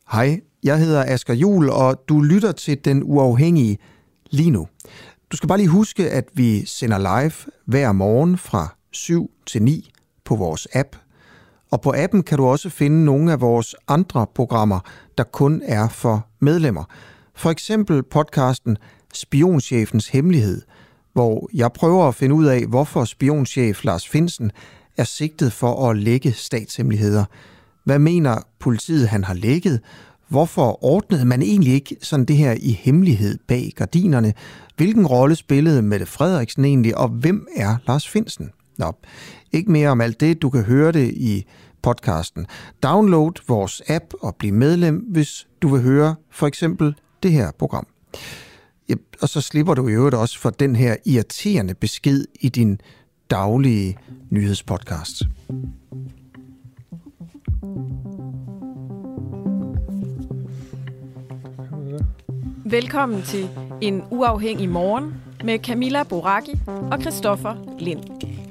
Hej, jeg hedder Asger Juhl, og du lytter til Den Uafhængige lige nu. Du skal bare lige huske, at vi sender live hver morgen fra 7 til 9 på vores app. Og på appen kan du også finde nogle af vores andre programmer, der kun er for medlemmer. For eksempel podcasten Spionchefens Hemmelighed, hvor jeg prøver at finde ud af, hvorfor spionchef Lars Findsen er sigtet for at lække statshemmeligheder. Hvad mener politiet, han har lækket? Hvorfor ordnede man egentlig ikke sådan det her i hemmelighed bag gardinerne? Hvilken rolle spillede Mette Frederiksen egentlig, og hvem er Lars Findsen? Nå, ikke mere om alt det. Du kan høre det i podcasten. Download vores app og bliv medlem, hvis du vil høre for eksempel det her program. Ja, og så slipper du i øvrigt også for den her irriterende besked i din daglige nyhedspodcast. Velkommen til En Uafhængig Morgen med Camilla Boracchi og Christoffer Lind.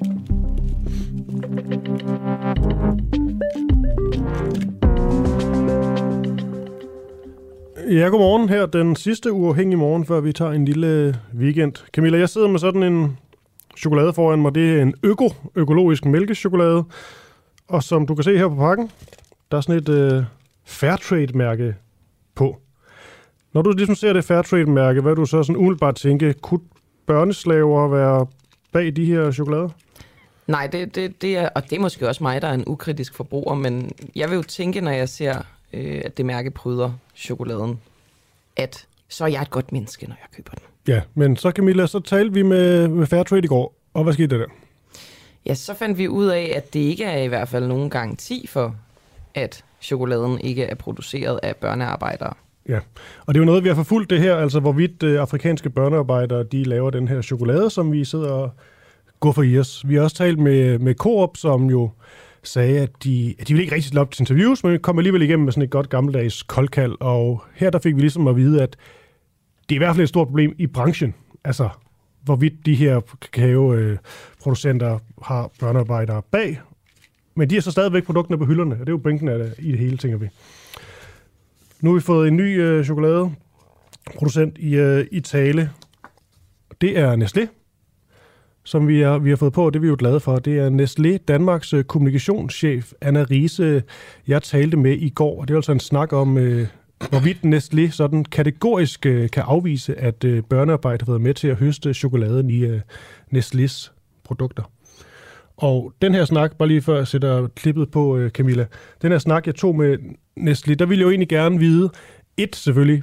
Ja, godmorgen her. Den sidste uafhængige morgen, før vi tager en lille weekend. Camilla, jeg sidder med sådan en chokolade foran mig. Det er en økologisk mælkechokolade. Og som du kan se her på pakken, der er sådan et Fairtrade-mærke på. Når du ligesom ser det Fairtrade-mærke, hvad du så sådan umiddelbart tænke, kunne børneslaver være bag de her chokolader? Nej, det er, og det er måske også mig, der er en ukritisk forbruger, men jeg vil jo tænke, når jeg ser, at det mærke pryder chokoladen, at så er jeg et godt menneske, når jeg køber den. Ja, men så Camilla, så talte vi med Fairtrade i går, og hvad skete der? Ja, så fandt vi ud af, at det ikke er i hvert fald nogen garanti for, at chokoladen ikke er produceret af børnearbejdere. Ja, og det er jo noget, vi har forfulgt det her, altså hvorvidt afrikanske børnearbejdere, de laver den her chokolade, som vi sidder og går for i os. Vi har også talt med Coop, som jo sagde, at de ville ikke rigtig stille op til interviews, men kom alligevel igennem med sådan et godt gammeldags koldkald, og her der fik vi ligesom at vide, at det er i hvert fald et stort problem i branchen, altså hvorvidt de her kakaoproducenter har børnearbejdere bag, men de er så stadigvæk produkterne på hylderne, og det er jo brinken af det i det hele, tænker vi. Nu har vi fået en ny chokoladeproducent i tale. Det er Nestlé, som vi har fået på, det er vi jo glade for. Det er Nestlé, Danmarks kommunikationschef, Anna Riise, jeg talte med i går. Og det er altså en snak om, hvorvidt Nestlé sådan kategorisk kan afvise, at børnearbejde har været med til at høste chokoladen i Nestlés produkter. Og den her snak, bare lige før jeg sætter klippet på, Camilla, den her snak, jeg tog med Nestlé, der ville jeg jo egentlig gerne vide, selvfølgelig,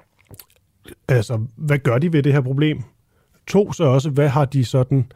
altså, hvad gør de ved det her problem? 2, så også, hvad har de sådan,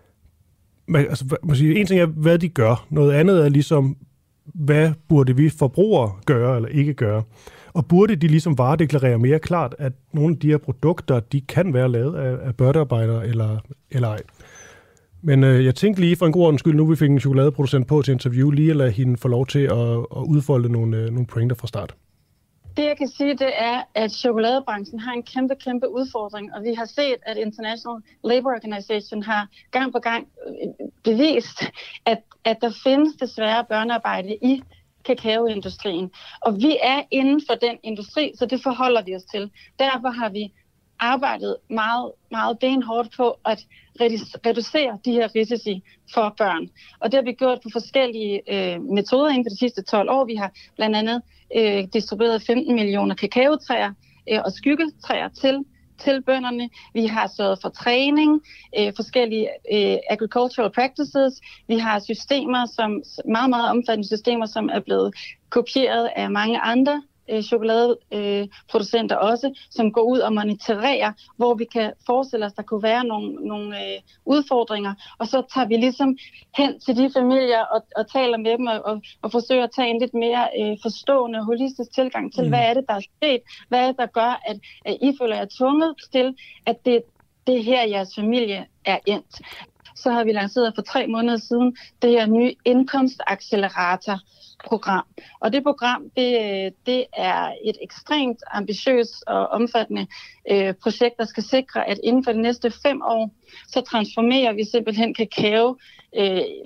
altså, en ting er, hvad de gør, noget andet er ligesom, hvad burde vi forbrugere gøre eller ikke gøre? Og burde de ligesom varedeklarere mere klart, at nogle af de her produkter, de kan være lavet af børnearbejdere eller ej? Men jeg tænkte lige for en god ordens skyld, nu vi fik en chokoladeproducent på til interview, lige at lade hende få lov til at udfolde nogle pointer fra start. Det jeg kan sige, det er, at chokoladebranchen har en kæmpe udfordring, og vi har set, at International Labour Organization har gang på gang bevist, at der findes desværre børnearbejde i kakaoindustrien. Og vi er inden for den industri, så det forholder vi os til. Derfor har vi arbejdet meget benhårdt på at reducere de her risici for børn. Og det har vi gjort på forskellige metoder inden for de sidste 12 år. Vi har blandt andet distribueret 15 millioner kakaotræer og skyggetræer til bønderne. Vi har sørget for træning, forskellige agricultural practices. Vi har systemer, som meget omfattende systemer, som er blevet kopieret af mange andre chokoladeproducenter også, som går ud og monitorerer, hvor vi kan forestille os, der kunne være nogle udfordringer, og så tager vi ligesom hen til de familier og taler med dem og forsøger at tage en lidt mere forstående, holistisk tilgang til, hvad er det, der er sket, hvad er det, der gør, at I føler jer tvunget til, at det her jeres familie er endt. Så har vi lanceret for 3 måneder siden det her nye indkomstaccelerator-program. Og det program, det er et ekstremt ambitiøst og omfattende projekt, der skal sikre, at inden for de næste 5 år, så transformerer vi simpelthen kakao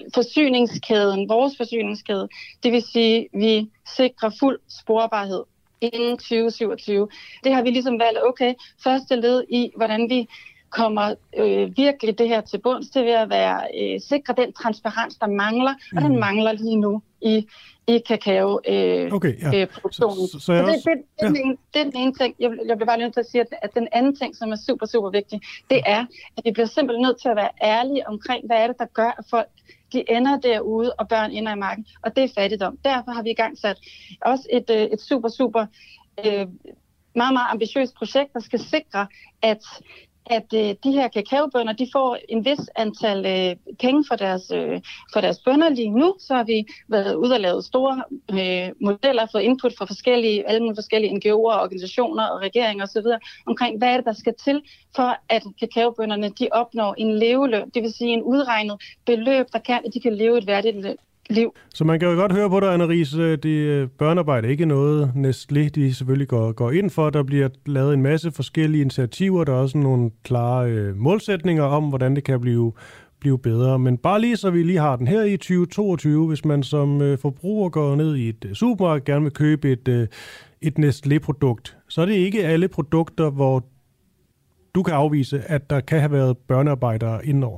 forsyningskæden, vores forsyningskæde. Det vil sige, at vi sikrer fuld sporbarhed inden 2027. Det har vi ligesom valgt, okay, første led i, hvordan vi kommer virkelig det her til bunds, til ved at være sikre den transparens, der mangler, og den mangler lige nu i kakao-produktionen. Så det er den ene ting. Jeg bliver bare nødt til at sige, at den anden ting, som er super, super vigtig, det er, at vi bliver simpelthen nødt til at være ærlige omkring, hvad er det, der gør, at folk de ender derude, og børn ender i marken, og det er fattigdom. Derfor har vi i gang sat også et super, super meget, meget ambitiøst projekt, der skal sikre, at de her kakaobønder, de får en vis antal penge for deres bønder lige nu. Så har vi været ude og lavet store modeller, fået input fra alle mulige forskellige NGO'er, organisationer og regeringer osv. omkring, hvad er det, der skal til for, at kakaobønderne de opnår en leveløn, det vil sige en udregnet beløb, der kan, at de kan leve et værdigt liv. Så man kan jo godt høre på dig, Anna-Riis, det børnearbejde er ikke noget Nestlé, de selvfølgelig går ind for. Der bliver lavet en masse forskellige initiativer, der er også nogle klare målsætninger om, hvordan det kan blive bedre. Men bare lige så vi lige har den her i 2022, hvis man som forbruger går ned i et supermarked og gerne vil købe et Nestlé-produkt, så er det ikke alle produkter, hvor du kan afvise, at der kan have været børnearbejdere indenover.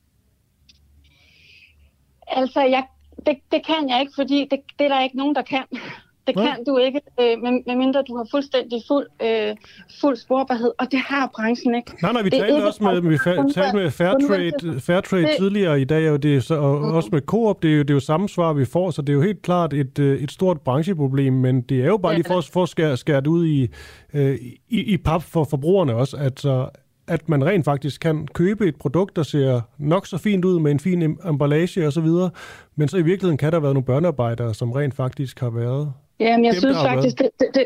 Altså, det kan jeg ikke, fordi det er der ikke nogen, der kan. Det kan du ikke, medmindre du har fuldstændig fuld sporbarhed, og det har branchen ikke. Nej, vi talte også med Fairtrade tidligere i dag, og også med Coop, det er jo samme svar, vi får, så det er jo helt klart et stort brancheproblem, men det er jo bare lige for at skære det ud i pap for forbrugerne også, at man rent faktisk kan købe et produkt, der ser nok så fint ud med en fin emballage og så videre, men så i virkeligheden kan der være nogle børnearbejdere, som rent faktisk har været. Jamen, jeg synes faktisk,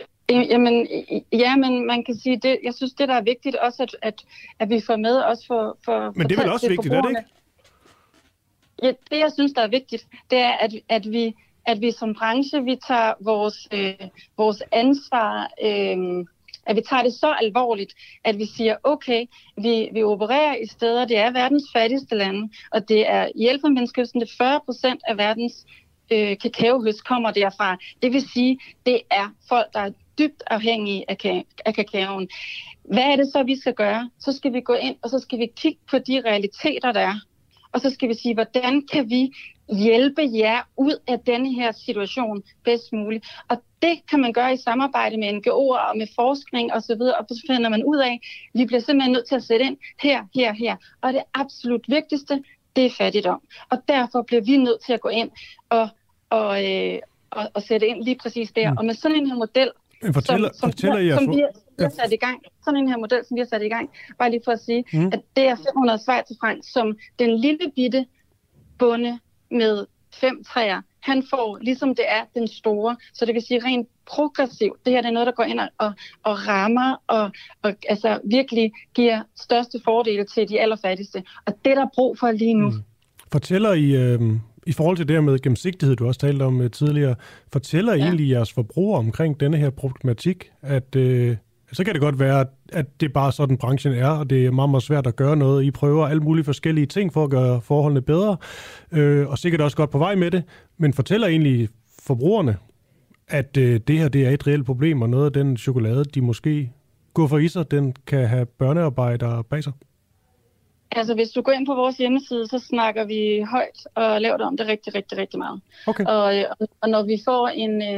men man kan sige, jeg synes, det der er vigtigt også, at vi får med også for men det er vel også vigtigt, er det ikke? Ja, det jeg synes, der er vigtigt, det er, at vi som branche, vi tager vores ansvar, at vi tager det så alvorligt, at vi siger, okay, vi opererer i steder, det er verdens fattigste lande, og det er i Elfenbenskysten, det 40% af verdens kakaohøst kommer derfra. Det vil sige, det er folk, der er dybt afhængige af kakaoen. Hvad er det så, vi skal gøre? Så skal vi gå ind, og så skal vi kigge på de realiteter, der er. Og så skal vi sige, hvordan kan vi hjælpe jer ud af denne her situation bedst muligt. Og det kan man gøre i samarbejde med NGO'er og med forskning osv. Og så finder man ud af, at vi bliver simpelthen nødt til at sætte ind her. Og det absolut vigtigste, det er fattigdom. Og derfor bliver vi nødt til at gå ind og sætte ind lige præcis der. Og med sådan en her model, som vi har sat i gang, sådan en her model, som vi har sat i gang, bare lige for at sige, at det er 500 schweizerfranc, som den lille bitte bonde med 5 træer, han får, ligesom det er den store. Så det vil sige rent progressivt. Det her det er noget, der går ind og rammer og altså virkelig giver største fordele til de allerfattigste. Og det er der brug for lige nu. Fortæller I forhold til det her med gennemsigtighed, du også talte om tidligere, fortæller I egentlig jeres forbrugere omkring denne her problematik, at så kan det godt være, at det bare sådan branchen er, og det er meget, meget svært at gøre noget. I prøver alle mulige forskellige ting for at gøre forholdene bedre, og sikkert også godt på vej med det, men fortæller egentlig forbrugerne, at det her det er et reelt problem, og noget af den chokolade, de måske går for i sig, den kan have børnearbejdere bag sig? Altså, hvis du går ind på vores hjemmeside, så snakker vi højt og lavt om det rigtig, rigtig, rigtig meget. Okay. Og når vi får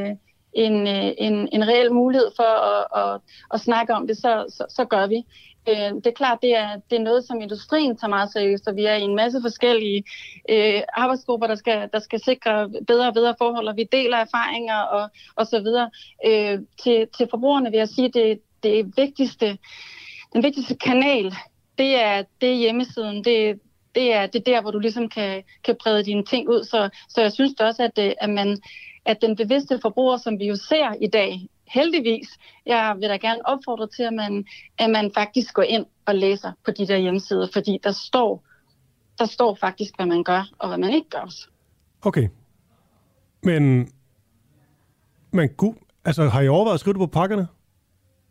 en reel mulighed for at snakke om det, så gør vi. Det er klart, det er noget, som industrien tager meget seriøst, og vi er i en masse forskellige arbejdsgrupper, der skal sikre bedre og bedre forhold, og vi deler erfaringer og så videre. Til forbrugerne vil jeg sige, den vigtigste kanal, det er hjemmesiden. Det er der, hvor du ligesom kan brede dine ting ud. Så jeg synes også, at den bevidste forbruger, som vi jo ser i dag, heldigvis, jeg vil da gerne opfordre til, at man faktisk går ind og læser på de der hjemmesider, fordi der står faktisk, hvad man gør, og hvad man ikke gør. Okay. Men har I overvejet at skrive det på pakkerne?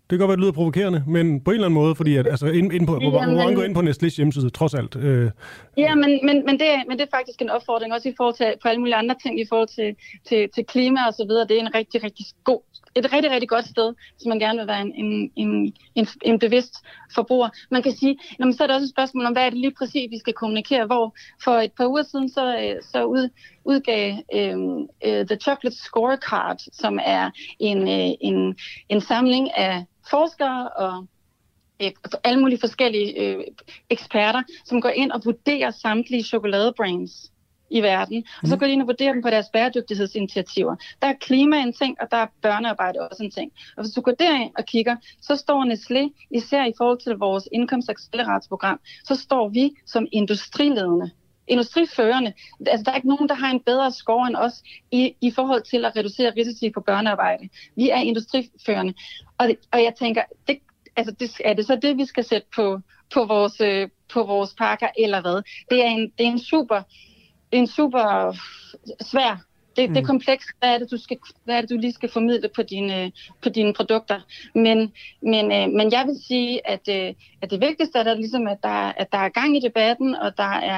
Det kan godt være, det lyder provokerende, men på en eller anden måde, fordi at, altså, hvor mange går ind på Nestlés hjemmeside, trods alt. Ja, men det er faktisk en opfordring, også i forhold til på alle mulige andre ting, i forhold til klima og så videre. Det er en et rigtig, rigtig godt sted, hvis man gerne vil være en bevidst forbruger. Man kan sige, så er der også et spørgsmål om, hvad er det lige præcis, vi skal kommunikere, hvor for et par uger siden, så udgav The Chocolate Scorecard, som er en samling af forskere og alle mulige forskellige eksperter, som går ind og vurderer samtlige chokoladebrands i verden. Og så går de ind og vurderer dem på deres bæredygtighedsinitiativer. Der er klima en ting, og der er børnearbejde også en ting. Og hvis du går derind og kigger, så står Nestlé, især i forhold til vores indkomstakcelerationsprogram, så står vi som industriledende. Industriførende. Altså, der er ikke nogen, der har en bedre score end os i forhold til at reducere risici på børnearbejde. Vi er industriførende. Og jeg tænker, er det så det, vi skal sætte på vores pakker, eller hvad? Det er en super svær. Det er komplekst. Hvad er det, du lige skal formidle på dine produkter? Men jeg vil sige, at det vigtigste er, ligesom, at der er gang i debatten, og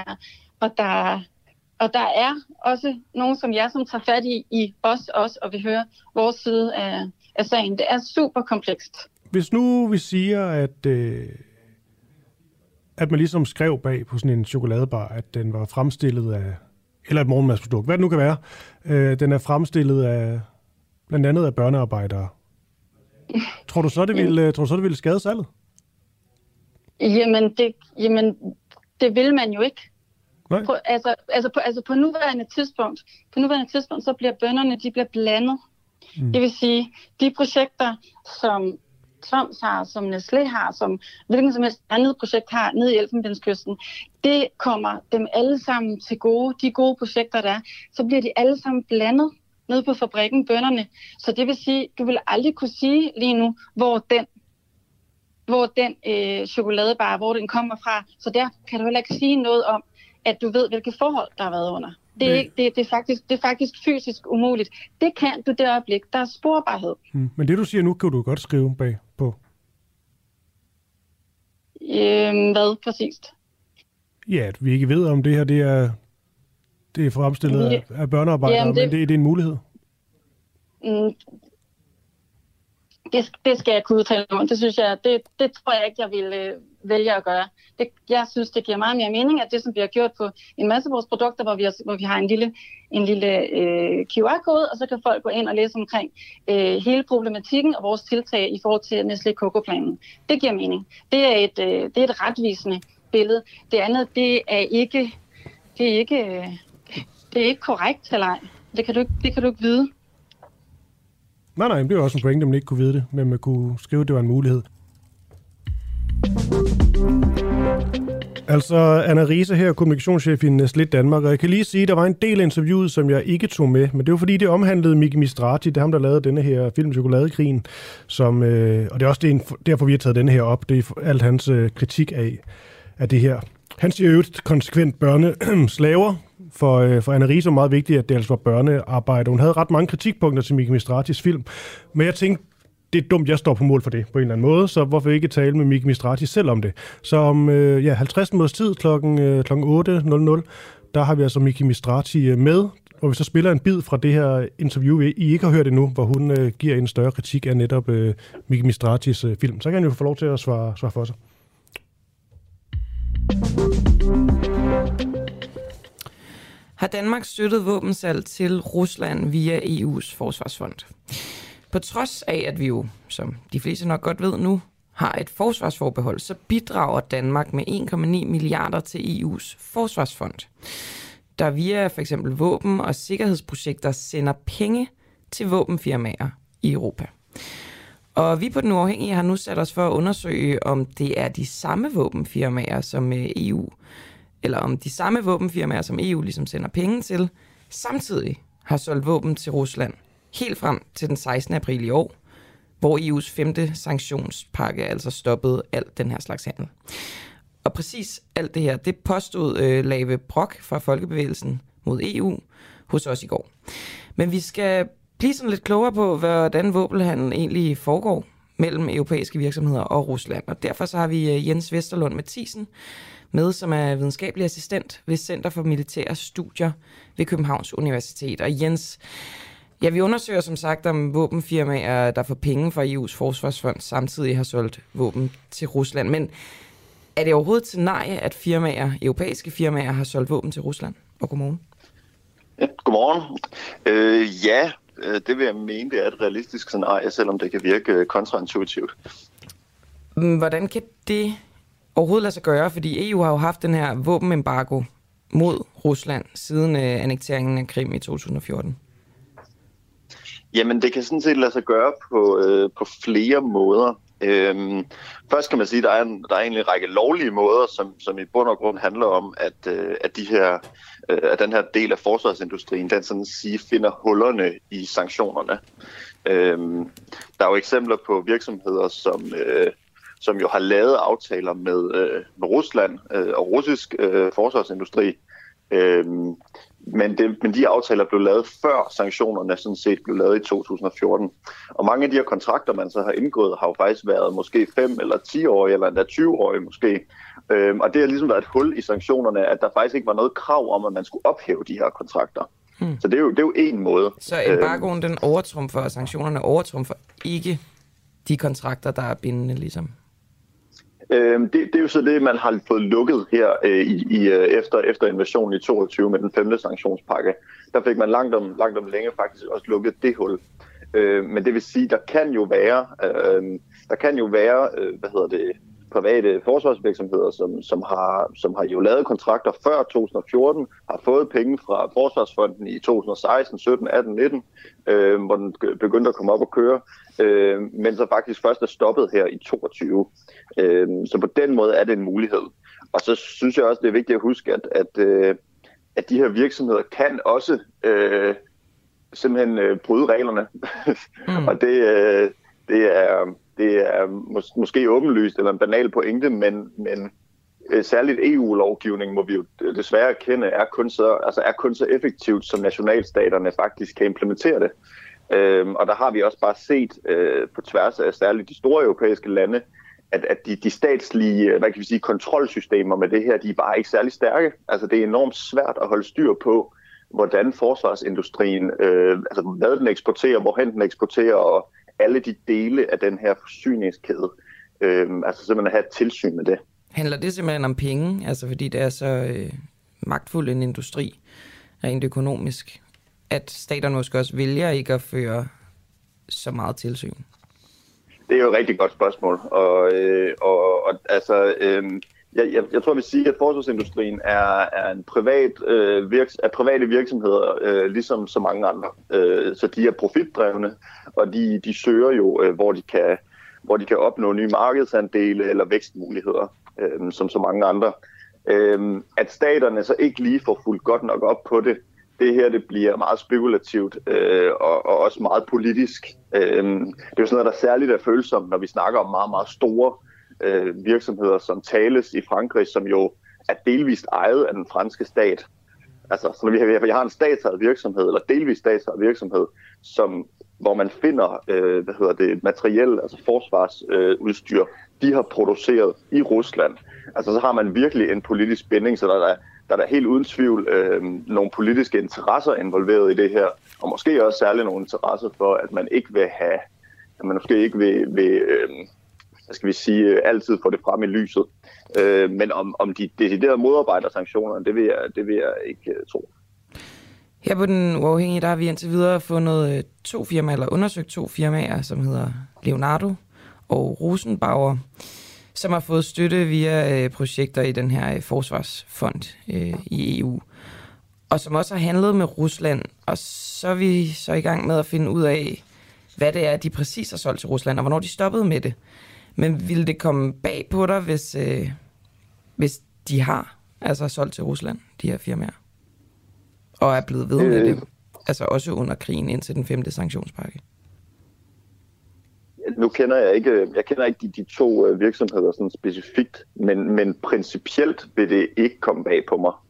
der er også nogen som jer, som tager fat i os og vil høre vores side af sagen. Det er super komplekst. Hvis nu vi siger, at man ligesom skrev bag på sådan en chokoladebar, at den var fremstillet af, eller et morgenmadsprodukt, hvad det nu kan være, den er fremstillet af blandt andet af børnearbejdere. Tror du så, det ville skade salget? Jamen, det vil man jo ikke. Nej. På nuværende tidspunkt, så bliver bønnerne, de bliver blandet. Det vil sige, de projekter, som Toms har, som Nestlé har, som hvilken som helst andet projekt har nede i Elfenbenskysten, det kommer dem alle sammen til gode. De gode projekter, der er, så bliver de alle sammen blandet nede på fabrikken, bønnerne. Så det vil sige, du vil aldrig kunne sige lige nu, hvor den chokoladebar, hvor den kommer fra. Så der kan du heller ikke sige noget om, at du ved, hvilke forhold der har været under. Det er faktisk fysisk umuligt. Det kan du det øjeblik. Der er sporbarhed. Men det, du siger nu, kan du godt skrive bag på. Hvad præcist? Ja, at vi ikke ved, om det her det er fremstillet af børnearbejdere, men det er en mulighed. Det skal jeg kunne udtale om. Det synes jeg, det tror jeg ikke, jeg vil vælge at gøre. Jeg synes, det giver meget mere mening, at det, som vi har gjort på en masse af vores produkter, hvor vi har en lille QR-kode, og så kan folk gå ind og læse omkring hele problematikken og vores tiltag i forhold til Nestlé Coco-planen. Det giver mening. Det er et retvisende billede. Det andet, det er ikke korrekt, eller ej. Det kan du ikke vide. Nej, men det er også en pointe, at man ikke kunne vide det, men man kunne skrive, at det var en mulighed. Altså, Anna Riise her, kommunikationschef i Nestlé Danmark, og jeg kan lige sige, at der var en del af interviewet, som jeg ikke tog med, men det var fordi, det omhandlede Miki Mistrati, det er ham, der lavede denne her film Chokoladekrigen, som, og det er også derfor, vi har taget denne her op, det er alt hans kritik af det her. Han siger jo konsekvent børneslaver. For Anna Riise var meget vigtigt, at det altså var børnearbejde. Hun havde ret mange kritikpunkter til Miki Mistratis film, men jeg tænkte, det er dumt, jeg står på mål for det på en eller anden måde, så hvorfor ikke tale med Miki Mistrati selv om det? Så om 50 minutters tid kl. 8.00, der har vi altså Miki Mistrati med, hvor vi så spiller en bid fra det her interview, I ikke har hørt endnu, hvor hun giver en større kritik af netop Miki Mistratis film. Så kan han jo få lov til at svare for sig. Har Danmark støttet våbensalg til Rusland via EU's forsvarsfond? På trods af, at vi jo, som de fleste nok godt ved nu, har et forsvarsforbehold, så bidrager Danmark med 1,9 milliarder til EU's forsvarsfond, der via for eksempel våben- og sikkerhedsprojekter sender penge til våbenfirmaer i Europa. Og vi på Den Uafhængige har nu sat os for at undersøge, om det er de samme våbenfirmaer som EU, eller om de samme våbenfirmaer, som EU ligesom sender penge til, samtidig har solgt våben til Rusland helt frem til den 16. april i år, hvor EU's 5. sanktionspakke altså stoppede alt den her slags handel. Og præcis alt det her, det påstod Lave Brock fra Folkebevægelsen mod EU hos os i går. Men vi skal blive sådan lidt klogere på, hvordan våbenhandel egentlig foregår mellem europæiske virksomheder og Rusland. Og derfor så har vi Jens Vesterlund Mathisen med, som er videnskabelig assistent ved Center for Militære Studier ved Københavns Universitet. Og Jens, ja, vi undersøger som sagt, om våbenfirmaer, der får penge fra EU's forsvarsfond, samtidig har solgt våben til Rusland. Men er det overhovedet til nej, at europæiske firmaer har solgt våben til Rusland? Og godmorgen. Ja, godmorgen. Ja, det vil jeg mene, det er et realistisk scenarie, selvom det kan virke kontraintuitivt. Hvordan kan det overhovedet lade sig gøre? Fordi EU har jo haft den her våbenembargo mod Rusland siden annekteringen af Krim i 2014. Jamen, det kan sådan set lade sig gøre på flere måder. Først kan man sige, at der er egentlig en række lovlige måder, som i bund og grund handler om, at den her del af forsvarsindustrien, den sådan at sige, finder hullerne i sanktionerne. Der er jo eksempler på virksomheder, som jo har lavet aftaler med Rusland og russisk forsvarsindustri, men de aftaler blev lavet før sanktionerne sådan set blev lavet i 2014. Og mange af de her kontrakter, man så har indgået, har jo faktisk været måske 5 eller 10 år eller endda 20 år måske. Og det har ligesom været et hul i sanktionerne, at der faktisk ikke var noget krav om, at man skulle ophæve de her kontrakter. Så det er jo en måde. Så embargoen, den overtrumfer, og sanktionerne overtrumfer ikke de kontrakter, der er bindende ligesom? Det er jo så det, man har fået lukket her efter invasionen i 22 med den 5. sanktionspakke. Der fik man langt om længe faktisk også lukket det hul. Men det vil sige, der kan jo være private forsvarsvirksomheder, som har jo lavet kontrakter før 2014, har fået penge fra Forsvarsfonden i 2016, 17, 18, 19, hvor den begyndte at komme op og køre, men så faktisk først er stoppet her i 22. Så på den måde er det en mulighed. Og så synes jeg også, det er vigtigt at huske, at de her virksomheder kan også simpelthen bryde reglerne. Og det er måske åbenlyst eller en banal pointe, men særligt EU-lovgivning må vi jo desværre erkende er kun så effektivt, som nationalstaterne faktisk kan implementere det. Og der har vi også bare set på tværs af særligt de store europæiske lande, at de statslige, kontrolsystemer med det her, de er bare ikke særlig stærke. Altså det er enormt svært at holde styr på, hvordan forsvarsindustrien, hvad den eksporterer, hvorhen den eksporterer, og alle de dele af den her forsyningskæde. Simpelthen at have et tilsyn med det. Handler det simpelthen om penge? Altså fordi det er så magtfuld en industri, rent økonomisk, at staterne måske også vælger ikke at føre så meget tilsyn? Det er jo et rigtig godt spørgsmål. Jeg tror, jeg vil sige, at forsvarsindustrien er en private virksomheder, ligesom så mange andre. Så de er profitdrevne, og de søger jo, hvor de kan opnå nye markedsandele eller vækstmuligheder, som så mange andre. At staterne så ikke lige får fulgt godt nok op på det, det her det bliver meget spekulativt og også meget politisk. Det er jo sådan noget, der særligt er følsomt, når vi snakker om meget, meget store virksomheder som Thales i Frankrig, som jo er delvist ejet af den franske stat. Altså, så når vi har en statsejet virksomhed, eller delvist statsejet virksomhed, hvor man finder materiel, altså forsvarsudstyr, de har produceret i Rusland. Altså, så har man virkelig en politisk binding, så der er helt uden tvivl nogle politiske interesser involveret i det her, og måske også særligt nogle interesser for, at man ikke vil have, at man måske ikke vil altid få det frem i lyset. Men om de deciderede modarbejder sanktionerne, det vil jeg ikke tro. Her på Den Uafhængige, der har vi indtil videre undersøgt to firmaer, som hedder Leonardo og Rosenbauer, som har fået støtte via projekter i den her forsvarsfond i EU, og som også har handlet med Rusland. Og så er vi så i gang med at finde ud af, hvad det er, de præcis har solgt til Rusland, og hvornår de stoppede med det. Men ville det komme bag på dig, hvis de har solgt til Rusland, de her firmaer, og er blevet ved med det, altså også under krigen indtil den 5. sanktionspakke? Nu kender jeg ikke de to virksomheder sådan specifikt, men principielt vil det ikke komme bag på mig.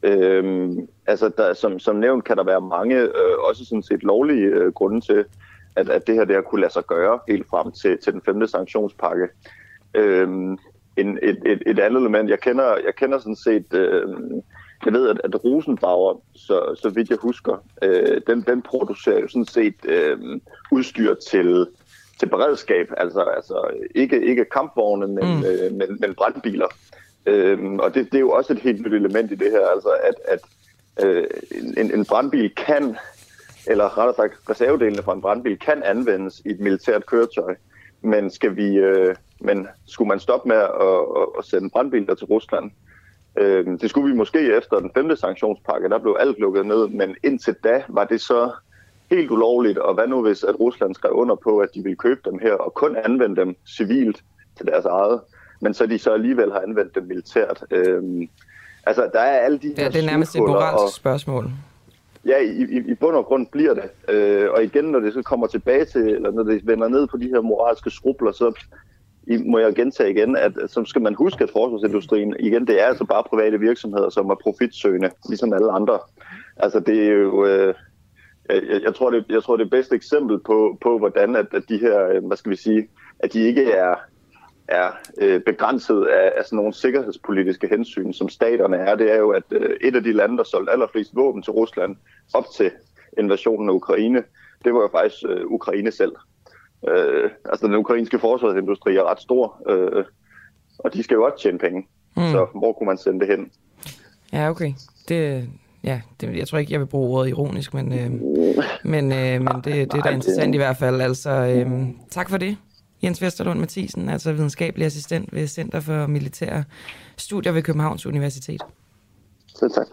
Som nævnt kan der være mange, også sådan set lovlige grunde til, at det her kunne lade sig gøre helt frem til den 5. sanktionspakke. Et andet element, jeg kender sådan set, jeg ved, at Rosenbauer, så vidt jeg husker, den producerer jo sådan set udstyr til beredskab, altså ikke kampvogne, men brandbiler. Og det er jo også et helt nyt element i det her, altså at en brandbil kan, eller rettere sagt reservedelene fra en brandbil kan anvendes i et militært køretøj, men skulle man stoppe med at sende brandbiler til Rusland? Det skulle vi måske efter den 5. sanktionspakke, der blev alt lukket ned, men indtil da var det så helt ulovligt, og hvad nu hvis at Rusland skrev under på, at de ville købe dem her og kun anvende dem civilt til deres eget, men så de så alligevel har anvendt dem militært. Altså der er alle de her det er nærmest et moralsk spørgsmål. Ja, i bund og grund bliver det. Og igen, når det så kommer tilbage til, eller når det vender ned på de her moralske skrubler, så må jeg gentage igen, at så skal man huske, at forsvarsindustrien, igen, det er altså bare private virksomheder, som er profitsøgende, ligesom alle andre. Altså det er jo, jeg tror det bedste eksempel på hvordan at de her, hvad skal vi sige, at de ikke er begrænset af sådan nogle sikkerhedspolitiske hensyn, som staterne er. Det er jo, at et af de lande, der solgte allerflest våben til Rusland op til invasionen af Ukraine, det var jo faktisk Ukraine selv. Altså den ukrainske forsvarsindustri er ret stor, og de skal jo også tjene penge. Så hvor kunne man sende det hen? Ja, okay. Jeg tror ikke, jeg vil bruge ordet ironisk, men det er da interessant i hvert fald. Altså, tak for det, Jens Vesterlund Mathisen, altså videnskabelig assistent ved Center for Militære Studier ved Københavns Universitet. Så tak.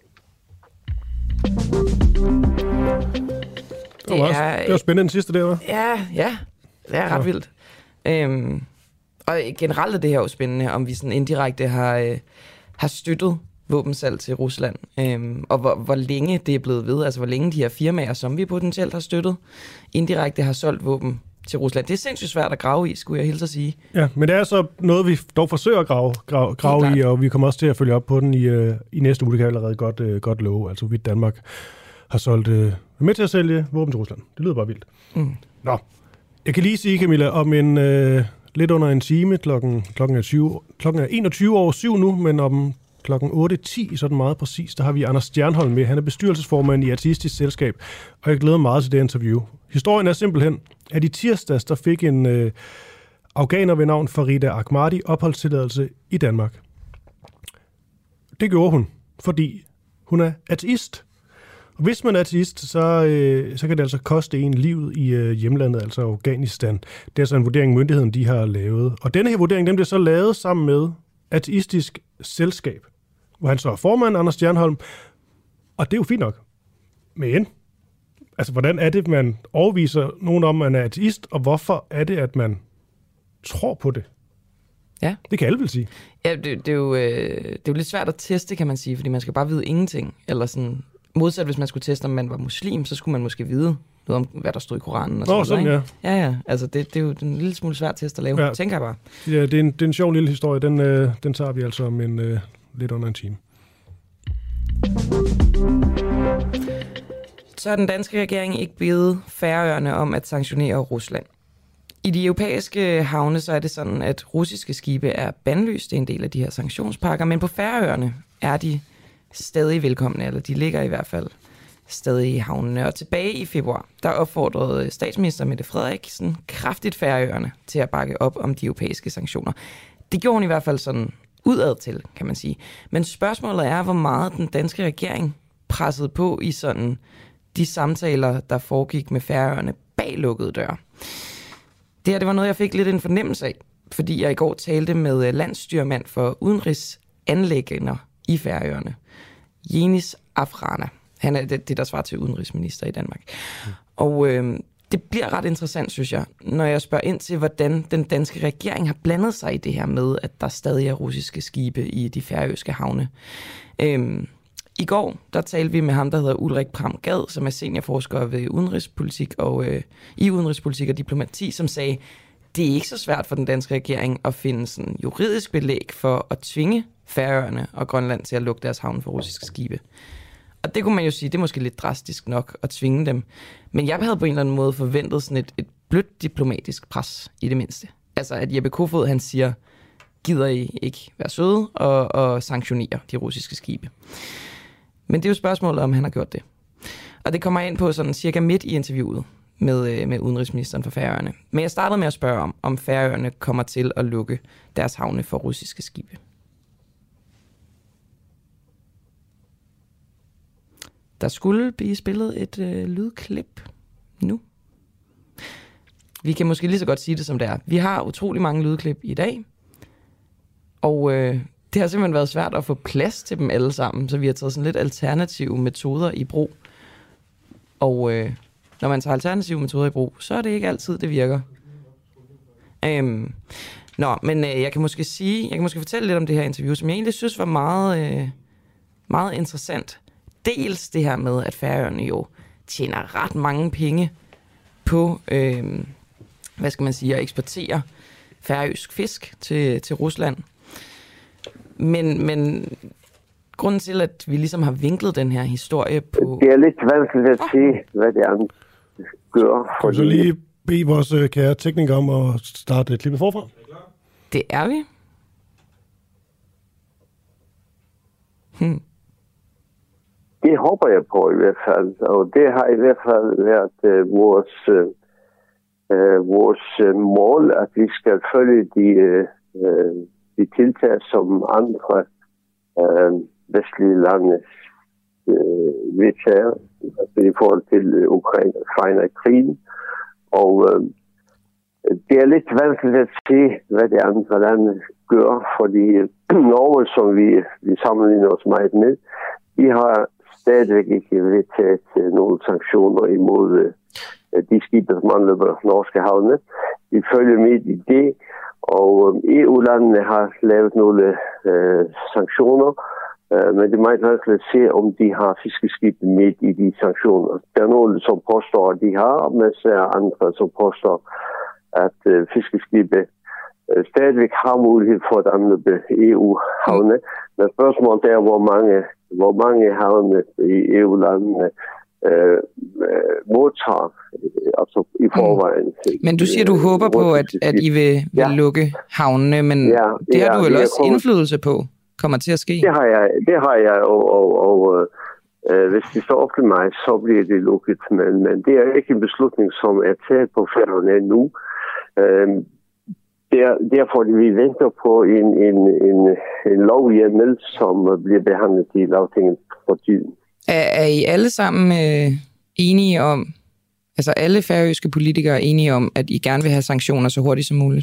Det var spændende den sidste der, hva'? Ja, det er ret vildt. Og generelt er det her jo spændende, om vi sådan indirekte har støttet våbensalg til Rusland, og hvor længe det er blevet ved, altså hvor længe de her firmaer, som vi potentielt har støttet, indirekte har solgt våben til Rusland. Det er sindssygt svært at grave i, skulle jeg hilse at sige. Ja, men det er så noget, vi dog forsøger at grave i, og vi kommer også til at følge op på den i næste uge. Det kan jeg allerede godt love. Altså, vi Danmark har solgt med til at sælge våben til Rusland. Det lyder bare vildt. Nå, jeg kan lige sige, Camilla, om en lidt under en time, klokken er 21:07 nu, men om klokken 8:10, sådan meget præcis, der har vi Anders Stjernholm med. Han er bestyrelsesformand i Ateistisk Selskab, og jeg glæder mig meget til det interview. Historien er simpelthen, at i tirsdags, der fik en afghaner ved navn Farida Ahmadi opholdstilladelse i Danmark. Det gjorde hun, fordi hun er ateist. Og hvis man er ateist, så kan det altså koste en livet i hjemlandet, altså Afghanistan. Det er altså en vurdering, myndigheden de har lavet. Og denne her vurdering, den bliver så lavet sammen med Ateistisk Selskab, hvor han så er formand, Anders Stjernholm. Og det er jo fint nok. Men, altså hvordan er det, man overviser nogen om, man er ateist, og hvorfor er det, at man tror på det? Ja. Det kan alle vel sige. Ja, det er jo lidt svært at teste, kan man sige, fordi man skal bare vide ingenting. Eller sådan, modsat hvis man skulle teste, om man var muslim, så skulle man måske vide noget om, hvad der stod i Koranen. Og sådan, ja. Ja. Altså, det er jo en lille smule svært test at lave, tænker jeg bare. Ja, det er en sjov lille historie. Den tager vi altså om lidt under en time. Så er den danske regering ikke bedt Færøerne om at sanktionere Rusland. I de europæiske havne, så er det sådan, at russiske skibe er bandlyst. Det er en del af de her sanktionspakker, men på Færøerne er de stadig velkomne, eller de ligger i hvert fald stadig i havnene. Og tilbage i februar, der opfordrede statsminister Mette Frederiksen kraftigt Færøerne til at bakke op om de europæiske sanktioner. Det gjorde hun i hvert fald sådan udad til, kan man sige. Men spørgsmålet er, hvor meget den danske regering pressede på i sådan de samtaler, der foregik med Færøerne bag lukkede døre. Det var noget, jeg fik lidt en fornemmelse af, fordi jeg i går talte med landsstyrmand for udenrigsanliggender i Færøerne, Jenis Afrana. Han er det, der svarer til udenrigsminister i Danmark. Og det bliver ret interessant, synes jeg, når jeg spørger ind til, hvordan den danske regering har blandet sig i det her med, at der stadig er russiske skibe i de færøske havne. I går, der talte vi med ham, der hedder Ulrik Pram Gad, som er seniorforsker ved udenrigspolitik og i udenrigspolitik og diplomati, som sagde, det er ikke så svært for den danske regering at finde sådan juridisk belæg for at tvinge Færøerne og Grønland til at lukke deres havne for russiske skibe. Og det kunne man jo sige, det er måske lidt drastisk nok at tvinge dem. Men jeg havde på en eller anden måde forventet sådan et blødt diplomatisk pres, i det mindste. Altså at Jeppe Kofod, han siger, gider I ikke være søde og sanktionere de russiske skibe. Men det er jo spørgsmålet, om han har gjort det. Og det kommer ind på sådan cirka midt i interviewet med udenrigsministeren for Færøerne. Men jeg startede med at spørge om Færøerne kommer til at lukke deres havne for russiske skibe. Der skulle blive spillet et lydklip nu. Vi kan måske lige så godt sige det, som det er. Vi har utrolig mange lydklip i dag, og det har simpelthen været svært at få plads til dem alle sammen, så vi har taget sådan lidt alternative metoder i brug. Og når man tager alternative metoder i brug, så er det ikke altid, det virker. Men jeg kan måske fortælle lidt om det her interview, som jeg egentlig synes var meget, meget interessant. Dels det her med, at Færøerne jo tjener ret mange penge på, at eksportere færøsk fisk til Rusland. Men grunden til, at vi ligesom har vinklet den her historie på... Det er lidt vanskeligt at se, hvad det er, gør. Kan du så lige bede vores kære teknikere om at starte klippet forfra? Det er vi. Det håber jeg på i hvert fald, og det har i hvert fald været vores mål, at vi skal følge de tiltag, som andre vestlige lande vedtager i forhold til Ukraine-krigen. Og det er lidt vanskeligt at se, hvad det andre lande gør, fordi Norge, som vi sammenligner os meget med, de har stadigvæk ikke vedtaget nogle sanktioner imod de skibe, som anløber norske havne. Vi følger med i det, og EU-landene har lavet nogle sanktioner, men det er meget vanskeligt at se, om de har fiskeskibe med i de sanktioner. Der er nogle, som påstår, at de har, mens der er andre, som påstår, at fiskeskibe stadigvæk har mulighed for at anløbe EU-havne. Men spørgsmålet er, hvor mange havne i EU-landene modtager, altså i forvejen. Men du siger, du håber på, at I vil lukke havnene, men det har du vel også indflydelse på, kommer til at ske? Det har jeg, og hvis det står op til mig, så bliver det lukket. Men det er ikke en beslutning, som er taget på Færøerne endnu. Derfor vi venter på en lovhjemmel, som bliver behandlet i Lagtinget for tiden. Er I alle sammen enige om, altså alle færøske politikere er enige om, at I gerne vil have sanktioner så hurtigt som muligt?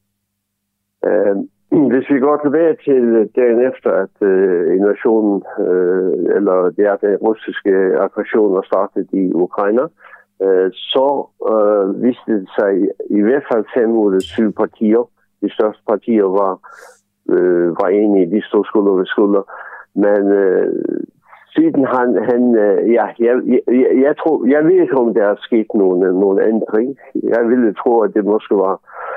Hvis vi går tilbage til dagen efter, at invasionen, eller den russiske aggression startede i Ukraine, så viste det sig i hvert fald 5 ud af 7 partier. De største partier var enige, de stod skulder ved skulder. Men siden jeg ved ikke, om der er sket nogen ændring. Jeg ville tro, at det måske var,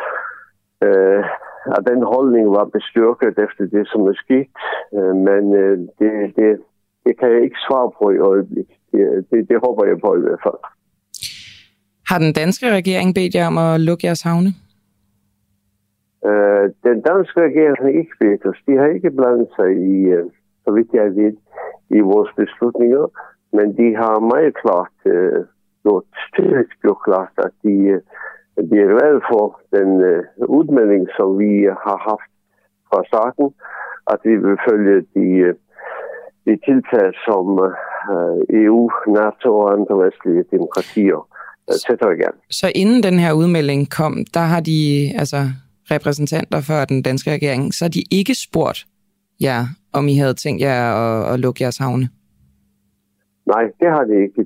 at den holdning var bestyrket efter det, som er sket. Men det kan jeg ikke svare på i øjeblikket. Det håber jeg på i hvert fald. Har den danske regering bedt jer om at lukke jeres havne? Den danske regering har ikke bedt os. De har ikke blandet sig i, så vidt jeg ved, i vores beslutninger, men de har meget klart gjort klart, at de er glade for den udmelding, som vi har haft fra starten, at vi vil følge de tiltag, som EU, NATO og andre vestlige demokratier sætter igen. Så inden den her udmelding kom, der har de repræsentanter for den danske regering, så har de ikke spurgt jer, om I havde tænkt jer at lukke jeres havne? Nej, det har de ikke.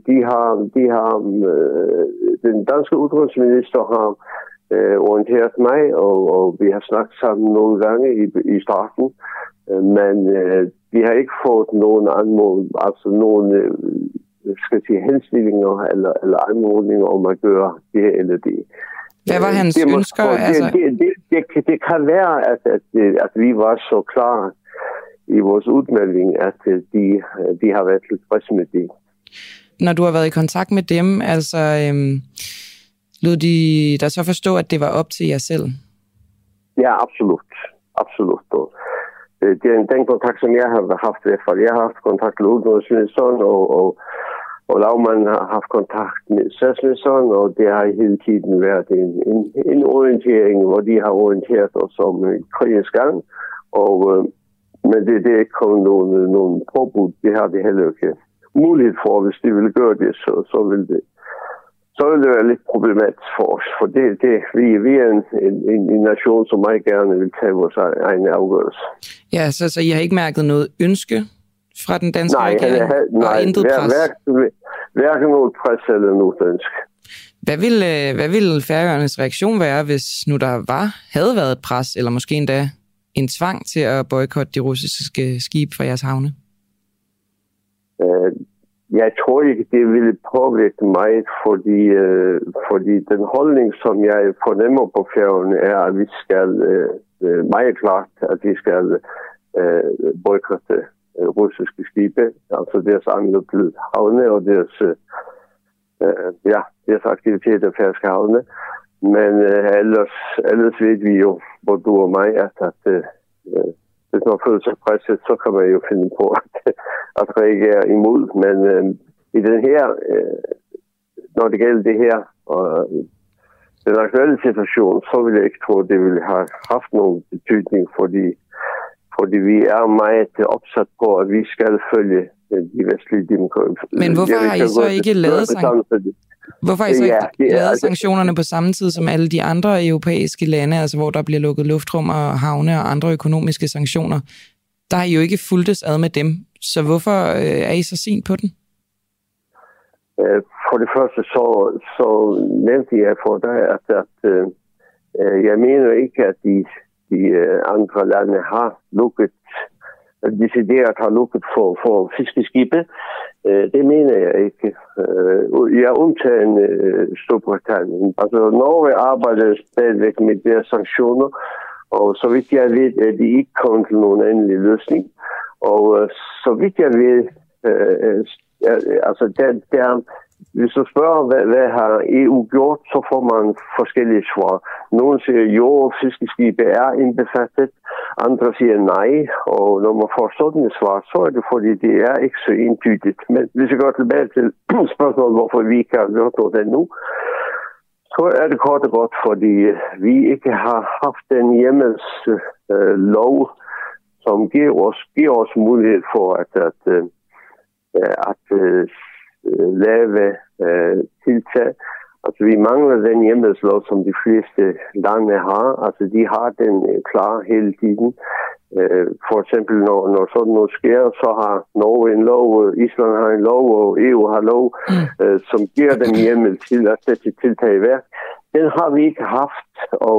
Den danske udenrigsminister har orienteret mig, og vi har snakket sammen nogle gange i starten, men vi har ikke fået nogen henstillinger eller anmodninger om at gøre det eller det. Hvad var hans ønsker? Det kan være, at vi var så klare i vores udmelding, at de har været tilfredse med det. Når du har været i kontakt med dem, altså lod de der så forstå, at det var op til jer selv? Ja, absolut. Absolut. Det er den kontakt, som jeg har haft i hvert fald. Jeg har haft kontakt med udenrigsministeren, og Lagmanden har haft kontakt med statsministeren, og det har hele tiden været en orientering, hvor de har orienteret os om krigens gang. Men det er ikke kommet nogen påbud. Det har de heller ikke mulighed for. Hvis de ville gøre det, så vil det være lidt problematisk for os. For vi er en nation, som meget gerne vil tage vores egen afgørelse. Ja, så I har ikke mærket noget ønske fra den danske regering? Nej, intet pres? Hverken noget pres eller noget ønske. Hvad ville Færøernes reaktion være, hvis nu der havde været et pres, eller måske endda en tvang til at boykotte de russiske skibe fra jeres havne? Jeg tror ikke, det ville påvirke mig, fordi den holdning, som jeg fornemmer på Færøerne, er, at vi skal meget klart, at vi skal boykotte russiske skibe, altså deres anløb til havne og deres aktiviteter i færøske havne. Men ellers ved vi jo, hvor du og mig, at hvis man føler sig presset, så kan man jo finde på at reagere imod. Men i den her, når det gælder det her, og den aktuelle situation, så vil jeg ikke tro, at det ville have haft nogen betydning, fordi vi er meget opsat på, at vi skal følge de vestlige demokratier. Men hvorfor har I så ikke lavet sanktionerne på samme tid som alle de andre europæiske lande, altså hvor der bliver lukket luftrum og havne og andre økonomiske sanktioner? Der har I jo ikke fulgtes ad med dem, så hvorfor er I så sent på den? For det første så nævnte jeg for dig, at jeg mener ikke, at de andre lande har lukket, decideret har lukket for fiskeskibe. Det mener jeg ikke. Jeg er undtagen Storbritannien. Altså Norge arbejder stadigvæk med deres sanktioner, og så vidt jeg ved, at de ikke kommer til nogen endelig løsning. Og så vidt jeg ved, hvis du spørger, hvad har EU gjort, så får man forskellige svar. Nogle siger, jo, fiskeskibe er indbefattet. Andre siger nej. Og når man får sådan et svar, så er det fordi, det er ikke så entydigt. Men hvis vi går tilbage til spørgsmålet, hvorfor vi ikke har gjort noget endnu, så er det kort og godt, fordi vi ikke har haft den hjemmels lov, som giver os mulighed for at lave tiltag. Altså vi mangler den hjemmelslov, som de fleste lande har. Altså de har den klar hele tiden. For eksempel når sådan noget sker, så har Norge en lov, Island har en lov, og EU har lov, som giver dem hjemmel til at sætte tiltag i værk. Den har vi ikke haft, og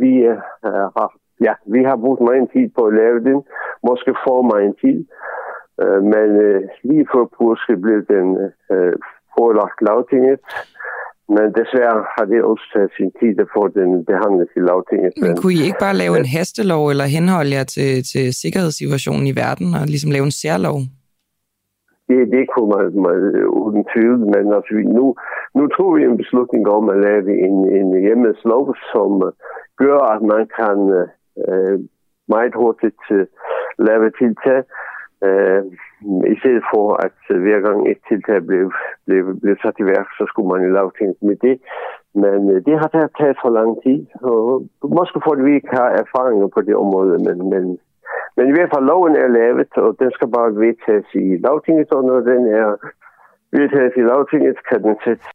vi har brugt meget tid på at lave den. Måske for meget tid. Men lige før påske blev den forelagt Lagtinget. Men desværre har det også taget sin tid at få den behandlet i Lagtinget. Men kunne I ikke bare lave en hastelov eller henholde jer til sikkerhedssituationen i verden og ligesom lave en særlov? Det kunne man uden tvivl, men altså, nu tog vi en beslutning om at lave en hjemmelslov, som gør, at man kan meget hurtigt lave tiltag. I stedet for, at hver gang et tiltag blev sat i værk, så skulle man i Lagtinget med det. Men det har taget for lang tid, og måske fordi vi ikke har erfaringer på det område, men i hvert fald loven er lavet, og den skal bare vedtages i Lagtinget, og når den er vedtaget i Lagtinget, kan den sættes.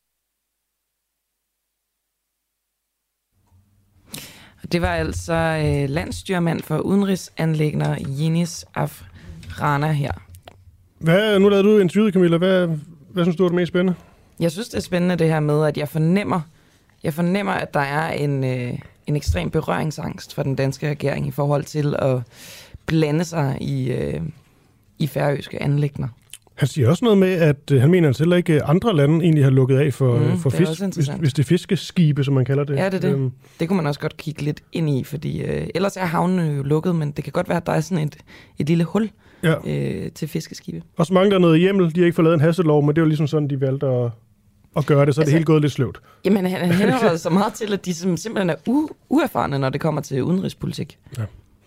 Det var altså landstyrmand for udenrigsanliggender Yinis Rana her. Nu lavede du interviewet, Camilla. Hvad synes du er det mest spændende? Jeg synes, det er spændende det her med, at jeg fornemmer, at der er en ekstrem berøringsangst for den danske regering i forhold til at blande sig i færøske anliggender. Han siger også noget med, at han mener, at heller ikke andre lande egentlig har lukket af for fisk, hvis det er fiskeskibe, som man kalder det. Ja, det er det. Det kunne man også godt kigge lidt ind i, fordi ellers er havnene jo lukket, men det kan godt være, at der er sådan et lille hul til fiskeskibe. Også mange, der er noget hjemmel, de har ikke fået lavet en hastelov, men det er jo ligesom sådan, de valgte at gøre det, så det hele gået lidt sløvt. Jamen, han henholder så meget til, at de simpelthen er uerfarne, når det kommer til udenrigspolitik. Ja.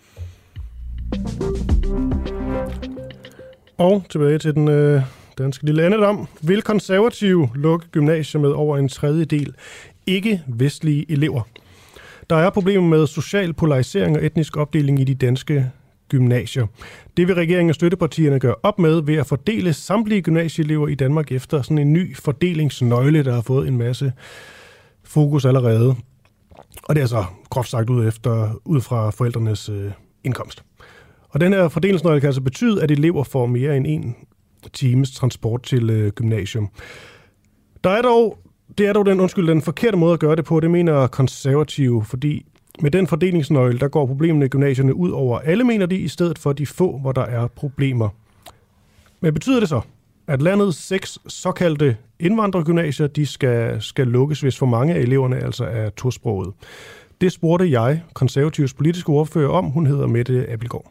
Og tilbage til den danske lille andedom. Vil Konservative lukke gymnasier med over en tredjedel ikke-vestlige elever? Der er problemer med social polarisering og etnisk opdeling i de danske gymnasier. Det vil regeringen og støttepartierne gøre op med ved at fordele samtlige gymnasieelever i Danmark efter sådan en ny fordelingsnøgle, der har fået en masse fokus allerede. Og det er så groft sagt ud fra forældrenes indkomst. Og den her fordelingsnøgle kan altså betyde, at elever får mere end 1 times transport til gymnasium. Det er dog den forkerte måde at gøre det på, det mener Konservative, fordi med den fordelingsnøgle, der går problemerne i gymnasierne ud over alle, mener de, i stedet for de få, hvor der er problemer. Men betyder det så, at landets 6 såkaldte indvandrergymnasier, de skal lukkes, hvis for mange af eleverne altså er tosprogede? Det spurgte jeg Konservativs politiske ordfører om. Hun hedder Mette Abildgaard.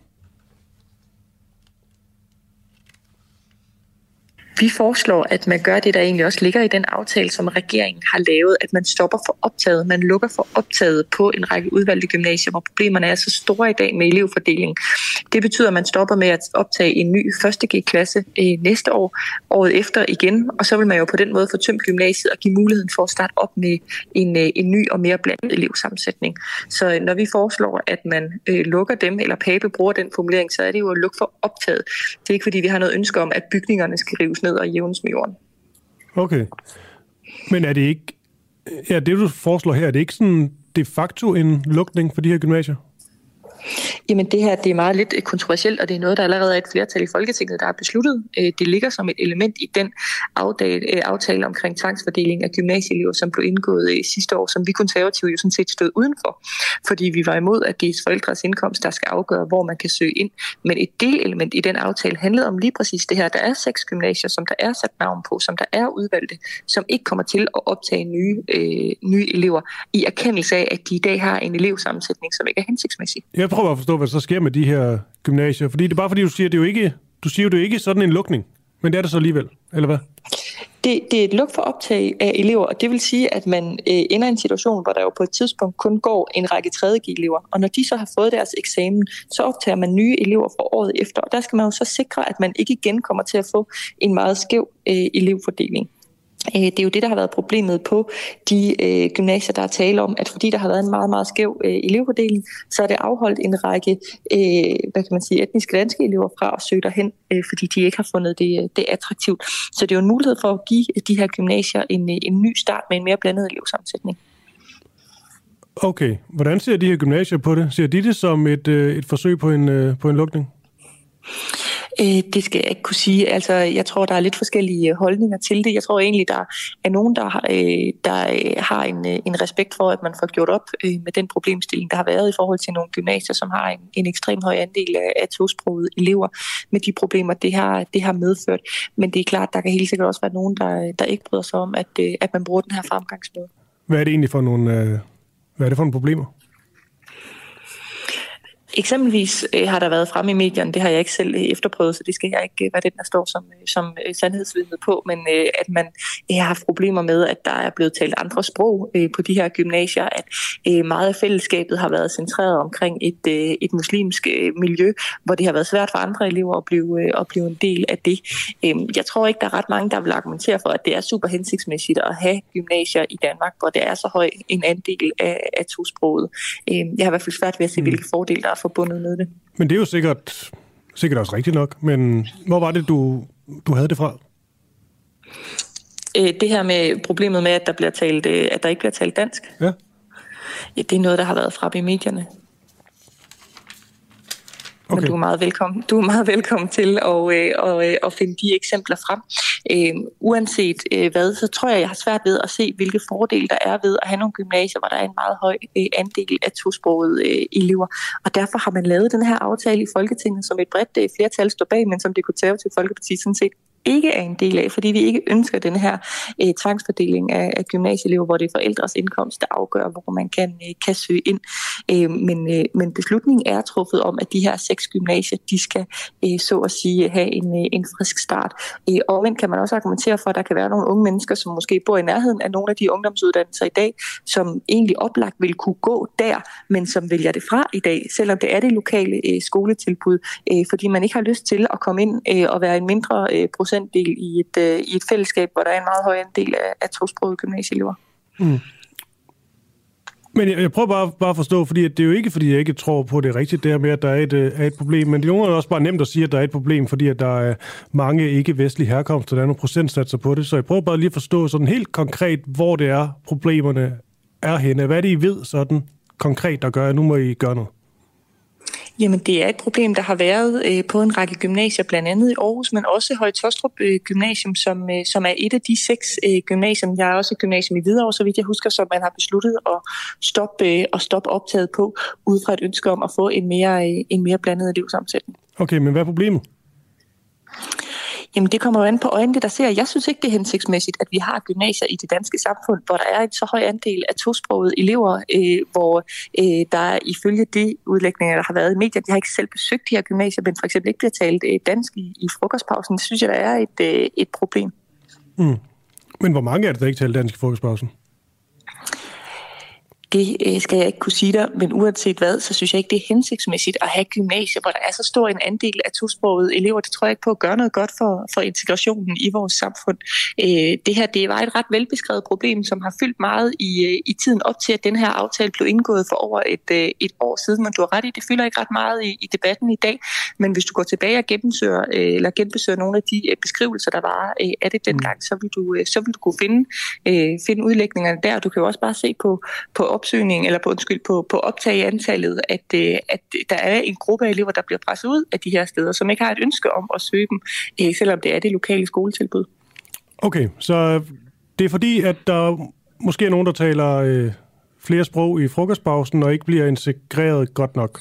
Vi foreslår, at man gør det, der egentlig også ligger i den aftale, som regeringen har lavet, at man stopper for optaget, man lukker for optaget på en række udvalgte gymnasier, hvor problemerne er så store i dag med elevfordeling. Det betyder, at man stopper med at optage en ny 1. G-klasse næste år, året efter igen, og så vil man jo på den måde få tømt gymnasiet og give muligheden for at starte op med en ny og mere blandet elevsammensætning. Så når vi foreslår, at man lukker dem, eller Pape bruger den formulering, så er det jo at lukke for optaget. Det er ikke, fordi vi har noget ønske om, at bygningerne skal rives ned og jævnes med jorden. Okay. Men er det ikke, det du foreslår her, er det ikke sådan de facto en lukning for de her gymnasier? Jamen det her, det er meget lidt kontroversielt, og det er noget, der allerede er et flertal i Folketinget, der har besluttet. Det ligger som et element i den aftale omkring tvangsfordeling af gymnasieelever, som blev indgået sidste år, som vi konservative jo sådan set stod udenfor. Fordi vi var imod, at det er forældres indkomst, der skal afgøre, hvor man kan søge ind. Men et delelement i den aftale handlede om lige præcis det her. Der er 6 gymnasier, som der er sat navn på, som der er udvalgte, som ikke kommer til at optage nye elever, i erkendelse af, at de i dag har en elevsammensætning, som ikke er hensigtsmæssig. Jeg prøver at forstå, hvad så sker med de her gymnasier. Fordi det er bare fordi, du siger det jo ikke sådan en lukning, men det er det så alligevel, eller hvad? Det er et luk for optag af elever, og det vil sige, at man ender i en situation, hvor der jo på et tidspunkt kun går en række 3.G-elever. Og når de så har fået deres eksamen, så optager man nye elever for året efter. Og der skal man jo så sikre, at man ikke igen kommer til at få en meget skæv elevfordeling. Det er jo det, der har været problemet på de gymnasier, der er tale om, at fordi der har været en meget, meget skæv elevfordeling, så er det afholdt en række etnisk danske elever fra at søge derhen, fordi de ikke har fundet det attraktivt. Så det er jo en mulighed for at give de her gymnasier en ny start med en mere blandet elevsammensætning. Okay. Hvordan ser de her gymnasier på det? Ser de det som et forsøg på en lukning? Det skal jeg ikke kunne sige. Altså, jeg tror, der er lidt forskellige holdninger til det. Jeg tror egentlig, der er nogen, der har en respekt for, at man får gjort op med den problemstilling, der har været i forhold til nogle gymnasier, som har en ekstremt høj andel af tosprogede elever med de problemer, det har medført. Men det er klart, der kan helt sikkert også være nogen, der ikke bryder sig om, at man bruger den her fremgangsmåde. Hvad er det egentlig for nogle problemer? Eksempelvis har der været fremme i medierne, det har jeg ikke selv efterprøvet, så det skal jeg ikke være den, der står som sandhedsvidne på, men at man har haft problemer med, at der er blevet talt andre sprog på de her gymnasier, at meget af fællesskabet har været centreret omkring et muslimsk miljø, hvor det har været svært for andre elever at blive en del af det. Jeg tror ikke, der er ret mange, der vil argumentere for, at det er super hensigtsmæssigt at have gymnasier i Danmark, hvor det er så høj en andel af tosproget. Jeg har i hvert fald svært ved at se, hvilke fordele der er forbundet med det. Men det er jo sikkert også rigtigt nok, men hvor var det, du havde det fra? Det her med problemet med, at der ikke bliver talt dansk. Ja. Det er noget, der har været fremme i medierne. Okay. Men du er meget velkommen til at finde de eksempler frem. Uanset hvad, så tror jeg har svært ved at se, hvilke fordele der er ved at have nogle gymnasier, hvor der er en meget høj andel af tosprogede elever. Og derfor har man lavet den her aftale i Folketinget, som et bredt flertal står bag, men som Det Konservative Folkeparti sådan set ikke er en del af, fordi vi ikke ønsker den her tvangsfordeling af gymnasieelever, hvor det er forældres indkomst, der afgør, hvor man kan søge ind. Men beslutningen er truffet om, at de her 6 gymnasier, de skal så at sige have en frisk start. Omvendt kan man også argumentere for, at der kan være nogle unge mennesker, som måske bor i nærheden af nogle af de ungdomsuddannelser i dag, som egentlig oplagt vil kunne gå der, men som vælger det fra i dag, selvom det er det lokale skoletilbud, fordi man ikke har lyst til at komme ind og være en mindre procentdel i et fællesskab, hvor der er en meget høj andel af tosprogede gymnasieelever. Mm. Men jeg prøver bare at forstå, fordi det er jo ikke, fordi jeg ikke tror på det rigtigt, der med, at der er et problem, men det er jo også bare nemt at sige, at der er et problem, fordi at der er mange ikke-vestlige herkomster, der er nogle procentsatser på det, så jeg prøver bare lige at forstå sådan helt konkret, hvor det er, problemerne er henne. Hvad er det, I ved sådan konkret, der gør, at nu må I gøre noget? Jamen, det er et problem, der har været på en række gymnasier, blandt andet i Aarhus, men også Høje Taastrup Gymnasium, som er et af de 6 gymnasier. Jeg er også et gymnasium i Hvidovre, så vidt jeg husker, som man har besluttet at stoppe optaget på, ud fra et ønske om at få en mere blandet elevsammensætning. Okay, men hvad er problemet? Jamen, det kommer jo an på øjnene, der ser. Jeg synes ikke, det er hensigtsmæssigt, at vi har gymnasier i det danske samfund, hvor der er en så høj andel af tosprogede elever, hvor der ifølge de udlægninger, der har været i medierne, jeg har ikke selv besøgt de her gymnasier, men for eksempel ikke bliver talt dansk i frokostpausen. Det synes jeg, der er et problem. Mm. Men hvor mange er det, der ikke taler dansk i frokostpausen? Det skal jeg ikke kunne sige dig, men uanset hvad, så synes jeg ikke, det er hensigtsmæssigt at have gymnasier, hvor der er så stor en andel af tosprogede elever. Det tror jeg ikke på at gøre noget godt for integrationen i vores samfund. Det her, det var et ret velbeskrevet problem, som har fyldt meget i tiden op til, at den her aftale blev indgået for over et år siden. Men du har ret i, det fylder ikke ret meget i debatten i dag. Men hvis du går tilbage og genbesøger nogle af de beskrivelser, der var af det dengang, så vil du kunne finde udlægningerne der. Du kan jo også bare se på opsøgning, eller på optag i antallet, at der er en gruppe af elever, der bliver presset ud af de her steder, som ikke har et ønske om at søge dem, selvom det er det lokale skoletilbud. Okay, så det er fordi, at der måske er nogen, der taler flere sprog i frokostpausen, og ikke bliver integreret godt nok?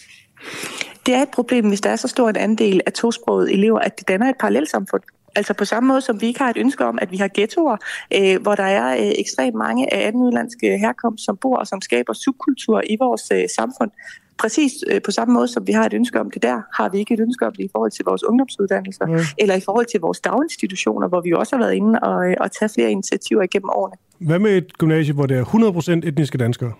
Det er et problem, hvis der er så stor en andel af tosprogede elever, at det danner et parallelsamfund. Altså på samme måde, som vi ikke har et ønske om, at vi har ghettoer, hvor der er ekstremt mange af anden udenlandske herkomst, som bor og som skaber subkultur i vores samfund. Præcis på samme måde, som vi har et ønske om det der, har vi ikke et ønske om det i forhold til vores ungdomsuddannelser, eller i forhold til vores daginstitutioner, hvor vi også har været inde og tage flere initiativer igennem årene. Hvad med et gymnasie, hvor det er 100% etniske danskere?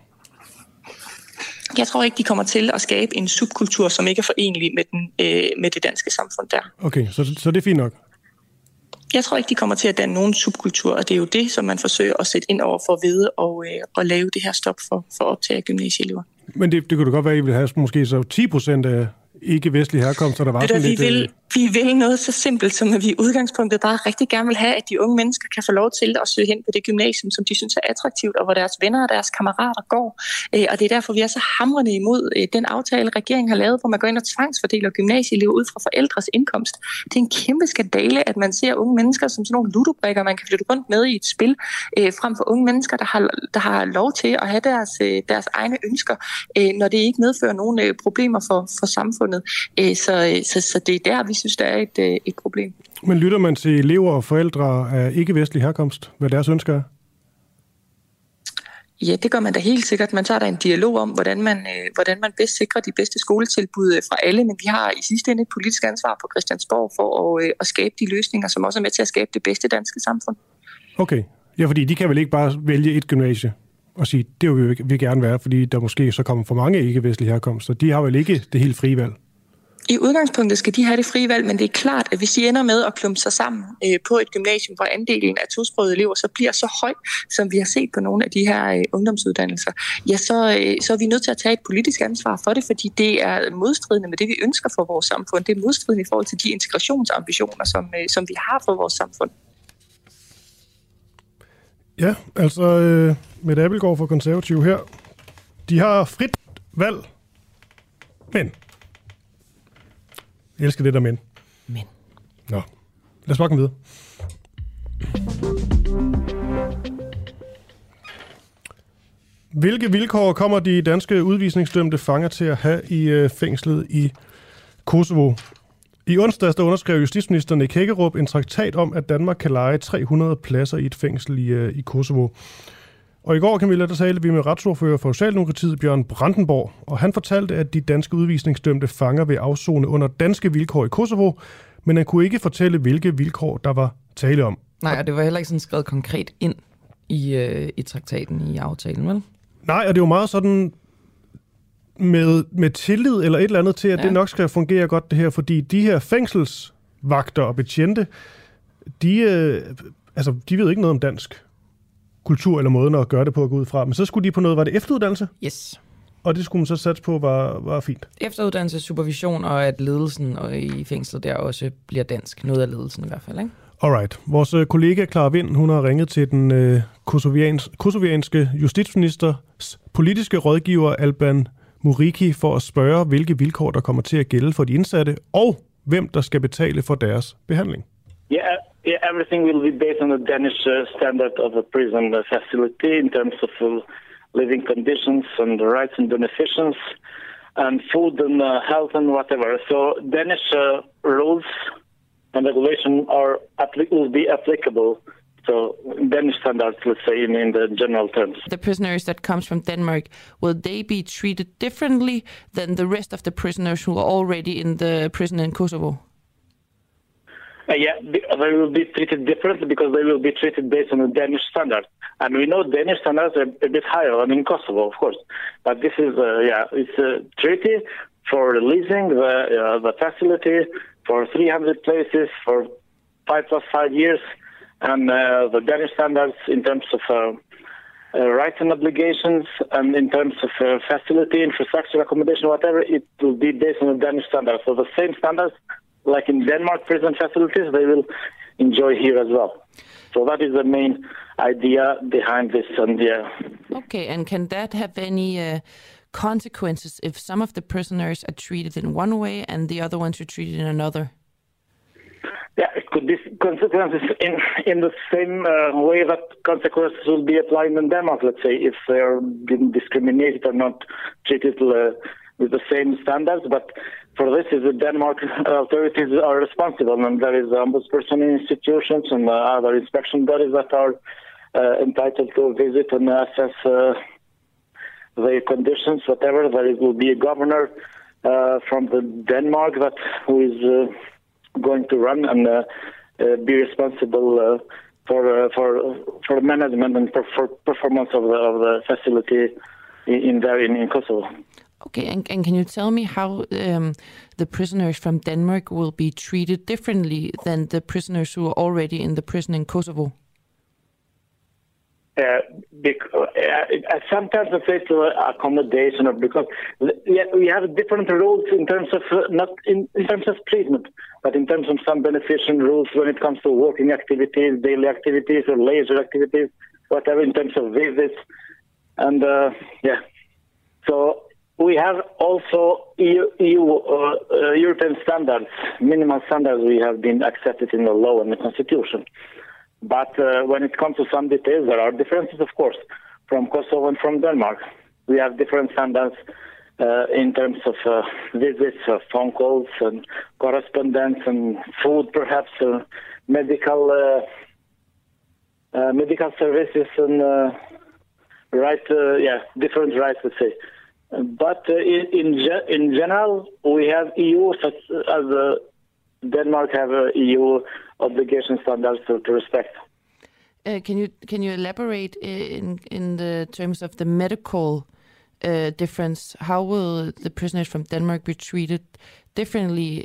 Jeg tror ikke, de kommer til at skabe en subkultur, som ikke er forenelig med det danske samfund der. Okay, så det er fint nok? Jeg tror ikke, de kommer til at danne nogen subkultur, og det er jo det, som man forsøger at sætte ind over for at vide og lave det her stop for optag af gymnasieelever. Men det kunne da godt være, at I ville have måske så 10% af ikke-vestlige herkomster, der var sådan lidt... Vi vil noget så simpelt, som at vi i udgangspunktet bare rigtig gerne vil have, at de unge mennesker kan få lov til at søge hen på det gymnasium, som de synes er attraktivt, og hvor deres venner og deres kammerater går. Og det er derfor, vi er så hamrende imod den aftale, regeringen har lavet, hvor man går ind og tvangsfordeler gymnasieelever ud fra forældres indkomst. Det er en kæmpe skandale, at man ser unge mennesker som sådan nogle ludobrikker, man kan flytte rundt med i et spil, frem for unge mennesker, der har lov til at have deres egne ønsker, når det ikke medfører nogen problemer for samfundet. Så det er der, vi synes, der er et problem. Men lytter man til elever og forældre af ikke-vestlig herkomst, hvad deres ønsker er? Ja, det gør man da helt sikkert. Man tager da en dialog om, hvordan man bedst sikrer de bedste skoletilbud fra alle, men vi har i sidste ende et politisk ansvar på Christiansborg for at skabe de løsninger, som også er med til at skabe det bedste danske samfund. Okay. Ja, fordi de kan vel ikke bare vælge et gymnasie og sige, det vil vi gerne være, fordi der måske så kommer for mange ikke-vestlige herkomster. De har vel ikke det helt frie valg? I udgangspunktet skal de have det frie valg, men det er klart, at hvis de ender med at klumpe sig sammen på et gymnasium, hvor andelen af tosprogede elever så bliver så høj, som vi har set på nogle af de her ungdomsuddannelser, ja, så er vi nødt til at tage et politisk ansvar for det, fordi det er modstridende med det, vi ønsker for vores samfund. Det er modstridende i forhold til de integrationsambitioner, som vi har for vores samfund. Ja, altså Mette Abildgaard fra Konservative her. De har frit valg, men... Jeg elsker det der men. Men. Nå, lad os bare komme videre. Hvilke vilkår kommer de danske udvisningsdømte fanger til at have i fængslet i Kosovo? I onsdags der underskrev justitsminister Nick Hækkerup en traktat om, at Danmark kan leje 300 pladser i et fængsel i Kosovo. Og i går, Camilla, der talte vi med retsordfører for Socialdemokratiet, Bjørn Brandenborg, og han fortalte, at de danske udvisningsdømte fanger vil afsone under danske vilkår i Kosovo, men han kunne ikke fortælle, hvilke vilkår der var tale om. Nej, og det var heller ikke sådan skrevet konkret ind i traktaten, i aftalen, vel? Nej, og det er jo meget sådan med tillid eller et eller andet til, at det nok skal fungere godt det her, fordi de her fængselsvagter og betjente, de ved ikke noget om dansk kultur eller måden at gøre det på at gå ud fra. Men så skulle de på noget, var det efteruddannelse? Yes. Og det skulle man så satse på var fint. Efteruddannelse, supervision og at ledelsen og i fængslet der også bliver dansk. Noget af ledelsen i hvert fald, ikke? Alright. Vores kollega Clara Vind, hun har ringet til den kosovianske justitsministers politiske rådgiver Alban Muriki for at spørge, hvilke vilkår der kommer til at gælde for de indsatte, og hvem der skal betale for deres behandling. Yeah, everything will be based on the Danish standard of a prison facility in terms of living conditions and the rights and beneficence and food and health and whatever. So Danish rules and regulation will be applicable. So Danish standards, let's say, in the general terms. The prisoners that comes from Denmark, will they be treated differently than the rest of the prisoners who are already in the prison in Kosovo? Yeah, they will be treated differently because they will be treated based on the Danish standard. And we know Danish standards are a bit higher than in Kosovo, of course. But this is, it's a treaty for leasing the facility for 300 places for 5 plus 5 years. And the Danish standards in terms of rights and obligations and in terms of facility, infrastructure, accommodation, whatever, it will be based on the Danish standards. So the same standards like in Denmark prison facilities, they will enjoy here as well. So that is the main idea behind this. Okay, and can that have any consequences if some of the prisoners are treated in one way and the other ones are treated in another? Yeah, it could be consequences in the same way that consequences will be applied in Denmark, let's say, if they are being discriminated or not treated with the same standards. But for this, the Denmark authorities are responsible, and there is ombudsperson institutions and other inspection bodies that are entitled to visit and assess the conditions, whatever. There will be a governor from the Denmark who is going to run and be responsible for management and for performance of the facility in Kosovo. Okay, and can you tell me how the prisoners from Denmark will be treated differently than the prisoners who are already in the prison in Kosovo? Sometimes I say to accommodation, or because we have different rules in terms of not in terms of treatment, but in terms of some beneficial rules when it comes to working activities, daily activities, or leisure activities, whatever, in terms of visits, and so. We have also European standards, minimal standards we have been accepted in the law and the constitution. But when it comes to some details, there are differences, of course, from Kosovo and from Denmark. We have different standards in terms of visits, phone calls, and correspondence, and food, perhaps, medical services, and different rights, let's say. But in general, we have EU, such as Denmark have EU obligation standards to respect. Can you elaborate in the terms of the medical difference? How will the prisoners from Denmark be treated differently?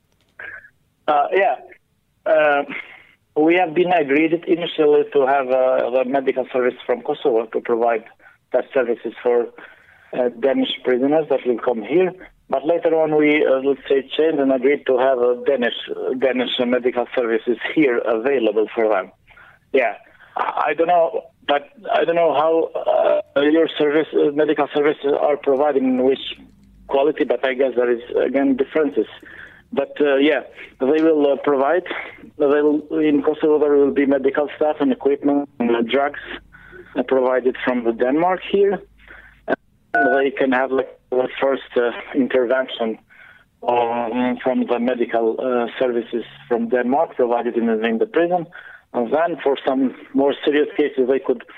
We have been agreed initially to have the medical service from Kosovo to provide that services for Danish prisoners that will come here. But later on, we changed and agreed to have Danish medical services here available for them. Yeah, I don't know how your medical services are providing which quality, but I guess there is again differences. But they will provide. In Kosovo there will be medical staff and equipment and drugs provided from the Denmark here. They can have the first intervention or from the medical services from Denmark provided in the prison. And then for some more serious cases, they could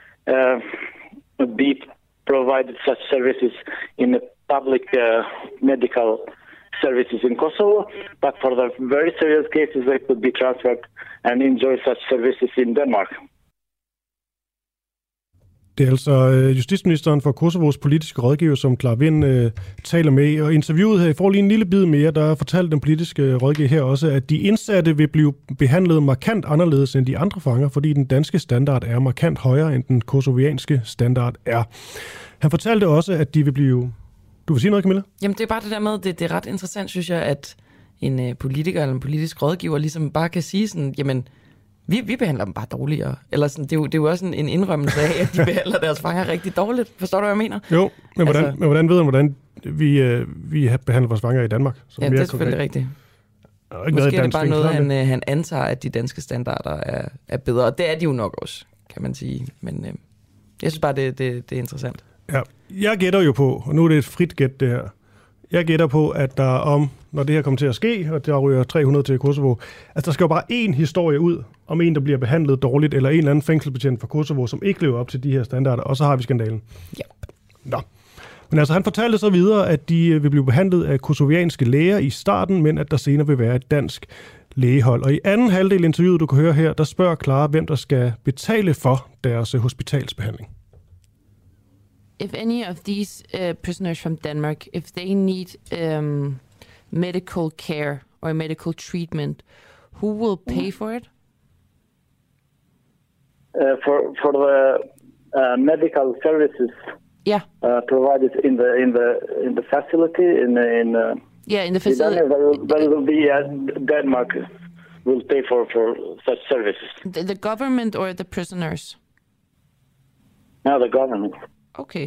be provided such services in the public medical services in Kosovo. But for the very serious cases, they could be transferred and enjoy such services in Denmark. Det er altså justitsministeren for Kosovos politiske rådgiver, som Clara Wind taler med. Og interviewet her, I får lige en lille bid mere, der fortalte den politiske rådgiver her også, at de indsatte vil blive behandlet markant anderledes end de andre fanger, fordi den danske standard er markant højere, end den kosovianske standard er. Han fortalte også, at de vil blive... Du vil sige noget, Camilla? Jamen, det er bare det der med, det er ret interessant, synes jeg, at en politiker eller en politisk rådgiver ligesom bare kan sige sådan, jamen, vi behandler dem bare dårligere. Eller sådan, det er jo også en indrømmelse af, at de behandler deres fanger rigtig dårligt. Forstår du, hvad jeg mener? Jo, men hvordan ved han, hvordan vi behandler vores fanger i Danmark? Ja, det er selvfølgelig rigtigt. Måske er det bare noget, han antager, at de danske standarder er bedre. Og det er de jo nok også, kan man sige. Men jeg synes bare, det er interessant. Ja, jeg gætter jo på, og nu er det et frit gæt det her, jeg gætter på, at der når det her kommer til at ske, og der ryger 300 til Kosovo, altså der skal jo bare én historie ud om en, der bliver behandlet dårligt, eller en eller anden fængselsbetjent fra Kosovo, som ikke lever op til de her standarder, og så har vi skandalen. Ja. Nå. Men altså, han fortalte så videre, at de vil blive behandlet af kosovianske læger i starten, men at der senere vil være et dansk lægehold. Og i anden halvdel af interviewet, du kan høre her, der spørger Clara, hvem der skal betale for deres hospitalsbehandling. If any of these prisoners from Denmark, if they need medical care or medical treatment, who will pay for it? For the medical services, yeah, provided in the facility in the facility, there will be Denmark will pay for such services. The government or the prisoners? No, the government. Okay.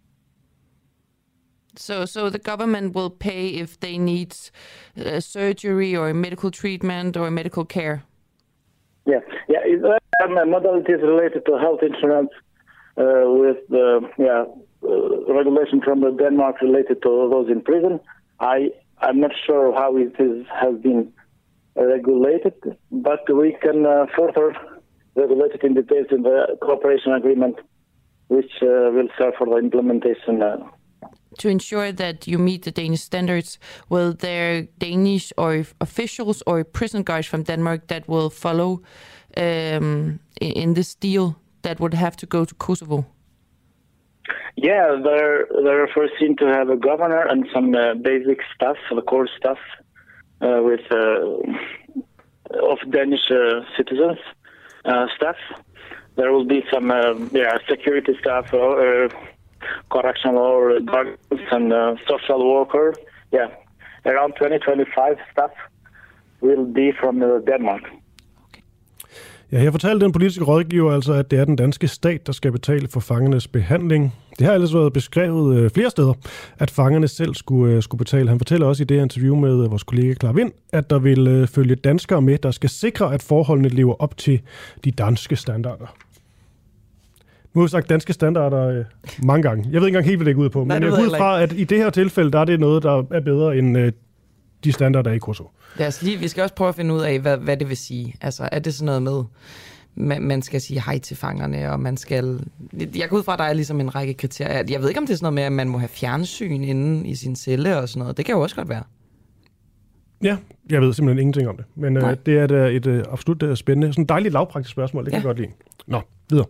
So the government will pay if they need surgery or medical treatment or medical care? Yeah. Modalities related to health insurance with the regulation from the Denmark related to those in prison. I'm not sure how it has been regulated, but we can further regulate it in details in the cooperation agreement, which will serve for the implementation. To ensure that you meet the Danish standards, will there Danish or officials or prison guards from Denmark that will follow in this deal that would have to go to Kosovo? Yeah, they're foreseen to have a governor and some basic staff, the core staff, with of Danish citizens staff. There will be some security staff, correctional guards and social worker. Yeah, around 20-25 staff will be from Denmark. Ja, her fortalte den politiske rådgiver altså, at det er den danske stat, der skal betale for fangernes behandling. Det har ellers været beskrevet flere steder, at fangerne selv skulle betale. Han fortæller også i det her interview med vores kollega Clara Wind, at der vil følge danskere med, der skal sikre, at forholdene lever op til de danske standarder. Nu har vi sagt danske standarder mange gange. Jeg ved ikke engang helt, hvad det går ud på, men jeg går ud fra, at i det her tilfælde, der er det noget, der er bedre end de standarder i Kosovo. Vi skal også prøve at finde ud af, hvad det vil sige. Altså, er det sådan noget med, man skal sige hej til fangerne, og man skal... Jeg går ud fra, at der er ligesom en række kriterier. Jeg ved ikke, om det er sådan noget med, at man må have fjernsyn inde i sin celle og sådan noget. Det kan jo også godt være. Ja, jeg ved simpelthen ingenting om det. Men det er da et absolut spændende, sådan et dejligt lavpraktisk spørgsmål. Det kan jeg godt lide. Nå, videre.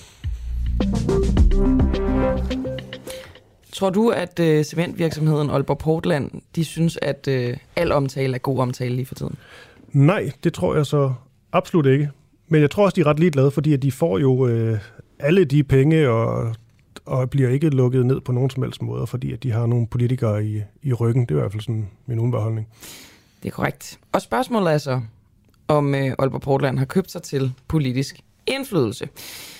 Tror du, at cementvirksomheden Aalborg Portland, de synes, at al omtale er god omtale lige for tiden? Nej, det tror jeg så absolut ikke. Men jeg tror også, de er ret ligeglade, fordi at de får jo alle de penge og bliver ikke lukket ned på nogen som helst måde, fordi at de har nogle politikere i ryggen. Det er i hvert fald sådan min udenbeholdning. Det er korrekt. Og spørgsmålet er så, om Aalborg Portland har købt sig til politisk indflydelse.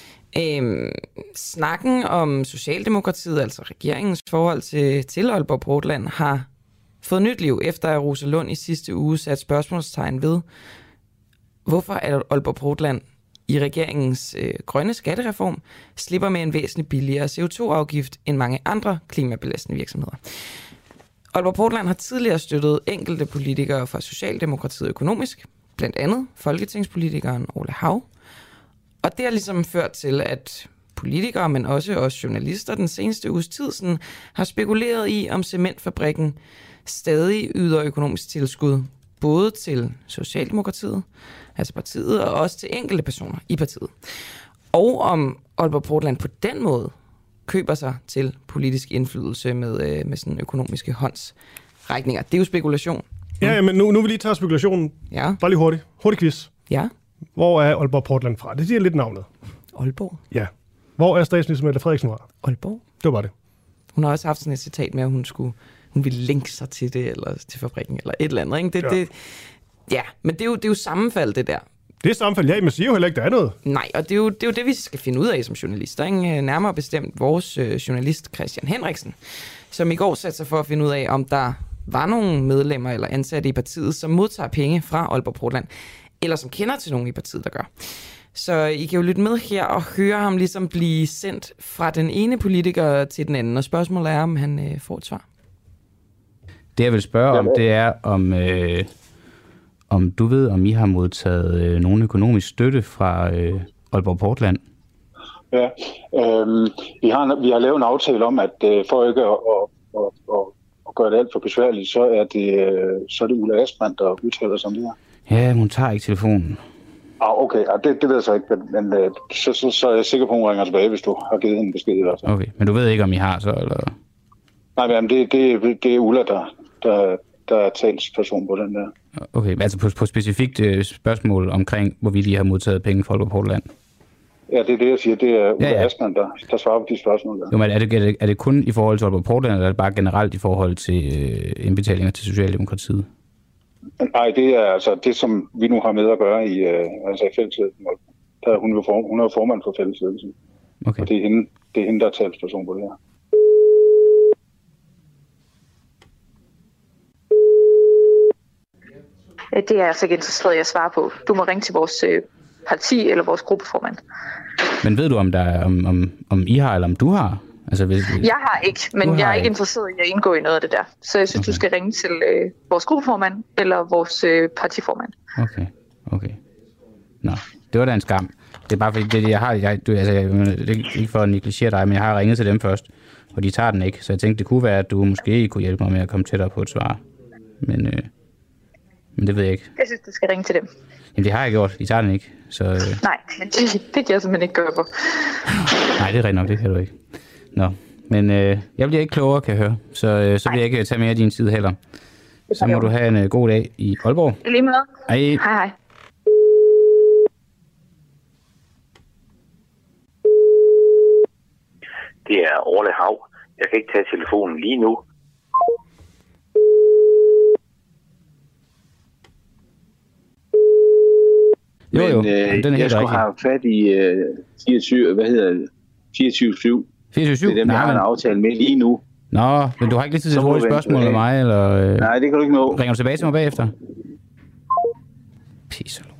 Snakken om Socialdemokratiet, altså regeringens forhold til Aalborg Portland, har fået nyt liv, efter at Rosa Lund i sidste uge satte spørgsmålstegn ved, hvorfor Aalborg Portland i regeringens grønne skattereform slipper med en væsentligt billigere CO2-afgift end mange andre klimabelastende virksomheder. Aalborg Portland har tidligere støttet enkelte politikere fra Socialdemokratiet økonomisk, blandt andet folketingspolitikeren Ole Hav. Og det har ligesom ført til, at politikere, men også os journalister, den seneste uges tid sådan, har spekuleret i, om cementfabrikken stadig yder økonomisk tilskud, både til Socialdemokratiet, altså partiet, og også til enkelte personer i partiet. Og om Aalborg Portland på den måde køber sig til politisk indflydelse med sådan økonomiske håndsrækninger. Det er jo spekulation. Ja, men nu vil vi lige tage spekulationen. Ja. Bare lige hurtigt. Hurtig quiz. Ja. Hvor er Aalborg Portland fra? Det siger lidt navnet. Aalborg? Ja. Hvor er statsminister Mette Frederiksen fra? Aalborg? Det var det. Hun har også haft sådan et citat med, at hun ville linke sig til det, eller til fabrikken, eller et eller andet. Ikke? Ja, men det er jo sammenfald, det der. Det er sammenfald, ja, men siger jo heller ikke, der er noget. Nej, og det er jo det, vi skal finde ud af som journalister. Ikke? Nærmere bestemt vores journalist Christian Henriksen, som i går satte sig for at finde ud af, om der var nogle medlemmer eller ansatte i partiet, som modtager penge fra Aalborg Portland, eller som kender til nogen i partiet, der gør. Så I kan jo lytte med her og høre ham ligesom blive sendt fra den ene politiker til den anden, og spørgsmålet er, om han får et svar. Det jeg vil spørge om, det er, om du ved, om I har modtaget nogen økonomisk støtte fra Aalborg Portland? Ja, vi har lavet en aftale om, at for ikke at gøre det alt for besværligt, så er det Ulla Astman, der udtaler sig om det her. Ja, hun tager ikke telefonen. Okay, det ved jeg så ikke, men så er jeg sikker på, at hun ringer tilbage, hvis du har givet hende besked i hvert fald. Okay, men du ved ikke, om I har så, eller? Nej, men det er Ulla, der er talsperson på den der. Okay, altså på specifikt spørgsmål omkring, hvorvidt I har modtaget penge fra Aalborg Portland? Ja, det er det, jeg siger. Det er Ulla Astman, der svarer på de spørgsmål der. Jo, men er det kun i forhold til Aalborg Portland, eller er det bare generelt i forhold til indbetalinger til Socialdemokratiet? Nej, det er altså det, som vi nu har med at gøre i fællesledelsen. Der er hun er formand for fællesledelsen. Okay. Og det er hende, der er talsperson på det her. Det er jeg altså ikke interesseret i at svare på. Du må ringe til vores parti eller vores gruppeformand. Men ved du, om I har, eller om du har? Altså, Jeg har ikke, men jeg er ikke interesseret i at indgå i noget af det der. Så jeg synes, du skal ringe til vores gruppeformand eller vores partiformand. Okay. Nå, det var da en skam. Det er bare fordi, det er ikke for at negligere dig, men jeg har ringet til dem først, og de tager den ikke. Så jeg tænkte, det kunne være, at du måske kunne hjælpe mig med at komme tættere på et svar. Men det ved jeg ikke. Jeg synes, du skal ringe til dem. Jamen, det har jeg gjort. De tager den ikke. Så, Nej, men det kan jeg simpelthen ikke gøre på. Nej, det er rigtigt nok. Det kan du ikke. Nå, men jeg bliver ikke klogere, kan jeg høre. Så vil jeg ikke tage mere af din tid heller. Så må du have en god dag i Aalborg. I lige måde. Hej. Det er Orle Hav. Jeg kan ikke tage telefonen lige nu. Jo. Jeg skulle have fat i 24/7. 24/7? Det er dem, jeg har en aftale med lige nu. Nå, men du har ikke lige tid til et hurtigt spørgsmål med mig, eller? Nej, det kan du ikke nå. Ringer du tilbage til mig bagefter? Pisserlo.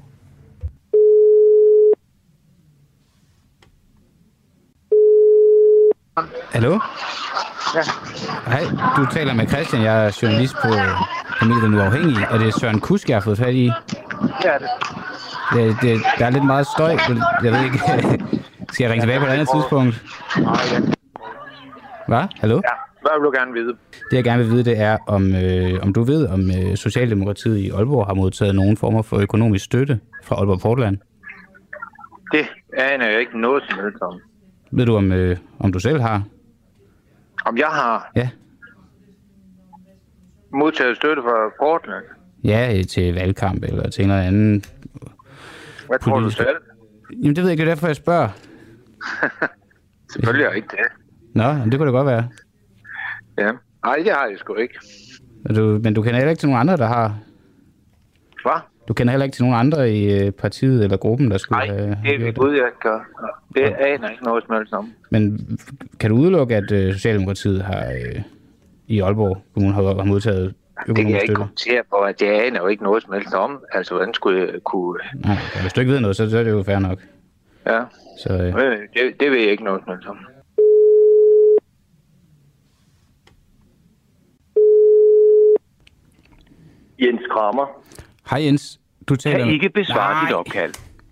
Hallo? Ja. Hej, du taler med Christian. Jeg er journalist på Familien Den Uafhængige. Er det Søren Kusk, jeg har fået fat i? Ja, det. Der er lidt meget støj. Jeg ved ikke. Skal jeg ringe tilbage på et andet tidspunkt? Nej, ja. Hvad? Hallo? Ja, hvad vil du gerne vide? Det jeg gerne vil vide, det er, om du ved, om Socialdemokratiet i Aalborg har modtaget nogen former for økonomisk støtte fra Aalborg Portland? Det aner jeg ikke noget som helst om. Ved du, om du selv har? Om jeg har? Ja. Modtaget støtte fra Portland? Ja, til valgkamp eller til en eller anden... Hvad tror du selv? Jamen, det ved jeg ikke, det er derfor, jeg spørger. Selvfølgelig er ikke det. Nå, men det kunne det godt være. Ja. Nej, det har jeg sgu ikke. Men du kender heller ikke til nogen andre, der har? Hvad? Du kender heller ikke til nogen andre i partiet eller gruppen, der skulle have... Nej, det er ved Gud, jeg gør. Det aner ikke noget som helst om. Men kan du udelukke, at Socialdemokratiet har i Aalborg Kommune har modtaget økonomisk støtte? Det kan jeg ikke kommentere på, at jeg aner jo ikke noget som helst om. Altså, hvordan skulle jeg kunne... Nej, hvis du ikke ved noget, så er det jo fair nok. Ja, så, det ved jeg ikke noget som helst om. Kramer. Hej Jens. Du taler... Kan ikke besvare dit opkald.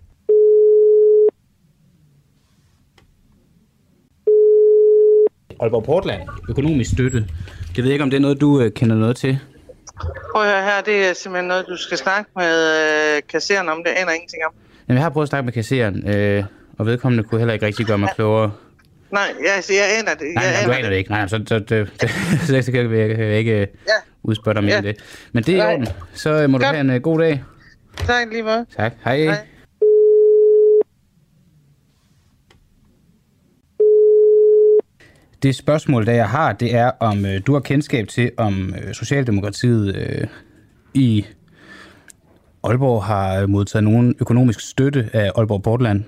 Aalborg Portland. Økonomisk støtte. Det ved jeg ikke, om det er noget, du kender noget til. Prøv at høre her, det er simpelthen noget, du skal snakke med kasseren om. Det aner ingenting om. Jamen, jeg har prøvet at snakke med kasseren, og vedkommende kunne heller ikke rigtig gøre mig klogere. Nej, jeg aner det. Nej, du aner det ikke. Nej, så kan jeg ikke udspørge dig mere om det. Men det er i orden. Så må du have en god dag. Tak lige meget. Tak. Hej. Det spørgsmål, der jeg har, det er, om du har kendskab til, om Socialdemokratiet i Aalborg har modtaget nogen økonomisk støtte af Aalborg Portland.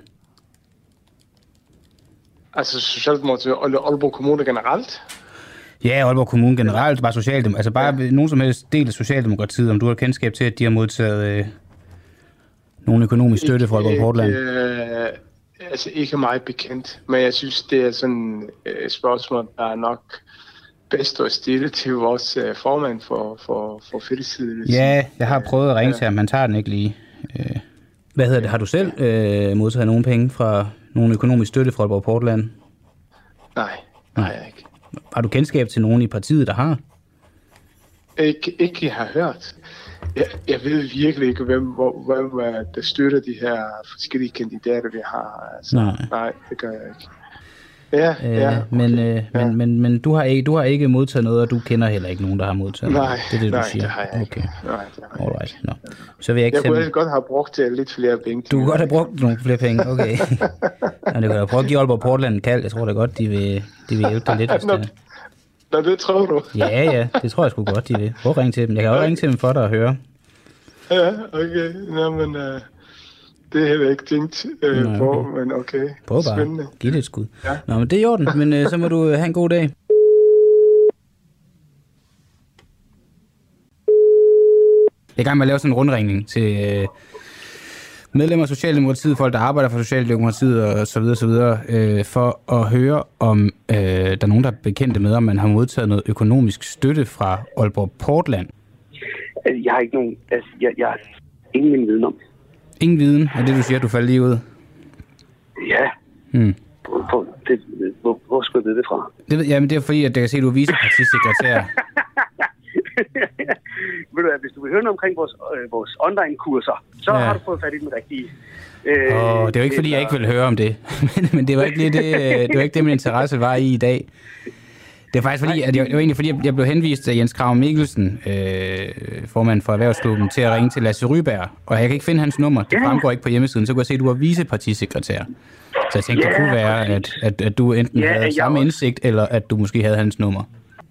Altså Socialdemokratiet og Aalborg Kommune generelt? Ja, Aalborg Kommune generelt, bare Socialdemokratiet. Altså bare nogen som helst del af Socialdemokratiet, om du har kendskab til, at de har modtaget nogen økonomisk støtte fra Aalborg Portland. Altså ikke meget bekendt, men jeg synes, det er sådan et spørgsmål, der er nok bedst at stille til vores formand for fællesiden. Ja, jeg har prøvet at ringe til ham, man tager den ikke lige. Hvad hedder det? Har du selv modtaget nogle penge fra nogen økonomisk støtte fra Aalborg Portland? Nej, har jeg ikke. Har du kendskab til nogen i partiet, der har? Ikke jeg har hørt. Jeg ved virkelig ikke, hvem der støtter de her forskellige kandidater, vi har. Altså, nej, det gør jeg ikke. Ja, okay. Men du har ikke modtaget noget, og du kender heller ikke nogen, der har modtaget noget? Nej, det er det, du siger. Det har jeg ikke. Okay. Nej, det har jeg Alright. No. Så vil jeg ikke kunne godt have brugt lidt flere penge. Du kunne godt have brugt nogle flere penge, okay. Ja, det kan jeg prøve at give Aalborg Portland en kald. Jeg tror da godt, de vil hjælpe dig lidt, hvis det. Nå, det tror du? Ja, det tror jeg sgu godt, de vil. Prøv at ringe til dem. Jeg kan også ringe til dem for dig og høre. Ja, okay. Nå, men det har jeg ikke tænkt på, men okay. Prøv bare. Spændende. Giv det et skud. Ja. Nå, men det er i orden, men så må du have en god dag. Jeg er i gang med at lave sådan en rundringning til medlemmer af Socialdemokratiet, folk, der arbejder for Socialdemokratiet og så videre, for at høre, om der er nogen, der er bekendte med, om man har modtaget noget økonomisk støtte fra Aalborg Portland. Jeg har ikke nogen... Altså, jeg har ingen viden om. Ingen viden? Er det, du siger, du falder lige ud? Ja. Hvor skulle jeg vide det fra? Jamen, det er fordi, at jeg kan se, at du er vicepartisekretær. Ved du hvad, hvis du vil høre noget omkring vores online-kurser, så har du fået fat i den rigtige. Det er jo ikke, fordi jeg ikke vil høre om det. Men det var ikke lige det var ikke det, min interesse var i dag. Det er faktisk fordi, at jeg blev henvist af Jens Krag Mikkelsen, formand for Erhvervsklubben, til at ringe til Lasse Ryberg. Og jeg kan ikke finde hans nummer. Det fremgår ikke på hjemmesiden. Så kunne jeg se, at du var vicepartisekretær. Så jeg tænkte, det kunne være, at du enten havde samme indsigt, eller at du måske havde hans nummer.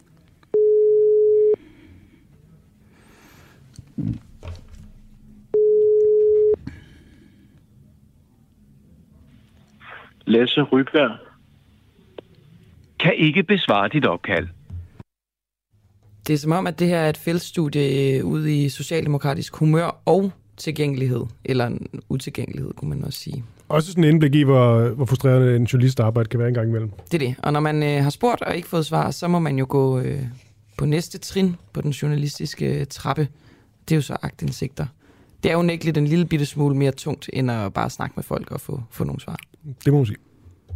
Lasse Ryberg kan ikke besvare dit opkald. Det er som om, at det her er et feltstudie ude i socialdemokratisk humør og tilgængelighed, eller en utilgængelighed, kunne man også sige. Også sådan en indblik i, hvor frustrerende en journalistarbejde kan være en gang imellem. Det er det. Og når man har spurgt og ikke fået svar, så må man jo gå på næste trin på den journalistiske trappe. Det er jo så aktindsigter. Det er jo unægteligt en lille bitte smule mere tungt, end at bare snakke med folk og få nogle svar. Det må man sige.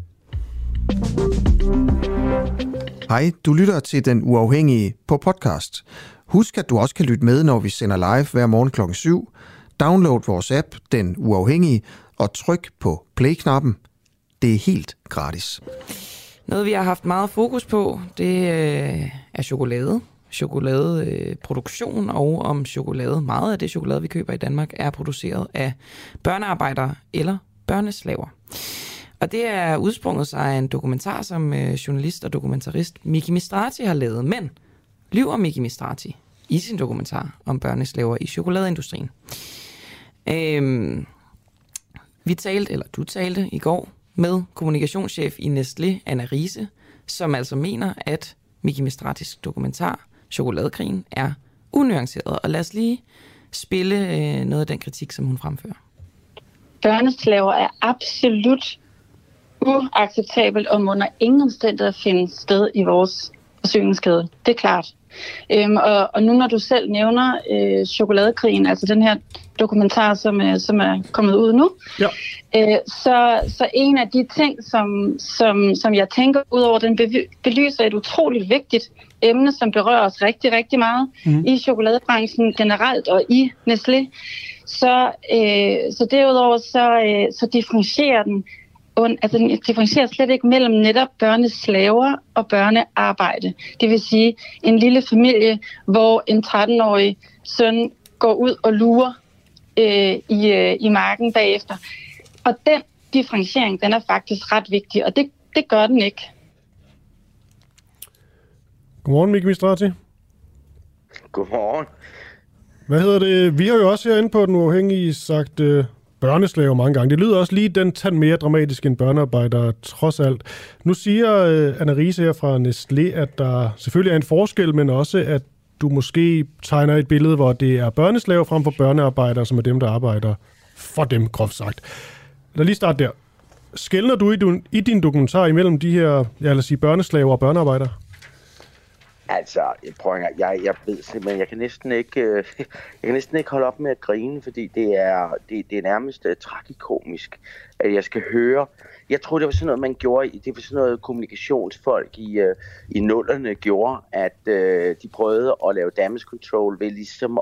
Hej, du lytter til Den Uafhængige på podcast. Husk, at du også kan lytte med, når vi sender live hver morgen klokken 7. Download vores app, Den Uafhængige, og tryk på play-knappen. Det er helt gratis. Noget, vi har haft meget fokus på, det er chokolade. Chokoladeproduktion og om chokolade. Meget af det chokolade, vi køber i Danmark, er produceret af børnearbejdere eller børneslaver. Og det er udsprunget sig af en dokumentar, som journalist og dokumentarist Miki Mistrati har lavet. Men lyver Miki Mistrati i sin dokumentar om børneslaver i chokoladeindustrien. Du talte i går med kommunikationschef i Nestlé, Anna Riise, som altså mener, at Miki Mistratis dokumentar Chokoladekrigen er unuanceret. Og lad os lige spille noget af den kritik, som hun fremfører. Børneslaver er absolut uacceptabelt og må under ingen omstændigheder finde sted i vores forsyningskæde. Det er klart. Og nu når du selv nævner chokoladekrigen, altså den her dokumentar, som er kommet ud nu, ja. Så en af de ting, som jeg tænker ud over, den belyser et utroligt vigtigt emne, som berører os rigtig, rigtig meget i chokoladebranchen generelt og i Nestlé. Så derudover så differentierer den, altså den differentierer slet ikke mellem netop børneslaver og børnearbejde. Det vil sige en lille familie, hvor en 13-årig søn går ud og lurer i marken bagefter. Og den differentiering, den er faktisk ret vigtig, og det gør den ikke. Godmorgen, Miki Mistrati. Godmorgen. Hvad hedder det? Vi har jo også herinde på Den Uafhængige sagt børneslaver mange gange. Det lyder også lige den tand mere dramatisk end børnearbejder, trods alt. Nu siger Anna-Riise her fra Nestlé, at der selvfølgelig er en forskel, men også at du måske tegner et billede, hvor det er børneslaver frem for børnearbejdere, som er dem, der arbejder for dem, groft sagt. Lad lige starte der. Skelner du i din dokumentar imellem de her, lad os sige, børneslaver og børnearbejdere? Altså, jeg ved simpelthen, jeg kan næsten ikke holde op med at grine, fordi det er nærmest tragikomisk, at jeg skal høre. Jeg tror, det var sådan noget, man gjorde, det var sådan noget kommunikationsfolk i nullerne gjorde, at de prøvede at lave damage control ved ligesom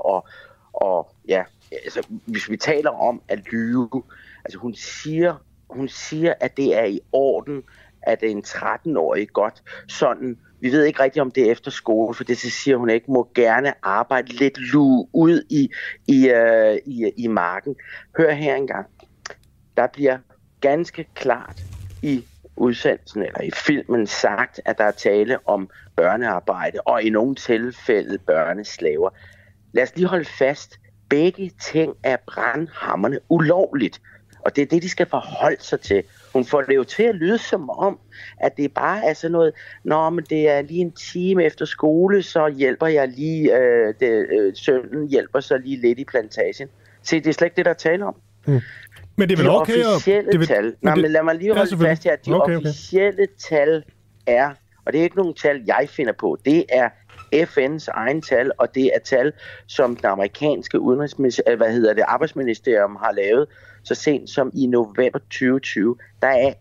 altså, hvis vi taler om at lyve, altså hun siger, at det er i orden, at en 13-årig godt sådan. Vi ved ikke rigtigt, om det er efter skole, for det så siger hun ikke, må gerne arbejde lidt luge ud i marken. Hør her engang. Der bliver ganske klart i udsendelsen eller i filmen sagt, at der er tale om børnearbejde og i nogle tilfælde børneslaver. Lad os lige holde fast. Begge ting er brandhamrende ulovligt. Og det er det, de skal forholde sig til. Hun får det jo til at lyde som om, at det bare er sådan noget, men det er lige en time efter skole, så hjælper jeg lige, sønnen hjælper så lige lidt i plantagen. Se, det er slet ikke det, der er tale om. Men det er vel okay at... officielle tal... men lad mig lige holde fast her. De officielle tal er, og det er ikke nogen tal, jeg finder på, det er FN's egen tal, og det er tal, som den amerikanske arbejdsministerium har lavet så sent som i november 2020. Der er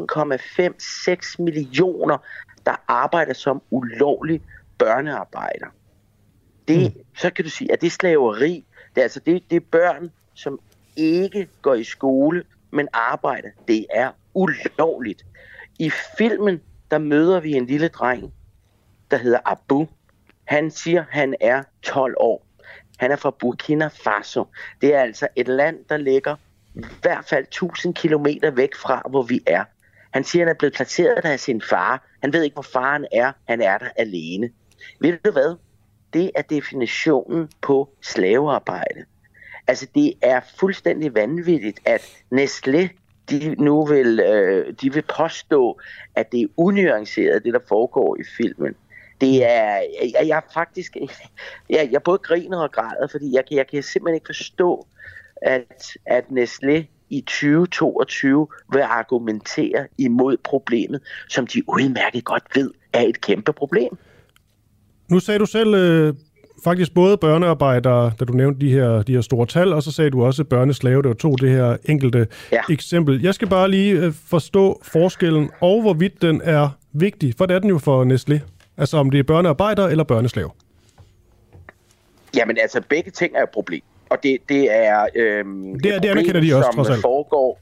1,56 millioner, der arbejder som ulovlig børnearbejder. Så kan du sige, at det er slaveri. Det er altså det er børn, som ikke går i skole, men arbejder. Det er ulovligt. I filmen, der møder vi en lille dreng, der hedder Abu. Han siger, han er 12 år. Han er fra Burkina Faso. Det er altså et land, der ligger i hvert fald 1000 kilometer væk fra, hvor vi er. Han siger, han er blevet placeret der af sin far. Han ved ikke, hvor faren er. Han er der alene. Ved du hvad? Det er definitionen på slavearbejde. Altså, det er fuldstændig vanvittigt, at Nestlé, de vil påstå, at det er unuanceret, det der foregår i filmen. Det er, jeg faktisk, jeg både griner og græder, fordi jeg kan simpelthen ikke forstå, at Nestlé i 2022 vil argumentere imod problemet, som de udmærket godt ved er et kæmpe problem. Nu sagde du selv faktisk både børnearbejdere, da du nævnte de her store tal, og så sagde du også børneslave, det var det her enkelte eksempel. Jeg skal bare lige forstå forskellen, og hvorvidt den er vigtig, for det er den jo for Nestlé. Altså om det er børnearbejder eller børneslave? Jamen altså, begge ting er et problem. Og det er det anerkender de også, trods alt. Foregår.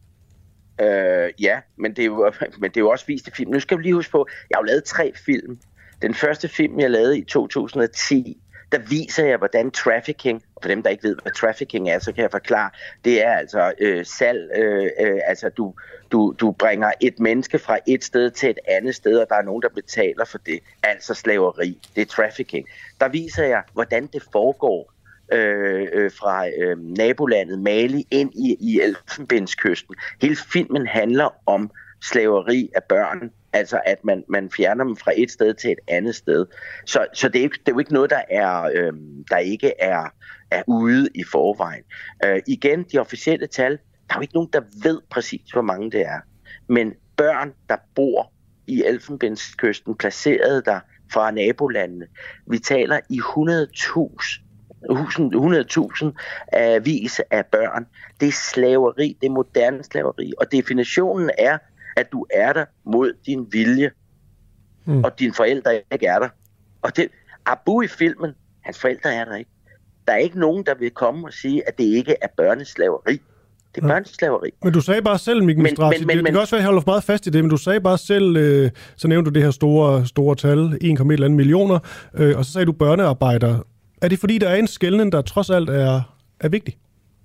Ja. Men det er jo også vist i film. Nu skal vi lige huske på, jeg har jo lavet 3 film. Den første film, jeg lavede i 2010, der viser jeg, hvordan trafficking, og for dem, der ikke ved, hvad trafficking er, så kan jeg forklare, det er altså salg, altså du bringer et menneske fra et sted til et andet sted, og der er nogen, der betaler for det, altså slaveri, det er trafficking. Der viser jeg, hvordan det foregår fra nabolandet Mali ind i Elfenbenskysten. Hele filmen handler om slaveri af børn, altså at man fjerner dem fra et sted til et andet sted. Så det er jo ikke noget, der ikke er ude i forvejen. Igen, de officielle tal, der er jo ikke nogen, der ved præcis, hvor mange det er. Men børn, der bor i Elfenbenskysten, placeret der fra nabolandene. Vi taler i 100.000 vis af børn. Det er slaveri, det er moderne slaveri, og definitionen er, at du er der mod din vilje, og dine forældre ikke er der. Og det, Abu i filmen, hans forældre er der ikke. Der er ikke nogen, der vil komme og sige, at det ikke er børneslaveri. Det er børneslaveri. Men du sagde bare selv, Mikkel Strati, det kan også være, at jeg holder meget fast i det, men du sagde bare selv, så nævnte du det her store tal, 1,1 millioner, og så sagde du børnearbejdere. Er det fordi, der er en skelnen, der trods alt er vigtig?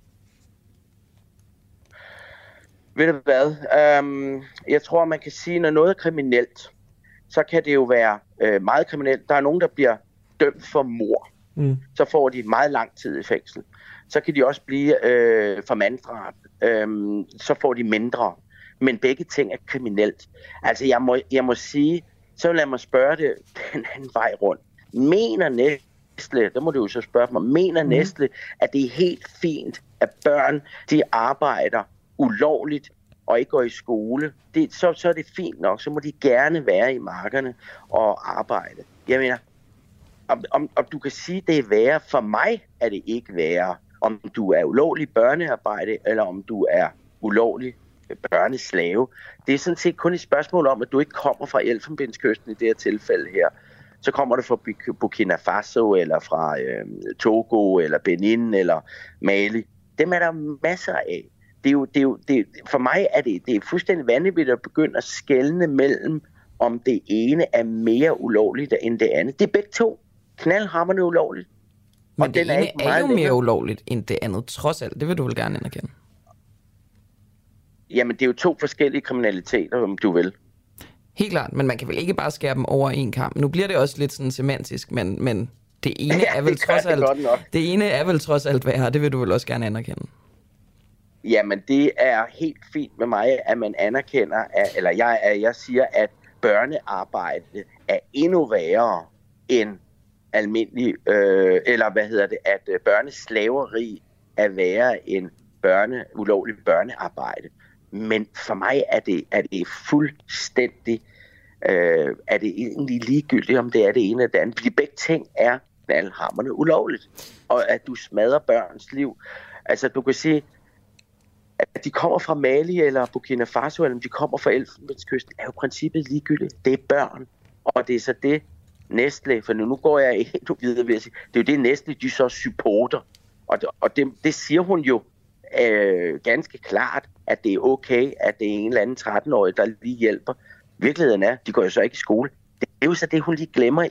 Ved du hvad? Jeg tror, man kan sige, når noget er kriminelt, så kan det jo være meget kriminelt. Der er nogen, der bliver dømt for mord. Så får de meget lang tid i fængsel. Så kan de også blive for manddrab. Så får de mindre. Men begge ting er kriminelt. Altså, jeg må sige, så lad mig spørge det den anden vej rundt. Mener Nestle, der må du jo så spørge mig, mener Nestle, at det er helt fint, at børn, de arbejder ulovligt og ikke går i skole? Så er det fint nok, så må de gerne være i markerne og arbejde. Jeg mener, om du kan sige, det er værre, for mig er det ikke værre, om du er ulovlig børnearbejde, eller om du er ulovlig børneslave. Det er sådan set kun et spørgsmål om, at du ikke kommer fra Elfenbenskysten i det her tilfælde her. Så kommer du fra Burkina Faso, eller fra Togo, eller Benin, eller Mali. Dem er der masser af. For mig er det fuldstændig vanvittigt at begynde at skelne mellem, om det ene er mere ulovligt end det andet. Det er begge to knaldhamrende ulovligt. Men og det ene er jo mere ulovligt end det andet, trods alt. Det vil du vel gerne anerkende? Jamen, det er jo to forskellige kriminaliteter, om du vil. Helt klart, men man kan vel ikke bare skære dem over en kamp. Nu bliver det også lidt sådan semantisk, men det ene er vel trods alt det ene er vel trods alt værre, det vil du vel også gerne anerkende. Jamen, det er helt fint med mig, at man anerkender, jeg siger, at børnearbejde er endnu værre end almindelig, at børneslaveri er værre end ulovlig børnearbejde. Men for mig er det fuldstændig, er det egentlig ligegyldigt, om det er det ene eller det andet. Fordi begge ting er knaldhamrende ulovligt. Og at du smadrer børns liv. Altså, du kan sige, at de kommer fra Mali eller Burkina Faso, eller de kommer fra Elfenbenskysten, er jo princippet ligegyldigt. Det er børn. Og det er så det Nestle, for nu går jeg endnu videre ved at sige, det er jo det Nestle, de så supporter. Og det siger hun jo ganske klart, at det er okay, at det er en eller anden 13-årig, der lige hjælper. Virkeligheden er, de går jo så ikke i skole. Det er jo så det, hun lige glemmer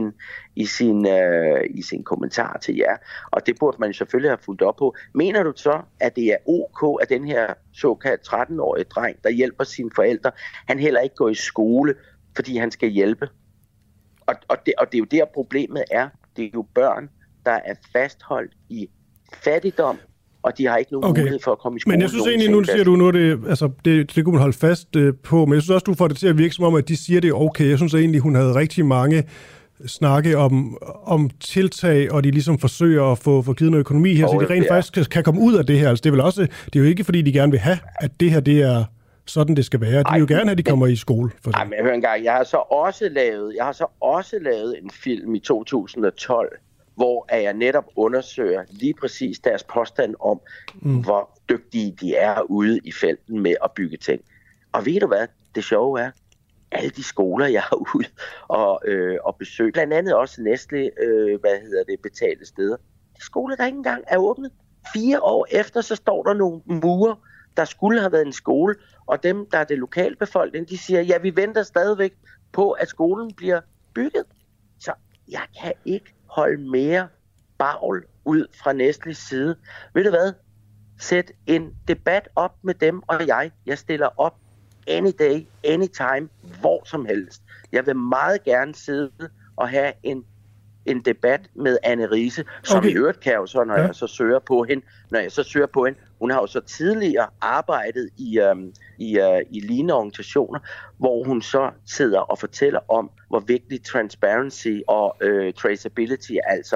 i sin kommentar til jer. Og det burde man jo selvfølgelig have fulgt op på. Mener du så, at det er ok, at den her såkaldt 13-årige dreng, der hjælper sine forældre, han heller ikke går i skole, fordi han skal hjælpe? Og det er jo der problemet er. Det er jo børn, der er fastholdt i fattigdom, og de har ikke nogen mulighed for at komme i skole. Men jeg synes egentlig, nu siger du nu, det kunne man holde fast på, men jeg synes også, du får det til at virke som om, at de siger, det er okay. Jeg synes egentlig, hun havde rigtig mange snakke om tiltag, og de ligesom forsøger at få givet noget økonomi her, så de rent faktisk kan komme ud af det her. Altså, det er jo ikke, fordi de gerne vil have, at det her, det er sådan, det skal være. De vil jo gerne have, at de kommer i skole. Nej, men hør engang, jeg har så også lavet en film i 2012, hvor jeg netop undersøger lige præcis deres påstand om, hvor dygtige de er ude i felten med at bygge ting. Og ved du hvad? Det sjove er, alle de skoler, jeg har ude og besøgt, blandt andet også Nestle, betalte steder. De skoler, der ikke engang er åbnet. 4 år efter, så står der nogle mure, der skulle have været en skole, og dem, der er det lokalbefolkning, de siger, ja, vi venter stadigvæk på, at skolen bliver bygget. Så jeg kan ikke holde mere bagl ud fra Nestles side. Ved du hvad? Sæt en debat op med dem og jeg. Jeg stiller op any day, anytime, hvor som helst. Jeg vil meget gerne sidde og have en debat med Anne Riise, som i øvrigt kan jo så, når jeg så søger på hende, hun har jo så tidligere arbejdet i lignende organisationer, hvor hun så sidder og fortæller om, hvor vigtig transparency og traceability, altså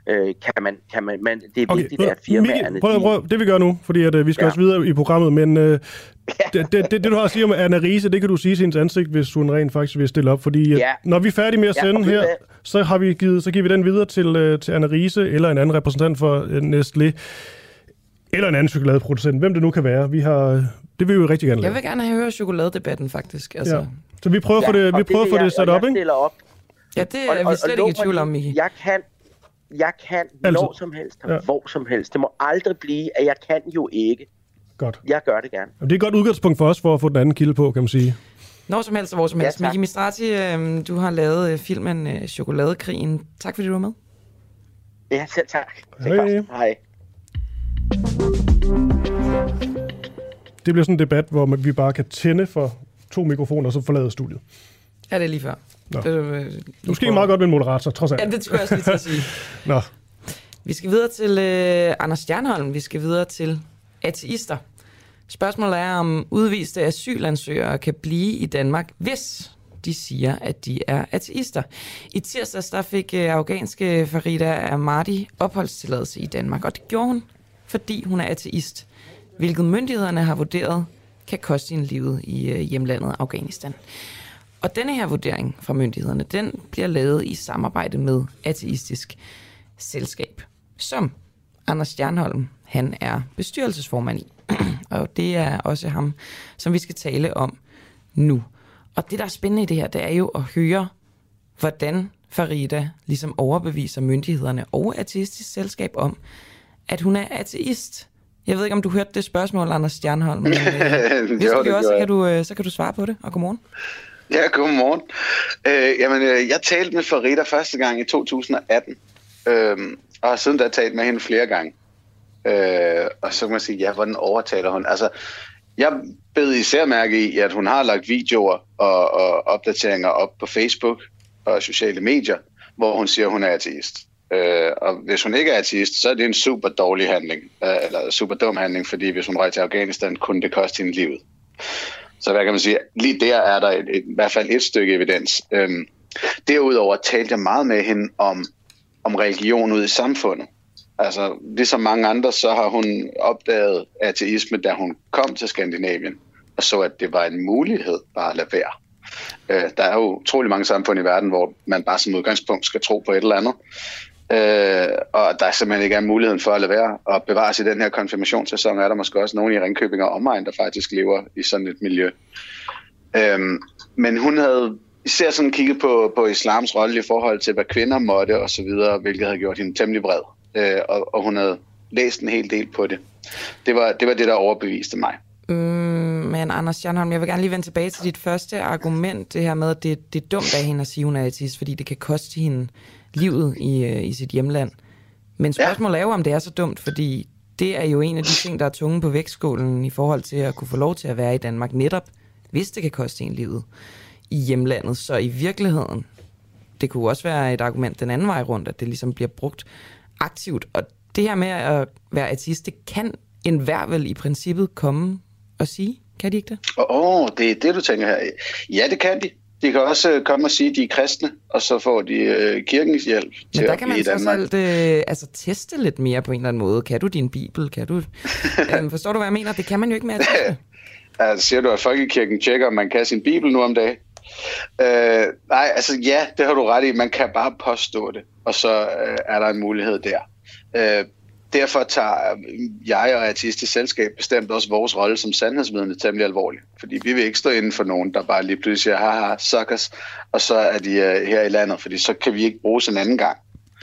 kan man, det er vigtigt, at firmaerne... Prøv, det vi gør nu, fordi at, vi skal også videre i programmet, men det du har at sige om Anna Riise, det kan du sige til hendes ansigt, hvis hun rent faktisk vil stille op, fordi når vi er færdige med at sende her, så giver vi den videre til Anna Riise, eller en anden repræsentant for Nestlé, eller en anden chokoladeproducent, hvem det nu kan være. Det vil vi jo rigtig gerne lave. Jeg vil gerne høre chokoladedebatten, faktisk. Altså. Ja. Så vi prøver at få det sat op, ikke? Ja, det er vi slet ikke i tvivl om, Miki. Jeg kan når som helst, hvor som helst. Det må aldrig blive, at jeg kan jo ikke. Godt. Jeg gør det gerne. Det er et godt udgangspunkt for os, for at få den anden kilde på, kan man sige. Når som helst og hvor som helst. Miki Mistrati, du har lavet filmen Chokoladekrigen. Tak fordi du var med. Ja, selv tak. Hej. Det bliver sådan en debat, hvor vi bare kan tænde for 2 mikrofoner, og så forlade studiet. Ja, det er lige før. Måske meget godt med en moderator, trods alt. Ja, det skulle jeg også lige til at sige. Nå. Vi skal videre til Anders Stjernholm. Vi skal videre til ateister. Spørgsmålet er, om udviste asylansøgere kan blive i Danmark, hvis de siger, at de er ateister. I tirsdags der fik afghanske Farida Ahmadi opholdstilladelse i Danmark, og det gjorde hun, fordi hun er ateist, hvilket myndighederne har vurderet kan koste hende livet i hjemlandet Afghanistan. Og denne her vurdering fra myndighederne, den bliver lavet i samarbejde med ateistisk selskab, som Anders Stjernholm, han er bestyrelsesformand i. Og det er også ham, som vi skal tale om nu. Og det, der er spændende i det her, det er jo at høre, hvordan Farida ligesom overbeviser myndighederne og ateistisk selskab om, at hun er ateist. Jeg ved ikke, om du hørte det spørgsmål, Anders Stjernholm, men hvis du gjorde, så kan du svare på det, og godmorgen. Ja, godmorgen. Jeg talte med Farida første gang i 2018, og har siden da talt med hende flere gange. Og så kan man sige, hvordan overtaler hun? Altså, jeg bed især mærke i, at hun har lagt videoer og opdateringer op på Facebook og sociale medier, hvor hun siger, at hun er ateist. Og hvis hun ikke er ateist, så er det en super dårlig handling, eller super dum handling, fordi hvis hun røg til Afghanistan, kunne det koste hende livet. Så hvad kan man sige? Lige der er der i hvert fald et stykke evidens. Derudover talte jeg meget med hende om religion ude i samfundet. Altså, ligesom mange andre, så har hun opdaget ateisme, da hun kom til Skandinavien, og så, at det var en mulighed bare at lade være. Der er jo utrolig mange samfund i verden, hvor man bare som udgangspunkt skal tro på et eller andet. Og der simpelthen ikke er muligheden for at lade være og bevare sig i den her konfirmationssæson. Er der måske også nogen i Ringkøbing og omegn, der faktisk lever i sådan et miljø. Men hun havde især sådan kigget på islams rolle i forhold til, hvad kvinder måtte og så videre, hvilket havde gjort hende temmelig vred. Og hun havde læst en hel del på det. Det var det, der overbeviste mig. Men Anders Stjernholm, jeg vil gerne lige vende tilbage til dit første argument, det her med, at det er dumt af hende at sige, hun er ateist, fordi det kan koste hende livet i sit hjemland. Men spørgsmålet er jo, om det er så dumt, fordi det er jo en af de ting, der er tunge på vægtskålen i forhold til at kunne få lov til at være i Danmark, netop hvis det kan koste hende livet i hjemlandet. Så i virkeligheden, det kunne også være et argument den anden vej rundt, at det ligesom bliver brugt aktivt. Og det her med at være ateist, det kan enhver vel i princippet komme og sige. Kan de ikke det? Det er det, du tænker her. Ja, det kan de. De kan også komme og sige, at de er kristne, og så får de kirkens hjælp til at blive i Danmark. Men der kan man så teste lidt mere på en eller anden måde. Kan du din bibel? Kan du? Forstår du, hvad jeg mener? Det kan man jo ikke med at teste. Altså, siger du, at Folkekirken tjekker, om man kan sin bibel nu om dagen? Nej, altså ja, det har du ret i. Man kan bare påstå det, og så er der en mulighed der. Derfor tager jeg og ateistisk selskab bestemt også vores rolle som sandhedsvidne temmelig alvorligt. Fordi vi vil ikke stå inden for nogen, der bare lige pludselig siger, haha, suckers, og så er de her i landet, fordi så kan vi ikke bruges en anden gang.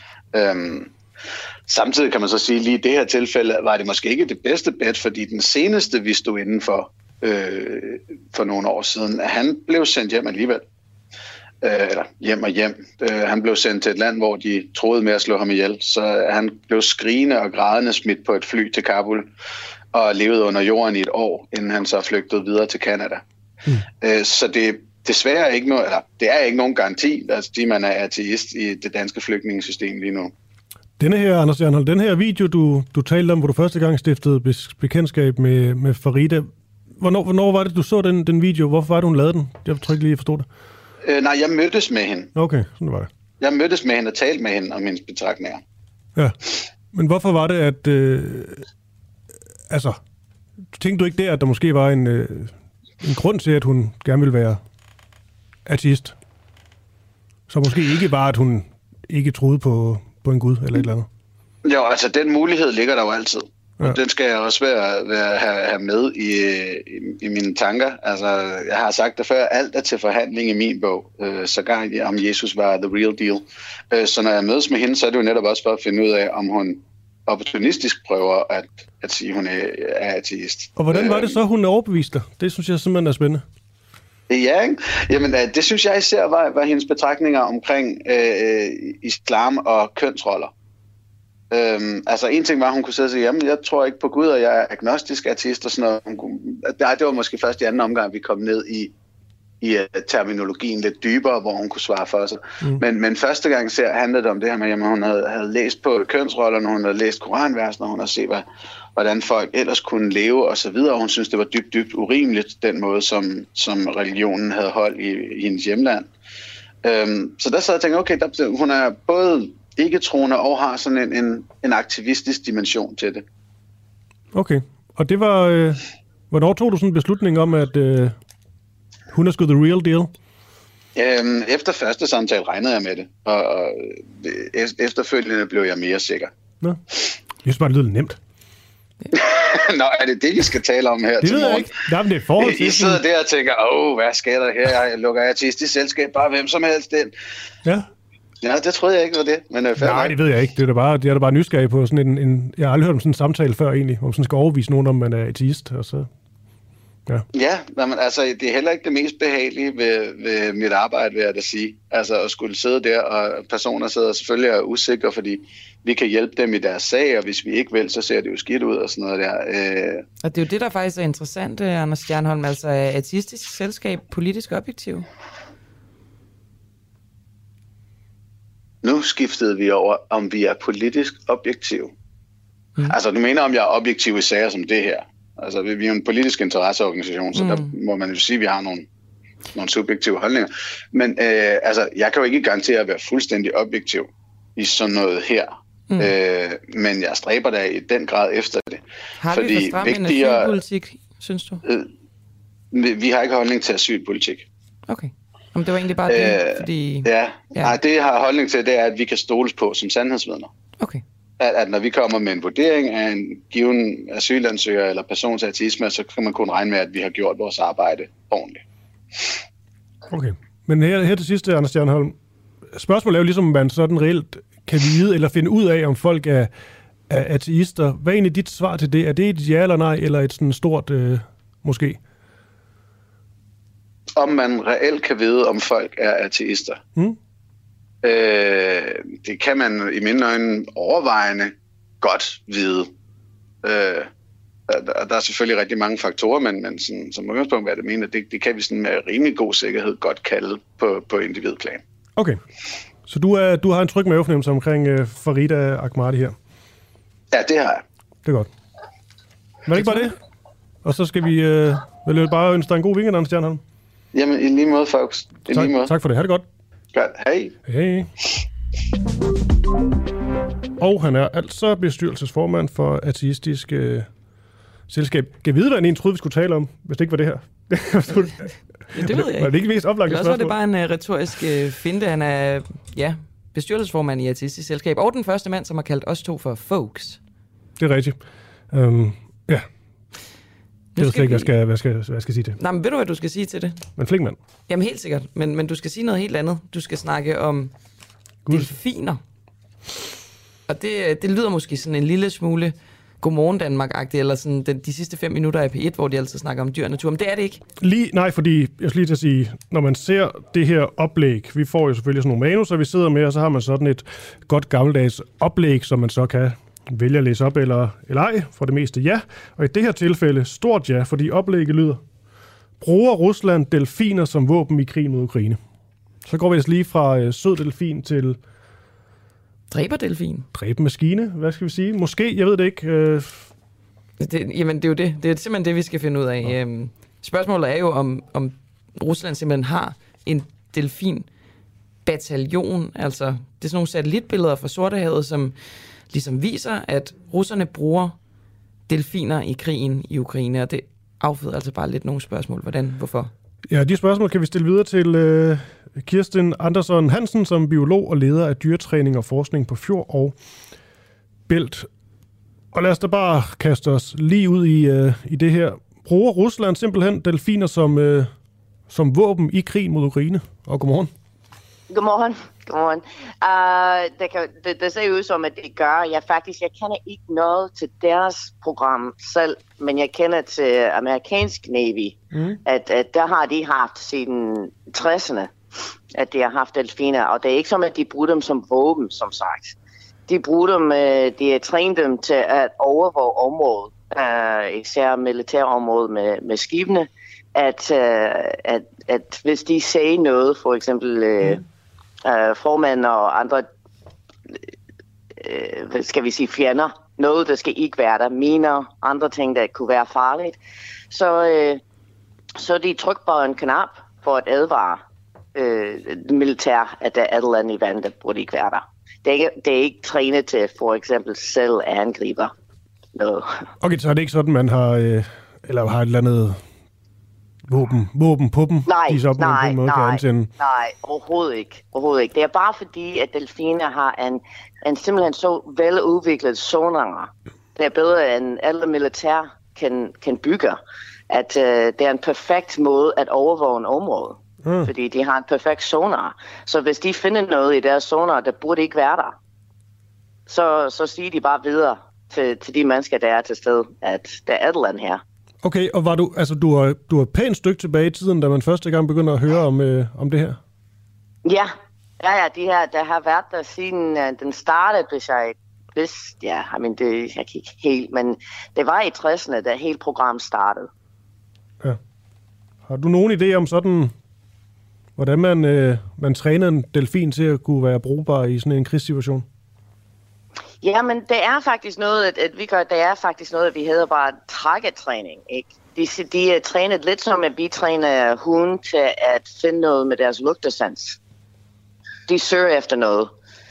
Samtidig kan man så sige, lige i det her tilfælde var det måske ikke det bedste bet, fordi den seneste, vi stod inden for nogle år siden, han blev sendt hjem alligevel. Eller hjem. Han blev sendt til et land, hvor de troede med at slå ham ihjel. Så han blev skrigende og grædende smidt på et fly til Kabul og levede under jorden i et år, inden han så flygtede videre til Canada. Så det desværre ikke noget, eller det er ikke nogen garanti, altså fordi man er ateist i det danske flygtningesystem lige nu. Denne her, Anders Stjernholm, den her video, du talte om, hvor du første gang stiftede bekendtskab med Farida. Hvornår var det, du så den video? Hvorfor var det, hun lavede den? Jeg tror ikke lige, jeg forstod det. Nej, jeg mødtes med hende. Okay, sådan var det. Jeg mødtes med hende og talte med hende om hendes betragtninger. Ja, men hvorfor var det, at... tænkte du ikke der, at der måske var en grund til, at hun gerne ville være ateist? Så måske ikke bare, at hun ikke troede på en gud eller et eller andet? Jo, altså den mulighed ligger der jo altid. Ja. Og den skal jeg også have med i mine tanker. Altså, jeg har sagt det før, alt er til forhandling i min bog. Sågar om Jesus var the real deal. Så når jeg mødes med hende, så er det jo netop også for at finde ud af, om hun opportunistisk prøver at sige, at hun er ateist. Og hvordan var det så, hun overbeviste dig? Det synes jeg simpelthen er spændende. Ja, ikke? Jamen, det synes jeg især var hendes betragtninger omkring islam og kønsroller. Altså en ting var, at hun kunne sidde og sige, jamen jeg tror ikke på Gud, og jeg er agnostisk ateist og sådan noget. Det var måske først i anden omgang, vi kom ned i terminologien lidt dybere, hvor hun kunne svare for sig. Men første gang handlede det om det her med, at hun havde læst på kønsrollerne, hun havde læst koranversen, og hun havde set, hvordan folk ellers kunne leve og så videre, og hun synes det var dybt urimeligt, den måde, som religionen havde holdt i hendes hjemland. Så der sad jeg og tænkte, okay, hun er både ikke-troende og har sådan en aktivistisk dimension til det. Okay, og det var... hvornår tog du sådan en beslutning om, at hun er sgu the real deal? Efter første samtale regnede jeg med det, og efterfølgende blev jeg mere sikker. Nå, jeg synes bare, det lyder nemt. Nå, er det vi skal tale om her det til morgen? Det ved jeg ikke. I forhold til... I sidder der og tænker, hvad sker der her? Jeg lukker ateistisk selskab, bare hvem som helst ind. Ja. Ja, det troede jeg ikke var det. Men nej, det ved jeg ikke. Det er da bare nysgerrig på sådan en... Jeg har aldrig hørt om sådan en samtale før egentlig, hvor man skal overbevise nogen, om man er ateist, og så... Ja, men altså, det er heller ikke det mest behagelige ved mit arbejde, vil jeg da sige. Altså, at skulle sidde der, og personer sidder selvfølgelig er usikre, fordi vi kan hjælpe dem i deres sag, og hvis vi ikke vil, så ser det jo skidt ud og sådan noget der. Og det er jo det, der faktisk er interessant, Anders Stjernholm. Altså, er ateistisk selskab politisk objektiv? Nu skiftede vi over, om vi er politisk objektiv. Altså, du mener, om jeg er objektiv i sager som det her? Altså, vi er jo en politisk interesseorganisation, så der må man jo sige, at vi har nogle subjektive holdninger. Men altså, jeg kan jo ikke garantere at være fuldstændig objektiv i sådan noget her. Men jeg stræber da i den grad efter det. Har vi for stram en asylpolitik, synes du? Vi har ikke holdning til asylpolitik. Okay. Om det var egentlig bare det, fordi... Ja. Nej, det jeg har holdning til, det er, at vi kan stoles på som sandhedsvidner. Okay. At når vi kommer med en vurdering af en given asylansøger eller persons ateisme, så kan man kun regne med, at vi har gjort vores arbejde ordentligt. Okay. Men her til sidst, Anders Stjernholm, spørgsmålet er jo ligesom, man sådan reelt kan vide eller finde ud af, om folk er ateister. Hvad er egentlig dit svar til det? Er det et ja eller nej, eller et sådan stort måske? Om man reelt kan vide, om folk er ateister. Det kan man i mine øjne overvejende godt vide. Der er selvfølgelig rigtig mange faktorer, men sådan, som udgangspunkt, hvad det mener, det kan vi sådan med rimelig god sikkerhed godt kalde på individplan. Okay, så du har en tryg mavefornemmelse omkring Farida Ahmadi her? Ja, det har jeg. Det er godt. Men ikke bare det? Og så skal vi vel bare ønske dig en god weekend, Anders Stjernholm. Jamen, i lige måde, folks. Tak for det. Ha' det godt. Godt. Hej. Hej. Og han er altså bestyrelsesformand for Ateistisk Selskab. Kan jeg vide, hvad en troede, vi skulle tale om, hvis det ikke var det her? Ja, det ved jeg ikke. Var det ikke mest oplagte spørgsmål? Også var det bare en retorisk finte. Han er bestyrelsesformand i Ateistisk Selskab, og den første mand, som har kaldt os to for folks. Det er rigtigt. Ja. Det er slet ikke, hvad jeg skal sige til. Nej, men ved du, hvad du skal sige til det? Men flink mand. Jamen helt sikkert, men du skal sige noget helt andet. Du skal snakke om delfiner. Og det lyder måske sådan en lille smule Godmorgen Danmark-agtigt, eller sådan de sidste 5 minutter af P1, hvor de altid snakker om dyr og natur, men det er det ikke. Nej, fordi jeg skal lige til at sige, når man ser det her oplæg, vi får jo selvfølgelig sådan nogle manuser, vi sidder med, og så har man sådan et godt gammeldags oplæg, som man så kan vælge at læse op eller ej, for det meste ja. Og i det her tilfælde stort ja, fordi oplægget lyder: bruger Rusland delfiner som våben i krigen mod Ukraine? Så går vi altså lige fra sød delfin til dræberdelfin. Dræbemaskine, hvad skal vi sige? Måske, jeg ved det ikke. Jamen, det er jo det. Det er simpelthen det, vi skal finde ud af. Ja. Spørgsmålet er jo, om Rusland simpelthen har en delfinbataljon. Altså, det er sådan nogle satellitbilleder fra Sortehavet, som ligesom viser, at russerne bruger delfiner i krigen i Ukraine, og det afføder altså bare lidt nogle spørgsmål. Hvordan? Hvorfor? Ja, de spørgsmål kan vi stille videre til Kirsten Andersson Hansen, som biolog og leder af dyretræning og forskning på Fjord og Bælt. Og lad os da bare kaste os lige ud i det her. Bruger Rusland simpelthen delfiner som våben i krigen mod Ukraine? Og godmorgen. Godmorgen. Det ser ud som, at det gør. Jeg kender ikke noget til deres program selv, men jeg kender til amerikansk Navy, at der har de haft siden 60'erne, at de har haft delfiner, og det er ikke som, at de bruger dem som våben, som sagt. De bruger dem, de har trænet dem til at overvåge området, især militærområdet med skibene, at hvis de siger noget, for eksempel formand og andre, skal vi sige fjender, noget, der skal ikke være der, miner, andre ting, der kunne være farligt, så de trykker på en knap for at advare militær, at der er et eller andet i vandet, der burde ikke være der. Det er ikke trænet til for eksempel selv angriber noget. Okay, så er det ikke sådan, man har et eller andet våben på dem? Nej, overhovedet ikke. Det er bare fordi, at delfiner har en simpelthen så veludviklet sonar. Det er bedre end alle militær kan bygge. At det er en perfekt måde at overvåge en område. Fordi de har en perfekt sonar. Så hvis de finder noget i deres sonar, der burde ikke være der, så siger de bare videre til de mennesker, der er til stede, at der er et eller andet her. Okay, og var du har et pænt stykke tilbage i tiden, da man første gang begyndte at høre om det her? Ja, de her, der har været der siden den startede, hvis jeg vidste, jeg kan ikke helt, men det var i 60'erne, da hele programmet startede. Ja. Har du nogen idé om sådan, hvordan man træner en delfin til at kunne være brugbar i sådan en krigssituation? Ja, men det er faktisk noget, at vi gør. Det er faktisk noget, at vi hedder bare trækketræning, ikke? De er trænet lidt som, at vi træner hunden til at finde noget med deres lugtesans. De søger efter noget,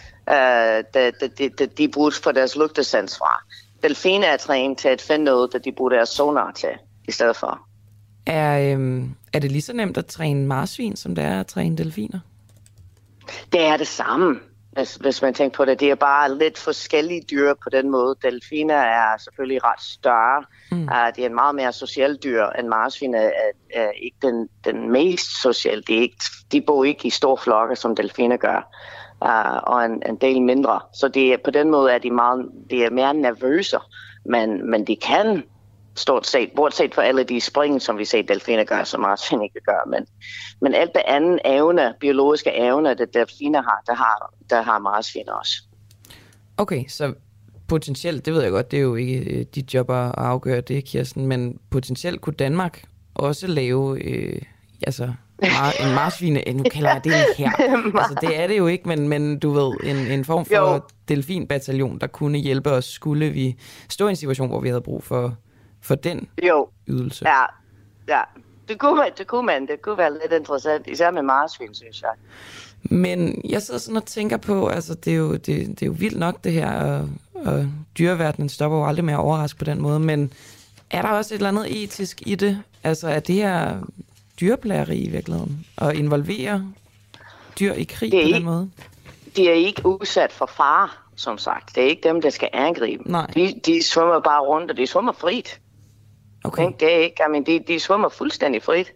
de bruger for deres lugtesans fra. Delfiner er trænet til at finde noget, der de bruger deres sonar til, i stedet for. Er det lige så nemt at træne marsvin, som det er at træne delfiner? Det er det samme. Hvis man tænker på det, det er bare lidt forskellige dyr på den måde. Delfiner er selvfølgelig ret større. Det er en meget mere social dyr, end marsvin er ikke den mest sociale. De bor ikke i store flokke, som delfiner gør, og en del mindre. Så på den måde er de er mere nervøse, men de kan stort set, bortset fra alle de spring, som vi ser delfiner gør, som marsvin ikke gør. Men alt det andet evne, biologiske evne, det delfiner har, der har marsvin også. Okay, så potentielt, det ved jeg godt, det er jo ikke dit job at afgøre det, Kirsten, men potentielt kunne Danmark også lave en marsvin, nu kalder jeg det her. Altså, det er det jo ikke, men du ved, en form for delfinbataljon, der kunne hjælpe os, skulle vi stå i en situation, hvor vi havde brug for den ydelse. Ja. Det kunne være lidt interessant, især med marsvin, synes jeg. Men jeg sidder sådan og tænker på, altså det er jo vildt nok det her, og dyreverdenen stopper jo aldrig med at overraske på den måde, men er der også et eller andet etisk i det? Altså er det her dyreplageri i virkeligheden, og involvere dyr i krig på den måde? De er ikke udsat for fare, som sagt. Det er ikke dem, der skal angribe. Nej. De svømmer bare rundt, og de svømmer frit. Okay. Det er ikke, de svømmer fuldstændig frit.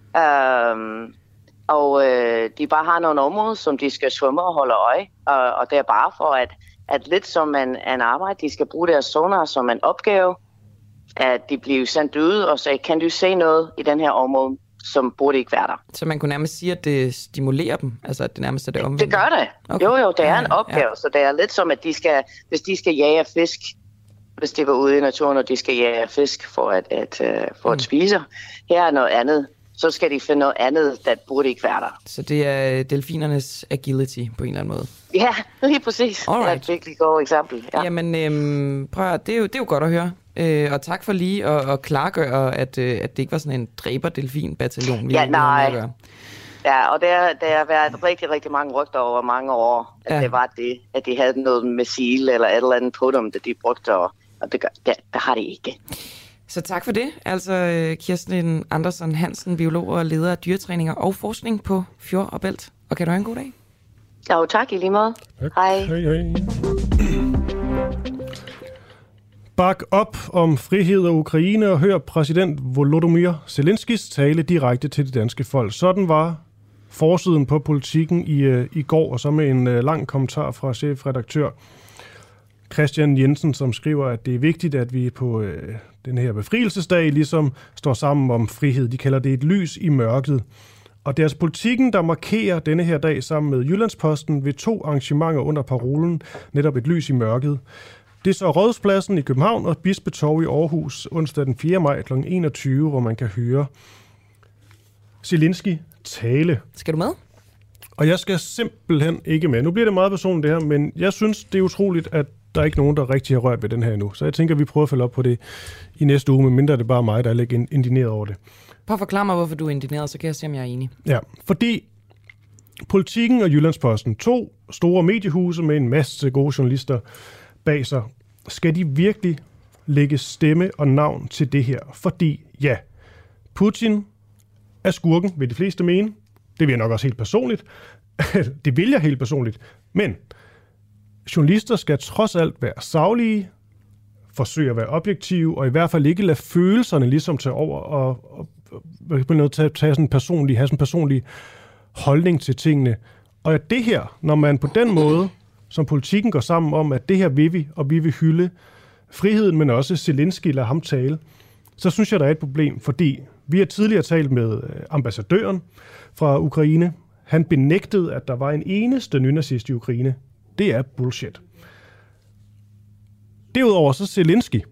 Og de bare har nogle områder, som de skal svømme og holde øje. Og det er bare for, at lidt som en arbejde, de skal bruge deres sonar som en opgave, at de bliver sendt ud og siger, kan du se noget i den her område, som burde ikke være der. Så man kunne nærmest sige, at det stimulerer dem? Altså, at det nærmest er det omvendt? Det gør det. Okay. Jo, det er en opgave. Ja. Så det er lidt som, at hvis de skal jage fisk, hvis de var ude i naturen, og de skal jage fisk for at spise. Her er noget andet. Så skal de finde noget andet, der burde ikke være der. Så det er delfinernes agility på en eller anden måde? Ja, lige præcis. Alright. Det er et virkelig godt eksempel. Ja. Jamen, prøv at, det er jo godt at høre. Og tak for lige at klargøre, at det ikke var sådan en dræber-delfin-bataljon, vi havde med at gøre. Ja, og der har været rigtig, rigtig mange rygter over mange år, at det var det, at de havde noget missil eller et eller andet på dem, det de brugte, og det har de ikke. Så tak for det. Altså Kirsten Andersen Hansen, biolog og leder af dyretræninger og forskning på Fjord og Bælt. Og kan du have en god dag? Jo, tak i lige måde. Hej. Hej. Bak op om frihed og Ukraine og hør præsident Volodymyr Zelenskis tale direkte til det danske folk. Sådan var forsiden på Politikken i går, og så med en lang kommentar fra chefredaktør Christian Jensen, som skriver, at det er vigtigt, at vi på den her befrielsesdag ligesom står sammen om frihed. De kalder det et lys i mørket. Og det er altså Politikken, der markerer denne her dag sammen med Jyllandsposten ved 2 arrangementer under parolen netop et lys i mørket. Det er så Rådhuspladsen i København og Bispetorv i Aarhus onsdag den 4. maj kl. 21, hvor man kan høre Zelensky tale. Skal du med? Og jeg skal simpelthen ikke med. Nu bliver det meget personligt det her, men jeg synes, det er utroligt, at der er ikke nogen, der rigtig har rørt ved den her endnu. Så jeg tænker, at vi prøver at følge op på det i næste uge, medmindre det er bare mig, der er lidt indigneret over det. Prøv at forklare mig, hvorfor du er indigneret, så kan jeg se, om jeg er enig. Ja, fordi Politikken og Jyllandsposten, 2 store mediehuse med en masse gode journalister bag sig, skal de virkelig lægge stemme og navn til det her? Fordi ja, Putin er skurken, vil de fleste mene. Det vil jeg nok også helt personligt. Det vil jeg helt personligt. Men journalister skal trods alt være saglige, forsøge at være objektive, og i hvert fald ikke lade følelserne ligesom tage over og tage sådan have sådan en personlig holdning til tingene. Og det her, når man på den måde, som Politikken går sammen om, at det her vil vi, og vi vil hylde friheden, men også Zelensky lader ham tale, så synes jeg, der er et problem, fordi vi har tidligere talt med ambassadøren fra Ukraine. Han benægtede, at der var en eneste nynazist i Ukraine. Det er bullshit. Derudover så Zelensky.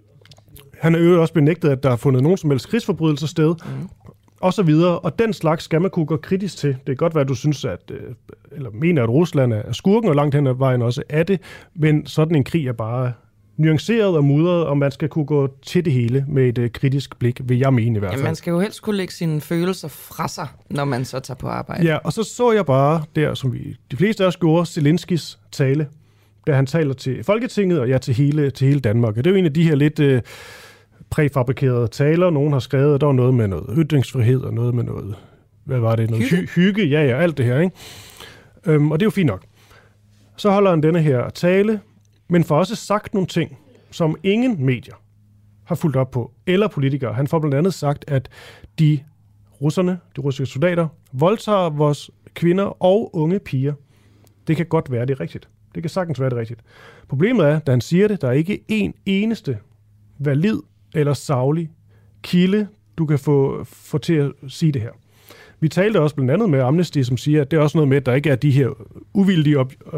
Han har jo også benægtet, at der er fundet nogen som helst krigsforbrydelser sted, og så videre. Og den slags skal man kunne gå kritisk til. Det kan godt være, at du synes, eller mener, at Rusland er skurken, og langt hen ad vejen også er det, men sådan en krig er bare nuanceret og mudret, og man skal kunne gå til det hele med et kritisk blik, vil jeg mene i hvert fald. Ja, man skal jo helst kunne lægge sine følelser fra sig, når man så tager på arbejde. Ja, og så jeg bare der, som de fleste af os gjorde, Zelenskys tale, da han taler til Folketinget, og ja, til hele Danmark. Og det er jo en af de her lidt præfabrikerede taler, nogen har skrevet, og der var noget med noget ytringsfrihed, og noget med noget, hvad var det? Noget hygge, ja, alt det her, ikke? Og det er jo fint nok. Så holder han denne her tale, men får også sagt nogle ting, som ingen medier har fulgt op på, eller politikere. Han får blandt andet sagt, at de russiske soldater, voldtager vores kvinder og unge piger. Det kan godt være, det er rigtigt. Det kan sagtens være, det er rigtigt. Problemet er, da han siger det, der er ikke en eneste valid eller saglig kilde, du kan få til at sige det her. Vi talte også blandt andet med Amnesty, som siger, at det er også noget med, at der ikke er de her uvildige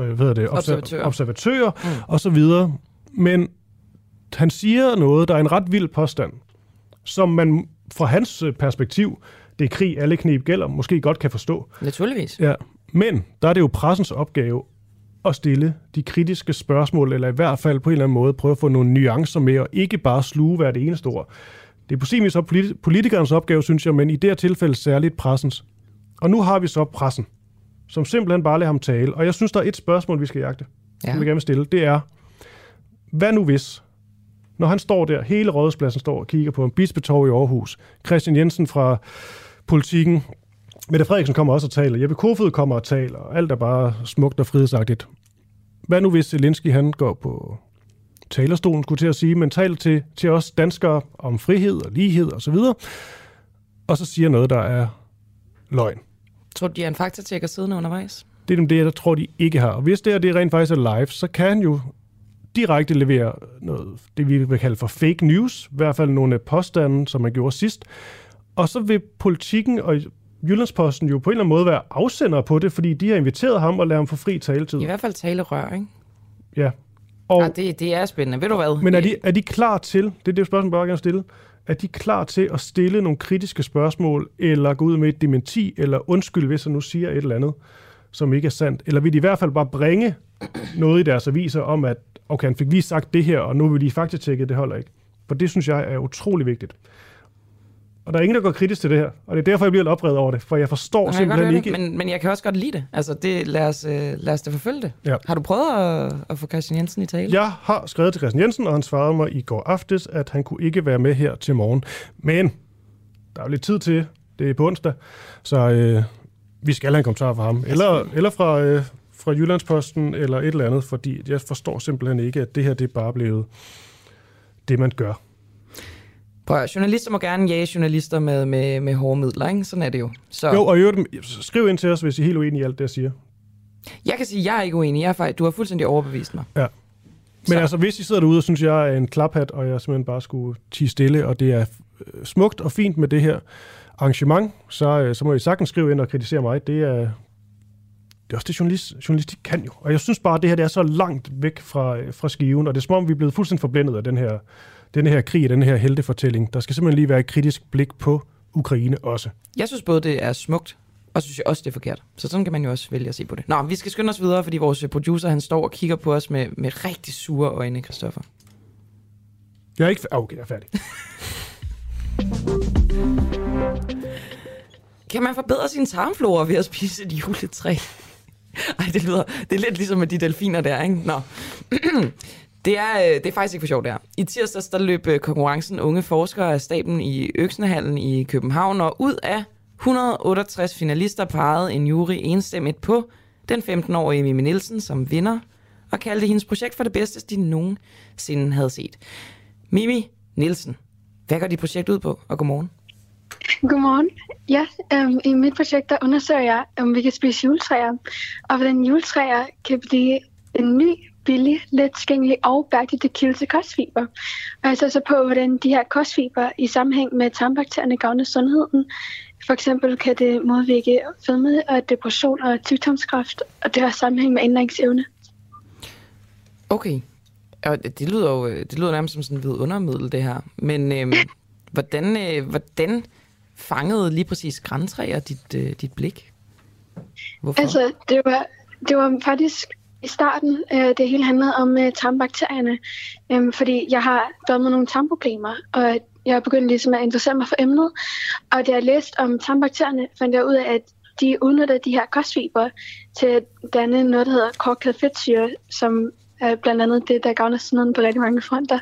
observatører og så videre. Men han siger noget, der er en ret vild påstand, som man fra hans perspektiv, det er krig, alle kneb gælder, måske godt kan forstå. Naturligvis. Ja, men der er det jo pressens opgave at stille de kritiske spørgsmål, eller i hvert fald på en eller anden måde prøve at få nogle nuancer med, og ikke bare sluge hver det eneste ord. Det er på sin vis politikernes opgave, synes jeg, men i det her tilfælde særligt pressens. Og nu har vi så pressen, som simpelthen bare lader ham tale. Og jeg synes, der er et spørgsmål, vi skal jagte, som vi gerne vil stille. Det er, hvad nu hvis, når han står der, hele Rådhuspladsen står og kigger på en Bispetorv i Aarhus, Christian Jensen fra Politikken, Mette Frederiksen kommer også og taler, Jeppe Kofod kommer og taler, og alt er bare smukt og frihedsagtigt. Hvad nu hvis Zelensky, han går på talerstolen, skulle til at sige, men taler til os danskere om frihed og lighed og så videre, og så siger noget, der er løgn. Tror du, de er en faktatjekker siddende undervejs? Det er det, jeg tror, de ikke har. Og hvis det rent faktisk er live, så kan han jo direkte levere noget, det vi vil kalde for fake news, i hvert fald nogle påstande, som man gjorde sidst. Og så vil Politikken og Jyllandsposten jo på en eller anden måde være afsender på det, fordi de har inviteret ham og lader ham få fri taletid. I hvert fald talerør, ikke? Ja. Og, det er spændende. Ved du hvad? Men er de klar til, det er det spørgsmål, jeg bare gerne stille, er de klar til at stille nogle kritiske spørgsmål, eller gå ud med et dementi, eller undskyld, hvis jeg nu siger et eller andet, som ikke er sandt? Eller vil de i hvert fald bare bringe noget i deres aviser om, at okay, han fik lige sagt det her, og nu vil de faktatjekke, det holder ikke. For det synes jeg er utrolig vigtigt. Og der er ingen, der går kritisk til det her. Og det er derfor, jeg bliver lidt oprevet over det. For jeg forstår simpelthen ikke... Men jeg kan også godt lide det. Altså, lad os da forfølge det. Ja. Har du prøvet at få Christian Jensen i tale? Jeg har skrevet til Christian Jensen, og han svarede mig i går aftes, at han kunne ikke være med her til morgen. Men der er jo lidt tid til. Det er på onsdag. Så vi skal have en kommentar fra ham. Eller fra Jyllandsposten, eller et eller andet. Fordi jeg forstår simpelthen ikke, at det her det er bare blevet det, man gør. Prøv, journalister må gerne jage journalister med hårde midler, ikke? Sådan er det jo. Så. Jo, og skriv ind til os, hvis I er helt uenige i alt det, jeg siger. Jeg kan sige, at jeg er ikke uenig. Du har fuldstændig overbevist mig. Ja. Men altså, hvis I sidder derude og synes, jeg er en klaphat, og jeg simpelthen bare skulle tie stille, og det er smukt og fint med det her arrangement, så må I sagtens skrive ind og kritisere mig. Det er også det, journalistik kan jo. Og jeg synes bare, at det her det er så langt væk fra skiven, og det er som om, vi er blevet fuldstændig forblændet af den her krig, den her heltefortælling. Der skal simpelthen lige være et kritisk blik på Ukraine også. Jeg synes både, det er smukt, og synes jeg også, det er forkert. Så sådan kan man jo også vælge at se på det. Nå, vi skal skynde os videre, fordi vores producer, han står og kigger på os med rigtig sure øjne, Christoffer. Jeg er ikke... Okay, jeg er færdig. Kan man forbedre sin tarmflora ved at spise et juletræ? Ej, det er lidt ligesom med de delfiner der, ikke? Nå. Det er faktisk ikke for sjovt, det her. I tirsdags der løb konkurrencen unge forskere af staben i Øksenhallen i København, og ud af 168 finalister pegede en jury enstemmigt på den 15-årige Mimi Nielsen som vinder, og kaldte hendes projekt for det bedste, de nogensinde havde set. Mimi Nielsen, hvad går dit projekt ud på, og godmorgen? Godmorgen. Ja, i mit projekt der undersøger jeg, om vi kan spise juletræer, og hvordan juletræer kan blive en ny, billig, let tilgængelig og bæredygtig kilde til kostfiber. Og jeg så på, hvordan de her kostfiber i sammenhæng med tarmbakterierne gavner sundheden. For eksempel kan det modvirke fedme og depression og tyktarmskræft, og det har sammenhæng med indlæringsevne. Okay. Og det lyder nærmest som sådan et vidundermiddel, det her. Men hvordan fangede lige præcis grantræer dit blik? Hvorfor? Altså, det var faktisk i starten, det hele handlede om tarmbakterierne, fordi jeg har været med nogle tarmproblemer, og jeg er begyndt ligesom at interessere mig for emnet. Og da jeg læste om tarmbakterierne, fandt jeg ud af, at de udnytter de her kostfiber til at danne noget, der hedder korkede fedtsyre, som er blandt andet det, der gavner sundheden på rigtig mange fronter.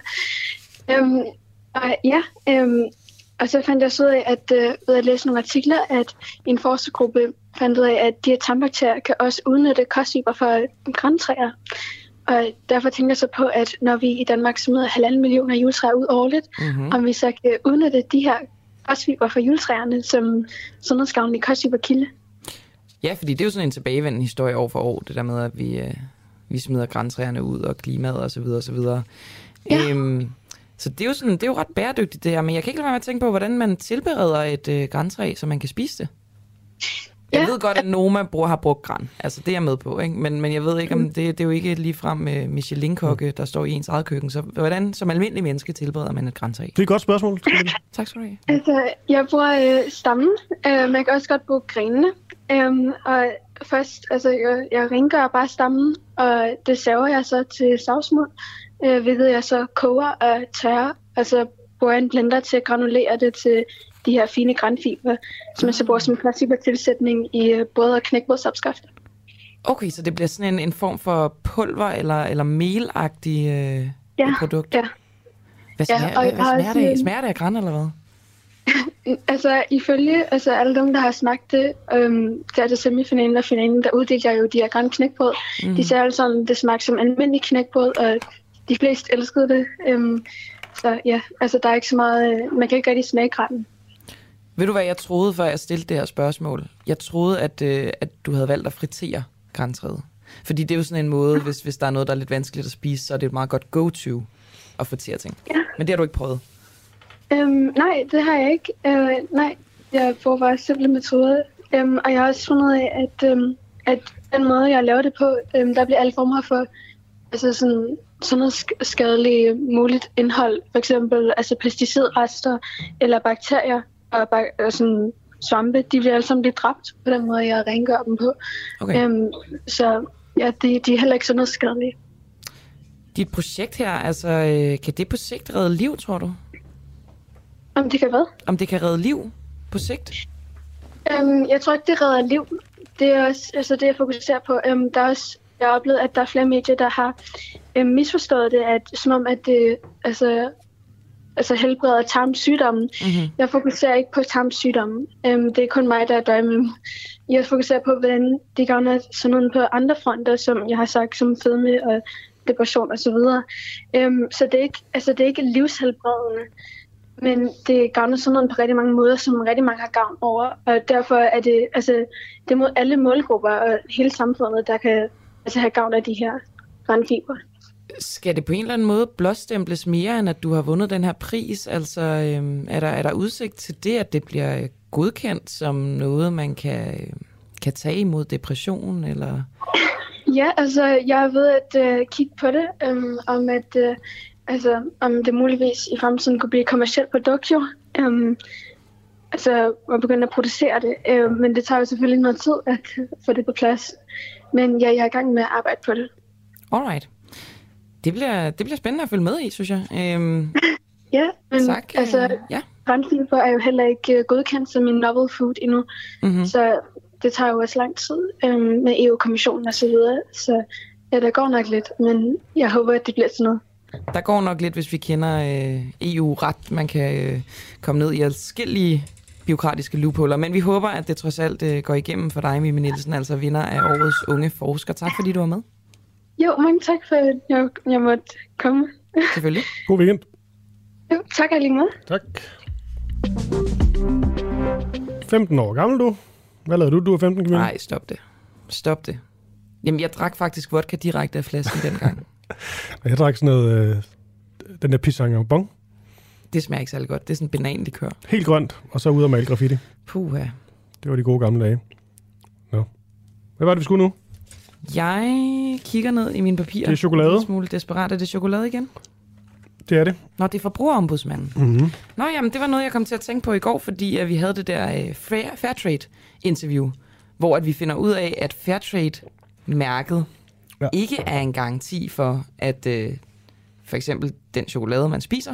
Og så fandt jeg så ud af, at ved at læse nogle artikler, at en forskergruppe fandt ud af, at de her tarmbakterier kan også udnytte kostfiber for grantræer. Og derfor tænker jeg så på, at når vi i Danmark smider 1,5 millioner juletræer ud årligt, om vi så kan udnytte de her kostfiber for juletræerne som sundhedsgavnlig kostfiberkilde. Ja, fordi det er jo sådan en tilbagevendende historie år for år, det der med, at vi smider grantræerne ud og klimaet og så videre og så videre. Ja. Så det er jo ret bæredygtigt det her, men jeg kan ikke lade være med at tænke på, hvordan man tilbereder et grantræ, så man kan spise det. Jeg ved godt, at Noma har brugt gran. Altså, det er jeg med på, ikke? Men jeg ved ikke, om det er jo ikke ligefrem Michelin-kokke, der står i ens eget køkken. Så hvordan som almindelig menneske tilbereder man et grantræ? Det er et godt spørgsmål. Tak skal du have. Altså, jeg bruger stammen. Man kan også godt bruge grenene. Og først, altså, jeg rengør bare stammen, og det saver jeg så til savsmuld, hvilket jeg så koger og tørrer, og så bruger en blender til at granulere det til de her fine granfiber, som jeg så bruger som kostfibertilsætning i brød- og knækbrødsopskrifter. Okay, så det bliver sådan en form for pulver eller melagtig produkt? Ja. Hvad smager det? Smager det af gran, eller hvad? Altså, ifølge alle dem, der har smagt det, der er det semifinalen og finalen, der uddelte jeg jo de her gran knækbrød. De sagde altså, at det smagte som almindelig knækbrød, og de fleste elskede det. Så ja, altså der er ikke så meget, man kan ikke rigtig smage granen. Ved du hvad jeg troede, før jeg stillede det her spørgsmål? Jeg troede, at du havde valgt at fritere grantræet. Fordi det er jo sådan en måde, hvis der er noget, der er lidt vanskeligt at spise, så er det et meget godt go-to at fritere ting. Ja. Men det har du ikke prøvet? Nej, det har jeg ikke. Nej, jeg får bare simple metoder. Og jeg har også fundet af, at den måde, jeg laver det på, der bliver alle former for sådan noget skadeligt muligt indhold. For eksempel pesticidrester eller bakterier og sådan svampe. De bliver alle sammen lidt dræbt på den måde, jeg rengør dem på. Okay. Så ja, de er heller ikke sundhedsskadelige. Dit projekt her, altså, kan det på sigt redde liv, tror du? Om det kan hvad? Om det kan redde liv på sigt? Jeg tror ikke, det redder liv. Det er også det, jeg fokuserer på. Der er også, jeg har oplevet, at der er flere medier, der har misforstået det, som om, at det helbreder tarmsygdommen. Mm-hmm. Jeg fokuserer ikke på tarmsygdommen. Det er kun mig, der er døje med dem. Jeg fokuserer på, hvordan det gavner sådan noget på andre fronter, som jeg har sagt, som fedme og depression osv. Så det er ikke livshelbredende. Men det gavner sådan noget på rigtig mange måder, som rigtig mange har gavn over. Og derfor er det, det er mod alle målgrupper og hele samfundet, der kan have gavn af de her grønfibre. Skal det på en eller anden måde blåstemples mere, end at du har vundet den her pris? Altså, er der udsigt til det, at det bliver godkendt som noget, man kan tage imod depression? Eller? Ja, jeg er ved at kigge på det, om det muligvis i fremtiden kunne blive et kommercielt produkt, jo. Og begynde at producere det. Men det tager jo selvfølgelig noget tid at få det på plads. Men jeg er i gang med at arbejde på det. Alright. Det bliver spændende at følge med i, synes jeg. Ja, men tak, grønfiber er jo heller ikke godkendt som en novel food endnu. Mm-hmm. Så det tager jo også lang tid med EU-kommissionen og så videre. Så ja, der går nok lidt, men jeg håber, at det bliver sådan noget. Der går nok lidt, hvis vi kender EU-ret. Man kan komme ned i adskillige bureaukratiske loopholer, men vi håber, at det trods alt går igennem for dig, Mimi Nielsen, altså vinder af årets unge forsker. Tak fordi du var med. Jo, mange tak for, at jeg måtte komme. Selvfølgelig. God weekend. Jo, tak lige meget. Tak. 15 år gammel du. Hvad lavede du? Du er 15, Camilla? Nej, stop det. Jamen, jeg drak faktisk vodka direkte af flasken dengang. Jeg drak sådan noget, den der pisang bon. Det smager ikke særlig godt. Det er sådan en bananlikør. Helt grønt, og så ud og male graffiti. Puha. Det var de gode gamle dage. Nå. Hvad var det, vi skulle nu? Jeg kigger ned i mine papirer. Det er chokolade. En smule desperat. Er det chokolade igen? Det er det. Nå, det er forbrugerombudsmanden. Mm-hmm. Nå, jamen, det var noget, jeg kom til at tænke på i går, fordi vi havde det der Fairtrade-interview, hvor at vi finder ud af, at Fairtrade-mærket ikke er en garanti for, at for eksempel den chokolade, man spiser,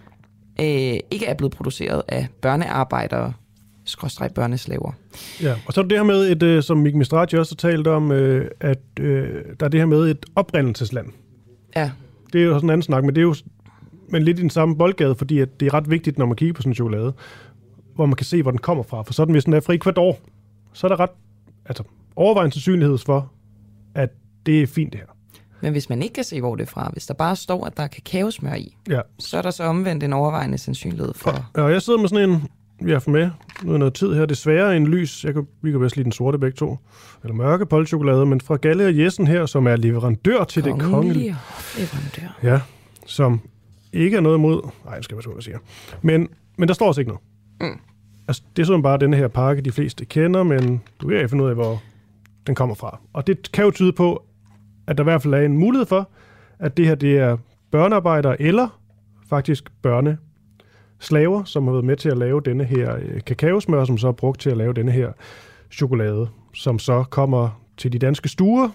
ikke er blevet produceret af børnearbejdere, /børneslaver. Ja, og så er det her med, som Mik Mistrati også har talt om, at der er det her med et oprindelsesland. Ja. Det er jo sådan en anden snak, men det er jo lidt i den samme boldgade, fordi at det er ret vigtigt, når man kigger på sådan en chokolade, hvor man kan se, hvor den kommer fra. For sådan, hvis den er fra Ecuador, så er der ret overvejende sandsynlighed for, at det er fint det her. Men hvis man ikke kan se, hvor det er fra, hvis der bare står, at der er kakaosmør i, så er der så omvendt en overvejende sandsynlighed for... Ja, jeg sidder med sådan en, vi har fået med noget tid her, desværre en lys, vi kan bedst lide den sorte begge to, eller mørke polchokolade, men fra Galle og Jessen her, som er leverandør til det kongelige. Leverandør. Ja, som ikke er noget imod... Nej, jeg skal være så, hvad jeg siger. Men der står også ikke noget. Mm. Altså, det er sådan bare denne her pakke, de fleste kender, men du kan ikke finde ud af, hvor den kommer fra. Og det kan jo tyde på, at der i hvert fald er en mulighed for, at det her det er børnearbejdere eller faktisk børneslaver, som har været med til at lave denne her kakaosmør, som så er brugt til at lave denne her chokolade, som så kommer til de danske stuer.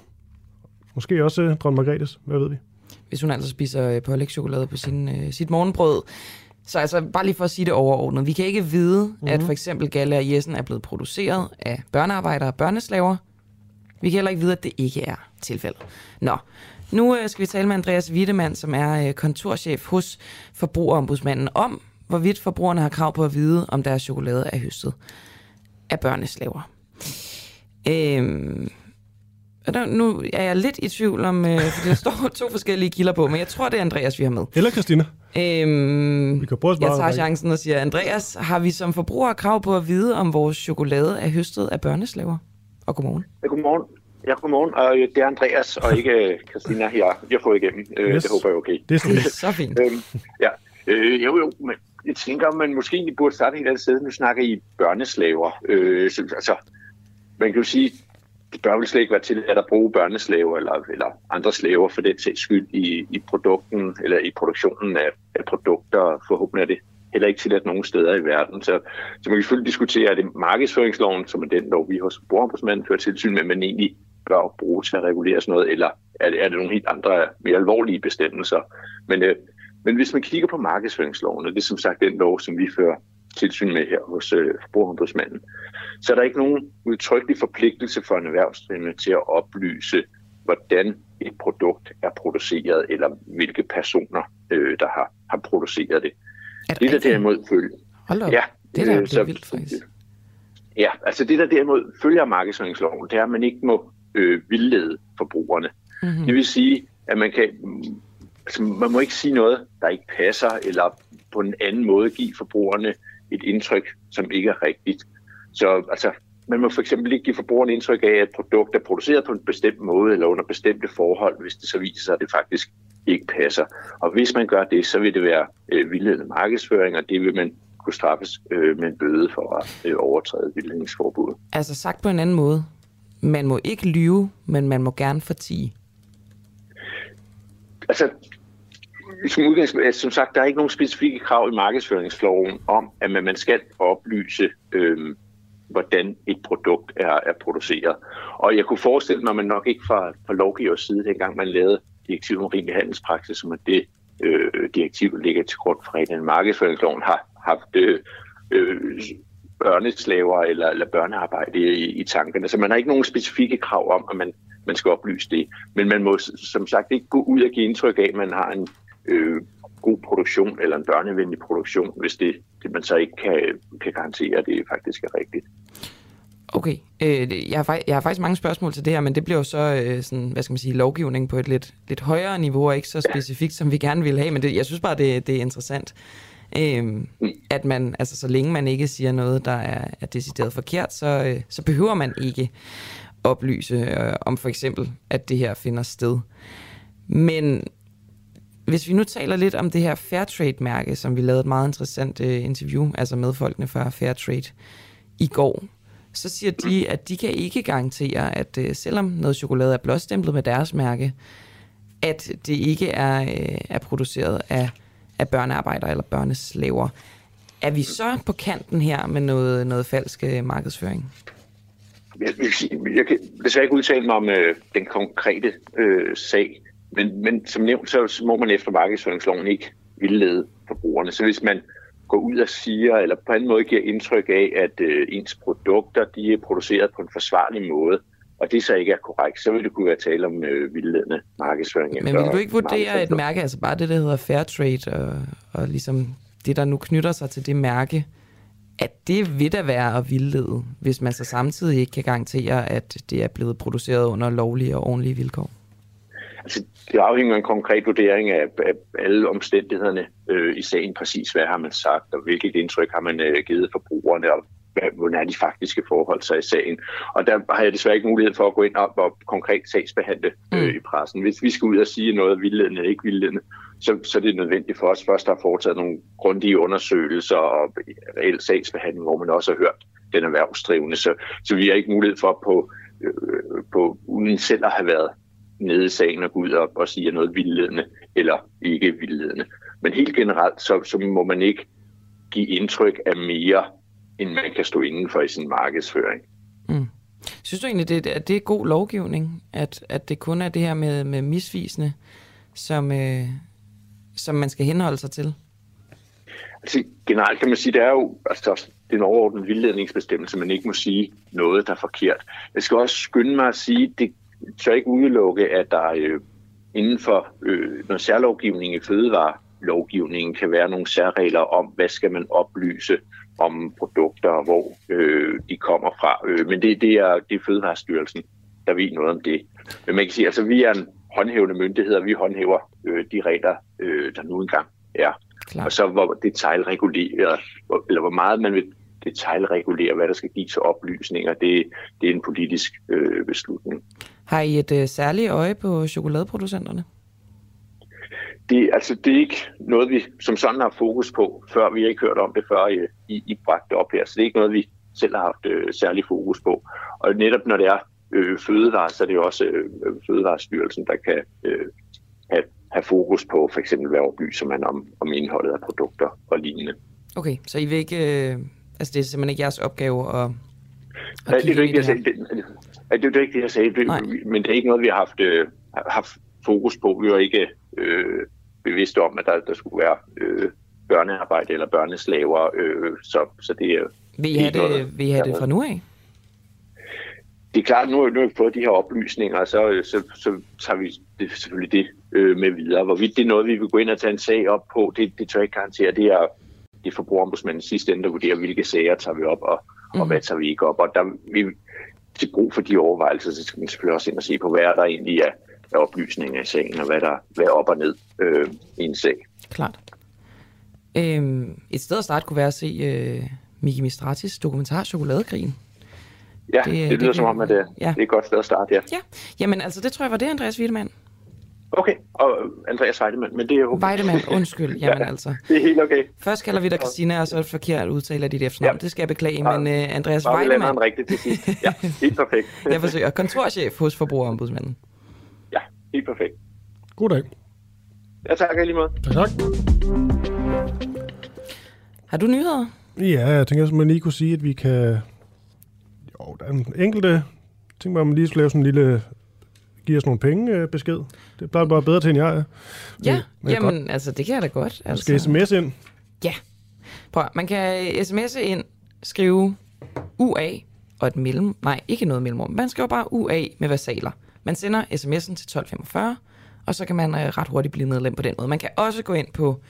Måske også dronning Margrethes, hvad ved vi? Hvis hun altså spiser pålægschokolade på sit morgenbrød. Så altså, bare lige for at sige det overordnet. Vi kan ikke vide, at for eksempel Galle og Jessen er blevet produceret af børnearbejdere og børneslaver. Vi kan heller ikke vide, at det ikke er tilfældet. Nå, nu skal vi tale med Andreas Wiedemann, som er kontorchef hos Forbrugerombudsmanden, om hvorvidt forbrugerne har krav på at vide, om deres chokolade er høstet af børneslaver. Nu er jeg lidt i tvivl om, fordi der står 2 forskellige kilder på, men jeg tror, det er Andreas, vi har med. Eller Christina. Vi kan prøve at jeg tager chancen og siger, Andreas, har vi som forbrugere krav på at vide, om vores chokolade er høstet af børneslaver? Og godmorgen. Ja, godmorgen. Ja, godmorgen. Og det er Andreas, og ikke Christina her. Jeg får igennem. Yes. Det håber jeg er okay. Det er så fint. Jo, men jeg tænker, man måske egentlig burde starte helt andet sted. Nu snakker I børneslaver. Altså, man kan jo sige, det bør vel slet ikke være til, at der bruger børneslaver eller andre slaver for den sags skyld i produkten eller i produktionen af produkter. Forhåbentlig er det heller ikke tilladt nogen steder i verden. Så man kan selvfølgelig diskutere, at det markedsføringsloven, som er den lov, vi hos Forbrugerombudsmanden fører tilsyn med, man egentlig bør bruge til at regulere sådan noget, eller er det nogle helt andre, mere alvorlige bestemmelser. Men Men hvis man kigger på markedsføringsloven, og det er som sagt den lov, som vi fører tilsyn med her hos Forbrugerombudsmanden, så er der ikke nogen udtrykkelig forpligtelse for en erhvervsdrivende til at oplyse, hvordan et produkt er produceret, eller hvilke personer, der har produceret det. Det der derimod følger... Ja, det er vildt faktisk. Ja, altså det der derimod følger markedsføringsloven, det er, at man ikke må vildlede forbrugerne. Mm-hmm. Det vil sige, at man må ikke sige noget, der ikke passer, eller på en anden måde give forbrugerne et indtryk, som ikke er rigtigt. Så altså, man må for eksempel ikke give forbrugerne indtryk af, at et produkt er produceret på en bestemt måde, eller under bestemte forhold, hvis det så viser sig, at det faktisk ikke passer. Og hvis man gør det, så vil det være vildledende markedsføring, og det vil man kunne straffes med en bøde for at overtræde vildledningsforbuddet. Altså sagt på en anden måde, man må ikke lyve, men man må gerne fortie. Altså, som udgangspunkt, som sagt, der er ikke nogen specifikke krav i markedsføringsloven om, at man skal oplyse, hvordan et produkt er produceret. Og jeg kunne forestille mig, at man nok ikke fra lovgivers side, dengang man lavede direktivet om rimelig handelspraksis, som er det direktiv, der ligger til grund for reglerne i markedsføringsloven, har haft børneslaver eller børnearbejde i tankerne. Så man har ikke nogen specifikke krav om, at man skal oplyse det. Men man må som sagt ikke gå ud og give indtryk af, at man har en god produktion eller en børnevenlig produktion, hvis det man så ikke kan garantere, at det faktisk er rigtigt. Okay. Jeg har faktisk mange spørgsmål til det her, men det bliver jo så sådan, hvad skal man sige, lovgivning på et lidt højere niveau, og ikke så specifikt, som vi gerne vil have, men jeg synes bare, det er interessant. At man, altså så længe man ikke siger noget, der er decideret forkert, så behøver man ikke oplyse om for eksempel, at det her finder sted. Men hvis vi nu taler lidt om det her Fairtrade-mærke, som vi lavede et meget interessant interview, altså med folkene fra Fairtrade i går, så siger de, at de kan ikke garantere, at selvom noget chokolade er blåstemplet med deres mærke, at det ikke er produceret af børnearbejdere eller børneslaver. Er vi så på kanten her med noget falsk markedsføring? Jeg kan desværre ikke udtale mig om den konkrete sag, men som nævnt, så må man efter markedsføringsloven ikke vildlede forbrugerne. Så hvis man går ud og siger, eller på en måde giver indtryk af, at ens produkter de er produceret på en forsvarlig måde, og det så ikke er korrekt, så vil det kunne være tale om vildledende markedsføring. Men vil du ikke vurdere et mærke, altså bare det, der hedder Fairtrade, og ligesom det, der nu knytter sig til det mærke, at det vil da være at vildlede, hvis man så samtidig ikke kan garantere, at det er blevet produceret under lovlige og ordentlige vilkår? Altså, det afhænger af en konkret vurdering af alle omstændighederne i sagen. Præcis, hvad har man sagt, og hvilket indtryk har man givet forbrugerne, og hvordan er de faktiske forhold så i sagen. Og der har jeg desværre ikke mulighed for at gå ind og konkret sagsbehandle i pressen. Hvis vi skal ud og sige noget vildledende eller ikke vildledende, så er det nødvendigt for os først at have foretaget nogle grundige undersøgelser og reel sagsbehandling, hvor man også har hørt den erhvervsdrivende. Så vi har ikke mulighed for på uden selv at have været nede i sagen og gå ud og sige noget vildledende eller ikke vildledende. Men helt generelt, så må man ikke give indtryk af mere, end man kan stå inden for i sin markedsføring. Mm. Synes du egentlig, at det er god lovgivning, at det kun er det her med misvisende, som man skal henholde sig til? Altså, generelt kan man sige, det er jo den overordnede vildledningsbestemmelse, man ikke må sige noget, der er forkert. Jeg skal også skynde mig at sige, det tør ikke udelukke, at der inden for noget særlovgivning i fødevarelovgivningen kan være nogle særregler om, hvad skal man oplyse om produkter, og hvor de kommer fra. Men det er Fødevarestyrelsen, der ved noget om det. Men man kan sige, altså vi er en håndhævende myndighed, og vi håndhæver de regler, der nu engang er. Klar. Og så hvor detailreguleret, eller hvor meget man vil detailregulere, hvad der skal gives af oplysninger, det er en politisk beslutning. Har I et særligt øje på chokoladeproducenterne? Det er ikke noget, vi som sådan har fokus på, før vi har ikke hørt om det, før I bragte op her. Så det er ikke noget, vi selv har haft særlig fokus på. Og netop når det er fødevarer, så er det også Fødevarestyrelsen, der kan have fokus på, for eksempel hvad oplyser man om indholdet af produkter og lignende. Okay, så I vil ikke, altså det er simpelthen ikke jeres opgave at det er ikke det, jeg sagde. Det er ikke det, jeg sagde, men det er ikke noget, vi har haft fokus på. Vi har ikke bevidste om, at der skulle være børnearbejde eller børneslaver. Så det er... Vil I have det fra nu af? Det er klart, nu har vi fået de her oplysninger, så tager vi selvfølgelig det med videre. Hvorvidt det er noget, vi vil gå ind og tage en sag op på, det tør jeg ikke garantere. Det er Forbrugerombudsmanden sidste ende, der vurderer, hvilke sager tager vi op, og hvad tager vi ikke op. Og der vi til brug for de overvejelser, så skal man selvfølgelig også ind og se på, hvad der egentlig er oplysninger i sagen, og hvad er op og ned i en sag. Klart. Et sted at starte kunne være at se Miki Mistratis dokumentar Chokoladekrigen. Ja, det lyder som om, at det er et godt sted at starte, ja. Jamen altså, det tror jeg var det, Andreas Wiedemann. Okay, og Andreas Weidemann, men det er okay. Weidemann, undskyld. Jamen altså. Det er helt okay. Først kalder vi dig Christina, og så er det forkert udtale af dit efternavn. Det skal jeg beklage, men Andreas Weidemann... Bare rigtigt til sidst. Ja, helt perfekt. Jeg forsøger. Kontorchef hos Forbrugerombudsmanden. Ja, helt perfekt. God dag. Ja, tak lige måde. Tak. Har du nyheder? Ja, jeg tænker, at man lige kunne sige, at vi kan... Jo, der er en enkelte... Jeg tænker mig, at man lige skulle lave sådan en lille... Give os nogle penge besked. Det plejer bare bedre til, end jeg er. Ja, jamen, altså, det kan jeg da godt. Man skal sms ind. Ja. Prøv, man kan sms'e ind, skrive UA og et mellemrum. Nej, ikke noget mellemrum. Man skriver bare UA med versaler. Man sender sms'en til 1245, og så kan man ret hurtigt blive medlem på den måde. Man kan også gå ind på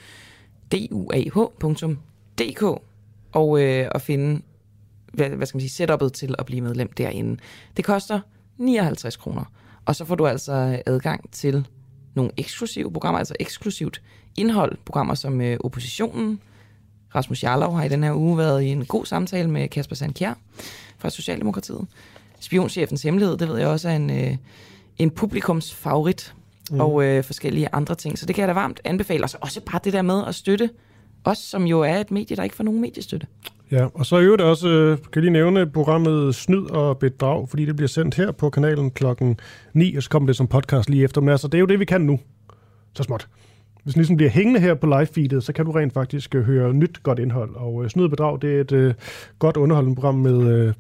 duah.dk og finde hvad skal man sige, setup'et til at blive medlem derinde. Det koster 59 kroner. Og så får du altså adgang til nogle eksklusive programmer, altså eksklusivt indhold, programmer som Oppositionen. Rasmus Jarlov har i den her uge været i en god samtale med Kasper Sandkjær fra Socialdemokratiet. Spionchefens hemmelighed, det ved jeg også er en publikumsfavorit og forskellige andre ting. Så det kan jeg da varmt anbefale. Og så også bare det der med at støtte os, som jo er et medie, der ikke får nogen mediestøtte. Ja, og så i øvrigt også, kan lige nævne programmet Snyd og Bedrag, fordi det bliver sendt her på kanalen klokken 9, og så kommer det som podcast lige efter. Men altså, det er jo det, vi kan nu. Så småt. Hvis den ligesom bliver hængende her på live-feedet, så kan du rent faktisk høre nyt godt indhold. Og Snyd og Bedrag, det er et godt underholdende program med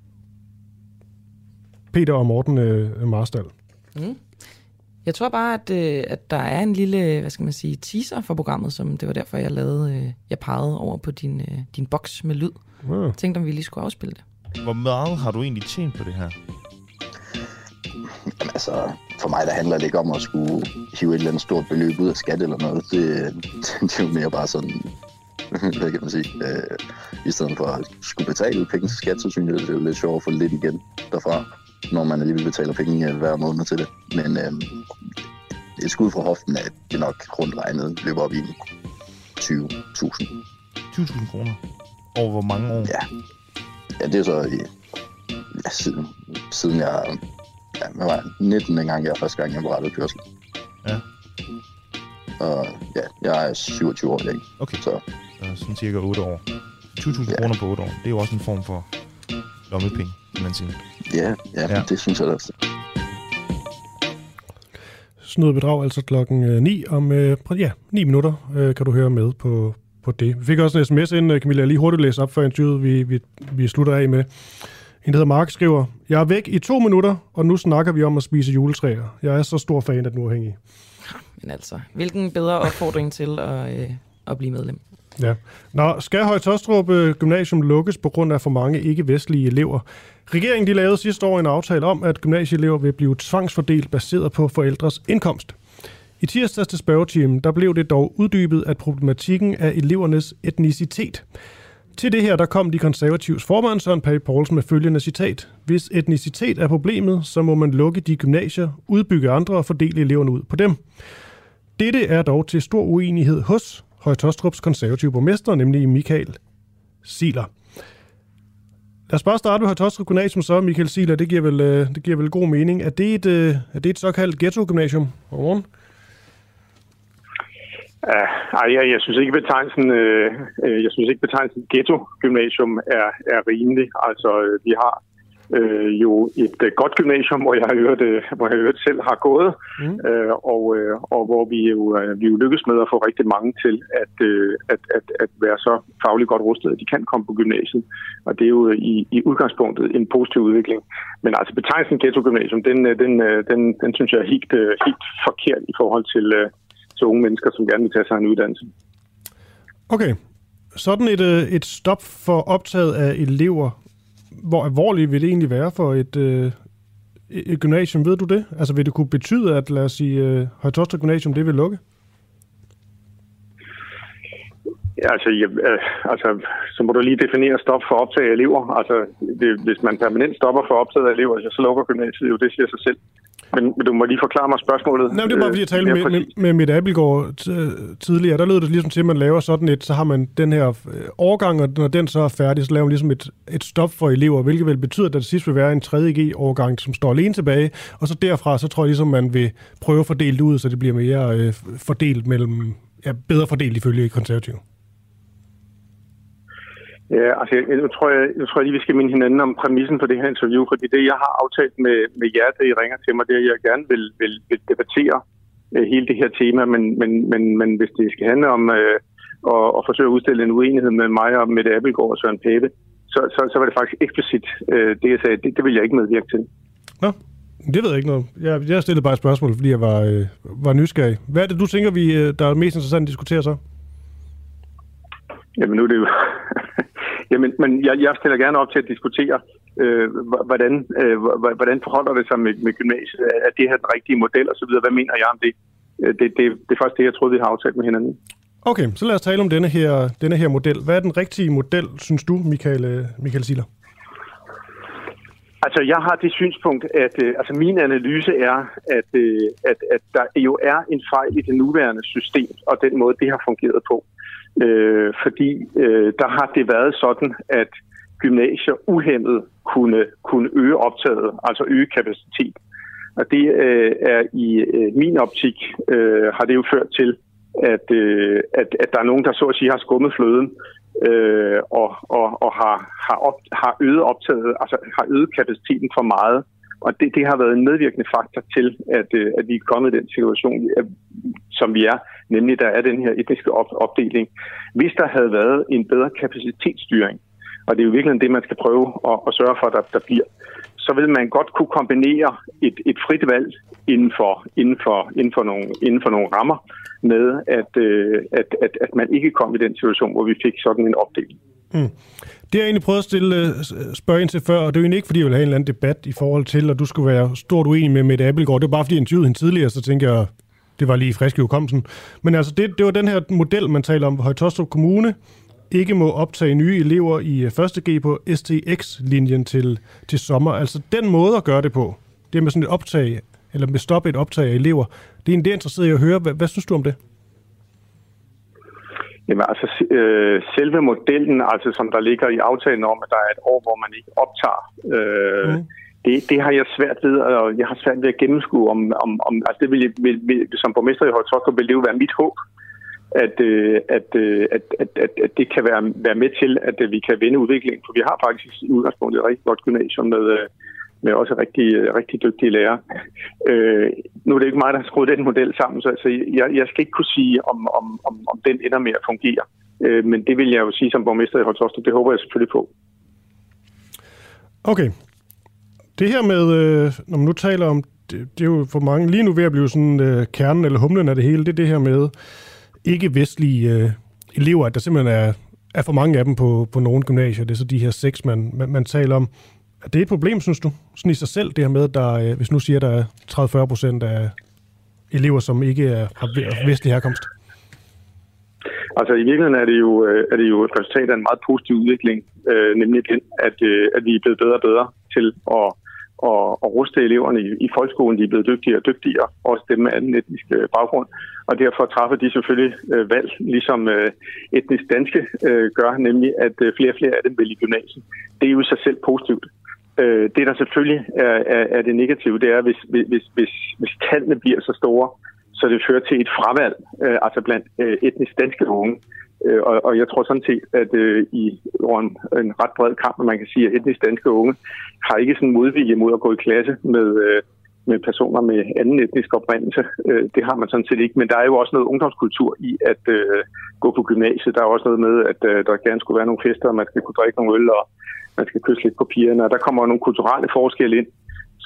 Peter og Morten Marstal. Jeg tror bare, at der er en lille, hvad skal man sige, teaser for programmet, som det var derfor, jeg pegede over på din boks med lyd. Jeg tænkte, om vi lige skulle afspille det. Hvor meget har du egentlig tjent på det her? Jamen altså, for mig der handler det ikke om at skulle hive et eller andet stort beløb ud af skat eller noget. Det er jo mere bare sådan, hvad kan man sige, i stedet for at skulle betale penge til skat, så synes jeg, det er jo lidt sjovt at få lidt igen derfra, når man alligevel betaler penge hver måned til det. Men et skud fra hoften er det nok rundt regnet løber op i 20.000. 20.000 kroner? Over hvor mange år? Ja, det er så siden jeg var 19 dengang, første gang jeg var rettet kørsel. Ja. Og ja, jeg er 27 år i dag. Okay, så sådan cirka 8 år. 20.000 kroner på 8 år, det er jo også en form for lommepenge, kan man sige. Ja, det synes jeg da også. Snyd og Bedrag, altså klokken 9. Om 9 minutter kan du høre med på det. Vi fik også en sms ind, Camilla, jeg lige hurtigt læse op for interviewet, vi slutter af med. En, der hedder Mark, skriver, jeg er væk i 2 minutter, og nu snakker vi om at spise juletræer. Jeg er så stor fan af den uafhængige. Men altså, hvilken bedre opfordring til at blive medlem? Ja. Nå, skal Høje-Taastrup Gymnasium lukkes på grund af for mange ikke-vestlige elever? Regeringen de lavede sidste år en aftale om, at gymnasieelever vil blive tvangsfordelt baseret på forældres indkomst. I tirsdags til spørgetimen, der blev det dog uddybet, at problematikken er elevernes etnicitet. Til det her, der kom de konservatives formand, Søren Pape Poulsen, med følgende citat. Hvis etnicitet er problemet, så må man lukke de gymnasier, udbygge andre og fordele eleverne ud på dem. Dette er dog til stor uenighed hos Høje-Taastrups konservative borgmester, nemlig Michael Ziegler. Lad os bare starte med Høje-Taastrup Gymnasium så, Michael Ziegler. Det giver vel god mening. Er det et såkaldt ghetto-gymnasium? Godmorgen. Jeg synes ikke betegnelsen ghetto-gymnasium er rimelig. Altså, vi har jo et godt gymnasium, hvor jeg selv har gået, og hvor vi jo lykkes med at få rigtig mange til at være så fagligt godt rustet, at de kan komme på gymnasiet. Og det er jo i udgangspunktet en positiv udvikling. Men altså betegnelsen ghetto-gymnasium, den synes jeg er helt forkert i forhold til unge mennesker, som gerne vil tage sig en uddannelse. Okay. Sådan et stop for optaget af elever, hvor alvorligt vil det egentlig være for et gymnasium? Ved du det? Altså vil det kunne betyde, at lad os sige, Høje Taastrup Gymnasium, det vil lukke? Ja, altså, så må du lige definere stop for optag af elever. Altså, hvis man permanent stopper for optaget af elever, så lukker gymnasiet jo, det siger sig selv. Men du må lige forklare mig spørgsmålet. Nej, det er bare fordi jeg talte med Mette Abildgaard tidligere. Der lød det ligesom til, at man laver sådan et, så har man den her årgang, og når den så er færdig, så laver man ligesom et stop for elever, hvilket vel betyder, at der til sidst vil være en 3.G-årgang, som står alene tilbage, og så derfra, så tror jeg ligesom, man vil prøve at fordele det ud, så det bliver mere fordelt mellem, bedre fordelt ifølge Konservative. Ja, altså nu tror jeg lige, vi skal minde hinanden om præmissen for det her interview, fordi det, jeg har aftalt med jer, da I ringer til mig, det er, at jeg gerne vil debattere hele det her tema, men hvis det skal handle om at forsøge at udstille en uenighed med mig og Mette Abildgaard og Søren Pape, så var det faktisk eksplicit det, jeg sagde, det vil jeg ikke medvirke til. Nå, det ved jeg ikke noget. Jeg stillede bare et spørgsmål, fordi jeg var nysgerrig. Hvad er det, du tænker, der er mest interessant at diskutere så? Jamen nu er det jo... Jamen, men jeg stiller gerne op til at diskutere, hvordan forholder det sig med gymnasiet? Er det her den rigtige model osv.? Hvad mener jeg om det? Det er faktisk det, jeg troede, vi har aftalt med hinanden. Okay, så lad os tale om denne her model. Hvad er den rigtige model, synes du, Michael Zieler? Altså, jeg har det synspunkt, at min analyse er, at der jo er en fejl i det nuværende system, og den måde, det har fungeret på. Fordi der har det været sådan, at gymnasier uhæmmet kunne øge optaget, altså øge kapacitet. Og det er i min optik, har det jo ført til, at der er nogen, der så at sige har skummet fløden og har øget optaget, altså har øget kapaciteten for meget. Og det har været en medvirkende faktor til, at vi er kommet i den situation, som vi er, nemlig der er den her etniske opdeling. Hvis der havde været en bedre kapacitetsstyring, og det er jo virkelig det, man skal prøve at sørge for, at der bliver, så vil man godt kunne kombinere et frit valg inden for nogle rammer med, at man ikke kom i den situation, hvor vi fik sådan en opdeling. Mm. Det har jeg egentlig prøvet at spørge ind til før, og det er jo egentlig ikke, fordi jeg vil have en eller anden debat i forhold til, at du skulle være stort uenig med Mette Abildgaard. Det var bare, fordi jeg interviewede hende tidligere, så tænker jeg, det var lige frisk i hukommelsen. Men altså, det var den her model, man taler om, Høje Taastrup Kommune ikke må optage nye elever i 1.G på STX-linjen til sommer. Altså den måde at gøre det på, det med sådan et optag, eller med stoppe et optag af elever, det er interesseret i at høre. Hvad synes du om det? Jamen altså, selve modellen, altså som der ligger i aftalen om, at der er et år, hvor man ikke optager, det har jeg svært ved, og jeg har svært ved at gennemskue om altså det vil som borgmester i Høje Taastrup, vil det jo være mit håb, at det kan være med til, at vi kan vende udviklingen, for vi har faktisk i udgangspunktet et rigtig godt gymnasium med også rigtig dygtige lærere. Nu er det ikke mig, der har skruet den model sammen, så jeg skal ikke kunne sige, om den ender med at fungere. Men det vil jeg jo sige som borgmester i Høje Taastrup, det håber jeg selvfølgelig på. Okay. Det her med, når man nu taler om, det er jo for mange lige nu ved at blive sådan kernen eller humlen af det hele, det her med ikke-vestlige elever, at der simpelthen er for mange af dem på nogle gymnasier. Det er så de her 6, man taler om. Er det et problem, synes du? Sådan i sig selv, det her med, at der, hvis nu siger, der er 30-40% af elever, som ikke har vestlig herkomst? Altså i virkeligheden er det jo et resultat af en meget positiv udvikling, nemlig den, at vi er blevet bedre og bedre til at ruste eleverne i folkeskolen. De er blevet dygtigere og dygtigere, også dem med anden etnisk baggrund. Og derfor træffer de selvfølgelig valg, ligesom etnisk danske gør, nemlig at flere og flere af dem vil i gymnasiet. Det er jo i sig selv positivt. Det, der selvfølgelig er det negative, det er, hvis tallene bliver så store, så det fører til et fravalg, altså blandt etnisk danske unge. Og jeg tror sådan set, at i en ret bred kamp, man kan sige, at etnisk danske unge har ikke sådan modvilje mod at gå i klasse med personer med anden etnisk oprindelse. Det har man sådan set ikke. Men der er jo også noget ungdomskultur i at gå på gymnasiet. Der er også noget med, at der gerne skulle være nogle fester, og man skal kunne drikke nogle øl, og man skal kysse lidt på pigerne. Og der kommer nogle kulturelle forskelle ind,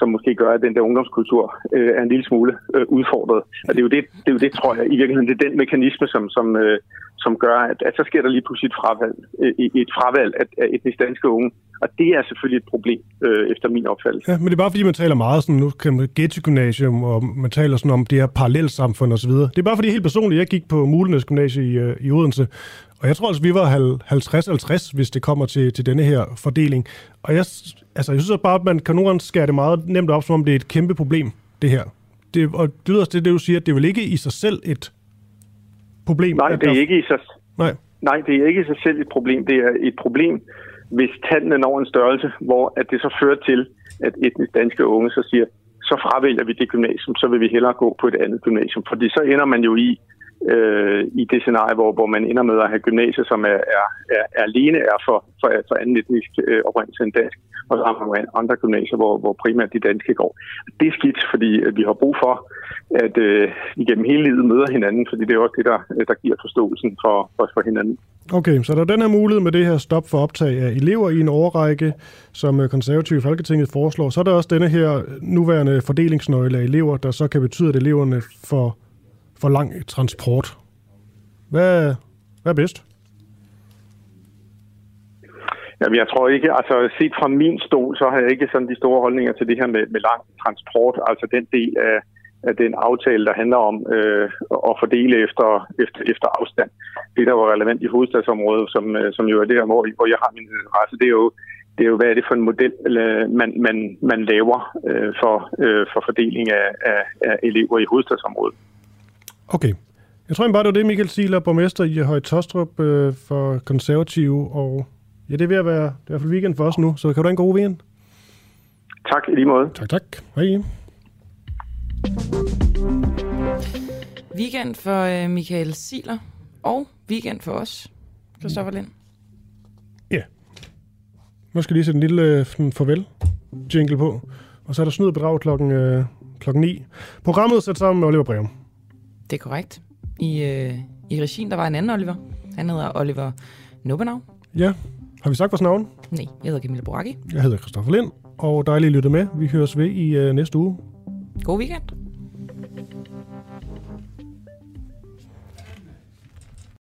som måske gør, at den der ungdomskultur er en lille smule udfordret. Og det er jo det, tror jeg, i virkeligheden, det er den mekanisme, som gør, at så sker der lige pludselig et fravalg af etnisk danske unge. Og det er selvfølgelig et problem, efter min opfattelse. Ja, men det er bare fordi, man taler meget sådan, nu kan man ghetto-gymnasium, og man taler sådan om det her parallelsamfund osv. Det er bare fordi, helt personligt, jeg gik på Mulenes Gymnasie i Odense, og jeg tror altså, vi var 50-50, hvis det kommer til denne her fordeling. Og jeg synes bare, at man kan nogle gange skære det meget nemt op, som om det er et kæmpe problem, det her. Og det lyder det, du siger, at det er vel ikke i sig selv et problem? Nej, det er ikke i sig. Nej, det er ikke i sig selv et problem. Det er et problem, hvis tallene når en størrelse, hvor at det så fører til, at etnisk danske unge så siger, så fravælger vi det gymnasium, så vil vi hellere gå på et andet gymnasium. Fordi så ender man jo i det scenarie, hvor man ender med at have gymnasier, som alene er for anden etnisk oprindelse end dansk, og så har man andre gymnasier, hvor primært de danske går. Det er skidt, fordi vi har brug for, at vi gennem hele livet møder hinanden, fordi det er også det, der giver forståelsen for hinanden. Okay, så der er den her mulighed med det her stop for optag af elever i en årrække, som konservative i Folketinget foreslår. Så er der også denne her nuværende fordelingsnøgle af elever, der så kan betyde, at eleverne får for lang transport. Hvad er bedst? Jamen, jeg tror ikke, altså set fra min stol, så har jeg ikke sådan de store holdninger til det her med lang transport, altså den del af den aftale, der handler om at fordele efter afstand. Det, der var relevant i hovedstadsområdet, som jo er det her, hvor jeg har min interesse, det er jo, hvad er det for en model, man laver for fordeling af elever i hovedstadsområdet. Okay. Jeg tror bare, det var det, Michael Ziegler, borgmester i Høje-Taastrup for konservative, og ja, det er ved at være, det er i hvert fald weekend for os nu, så kan du have en god weekend. Tak, i lige måde. Tak. Hej. Weekend for Michael Ziegler, og weekend for os, Christoffer Lind. Ja. Nu skal lige sætte en lille farvel-jingle på, og så er der snyd og bedrag klokken 9. Programmet er sat sammen med Oliver Breum. Det er korrekt. I regien, der var en anden Oliver. Han hedder Oliver Nubbenau. Ja. Har vi sagt vores navn? Nej, jeg hedder Camilla Boracchi. Jeg hedder Christoffer Lind, og dejligt at lytte med. Vi høres ved i næste uge. God weekend.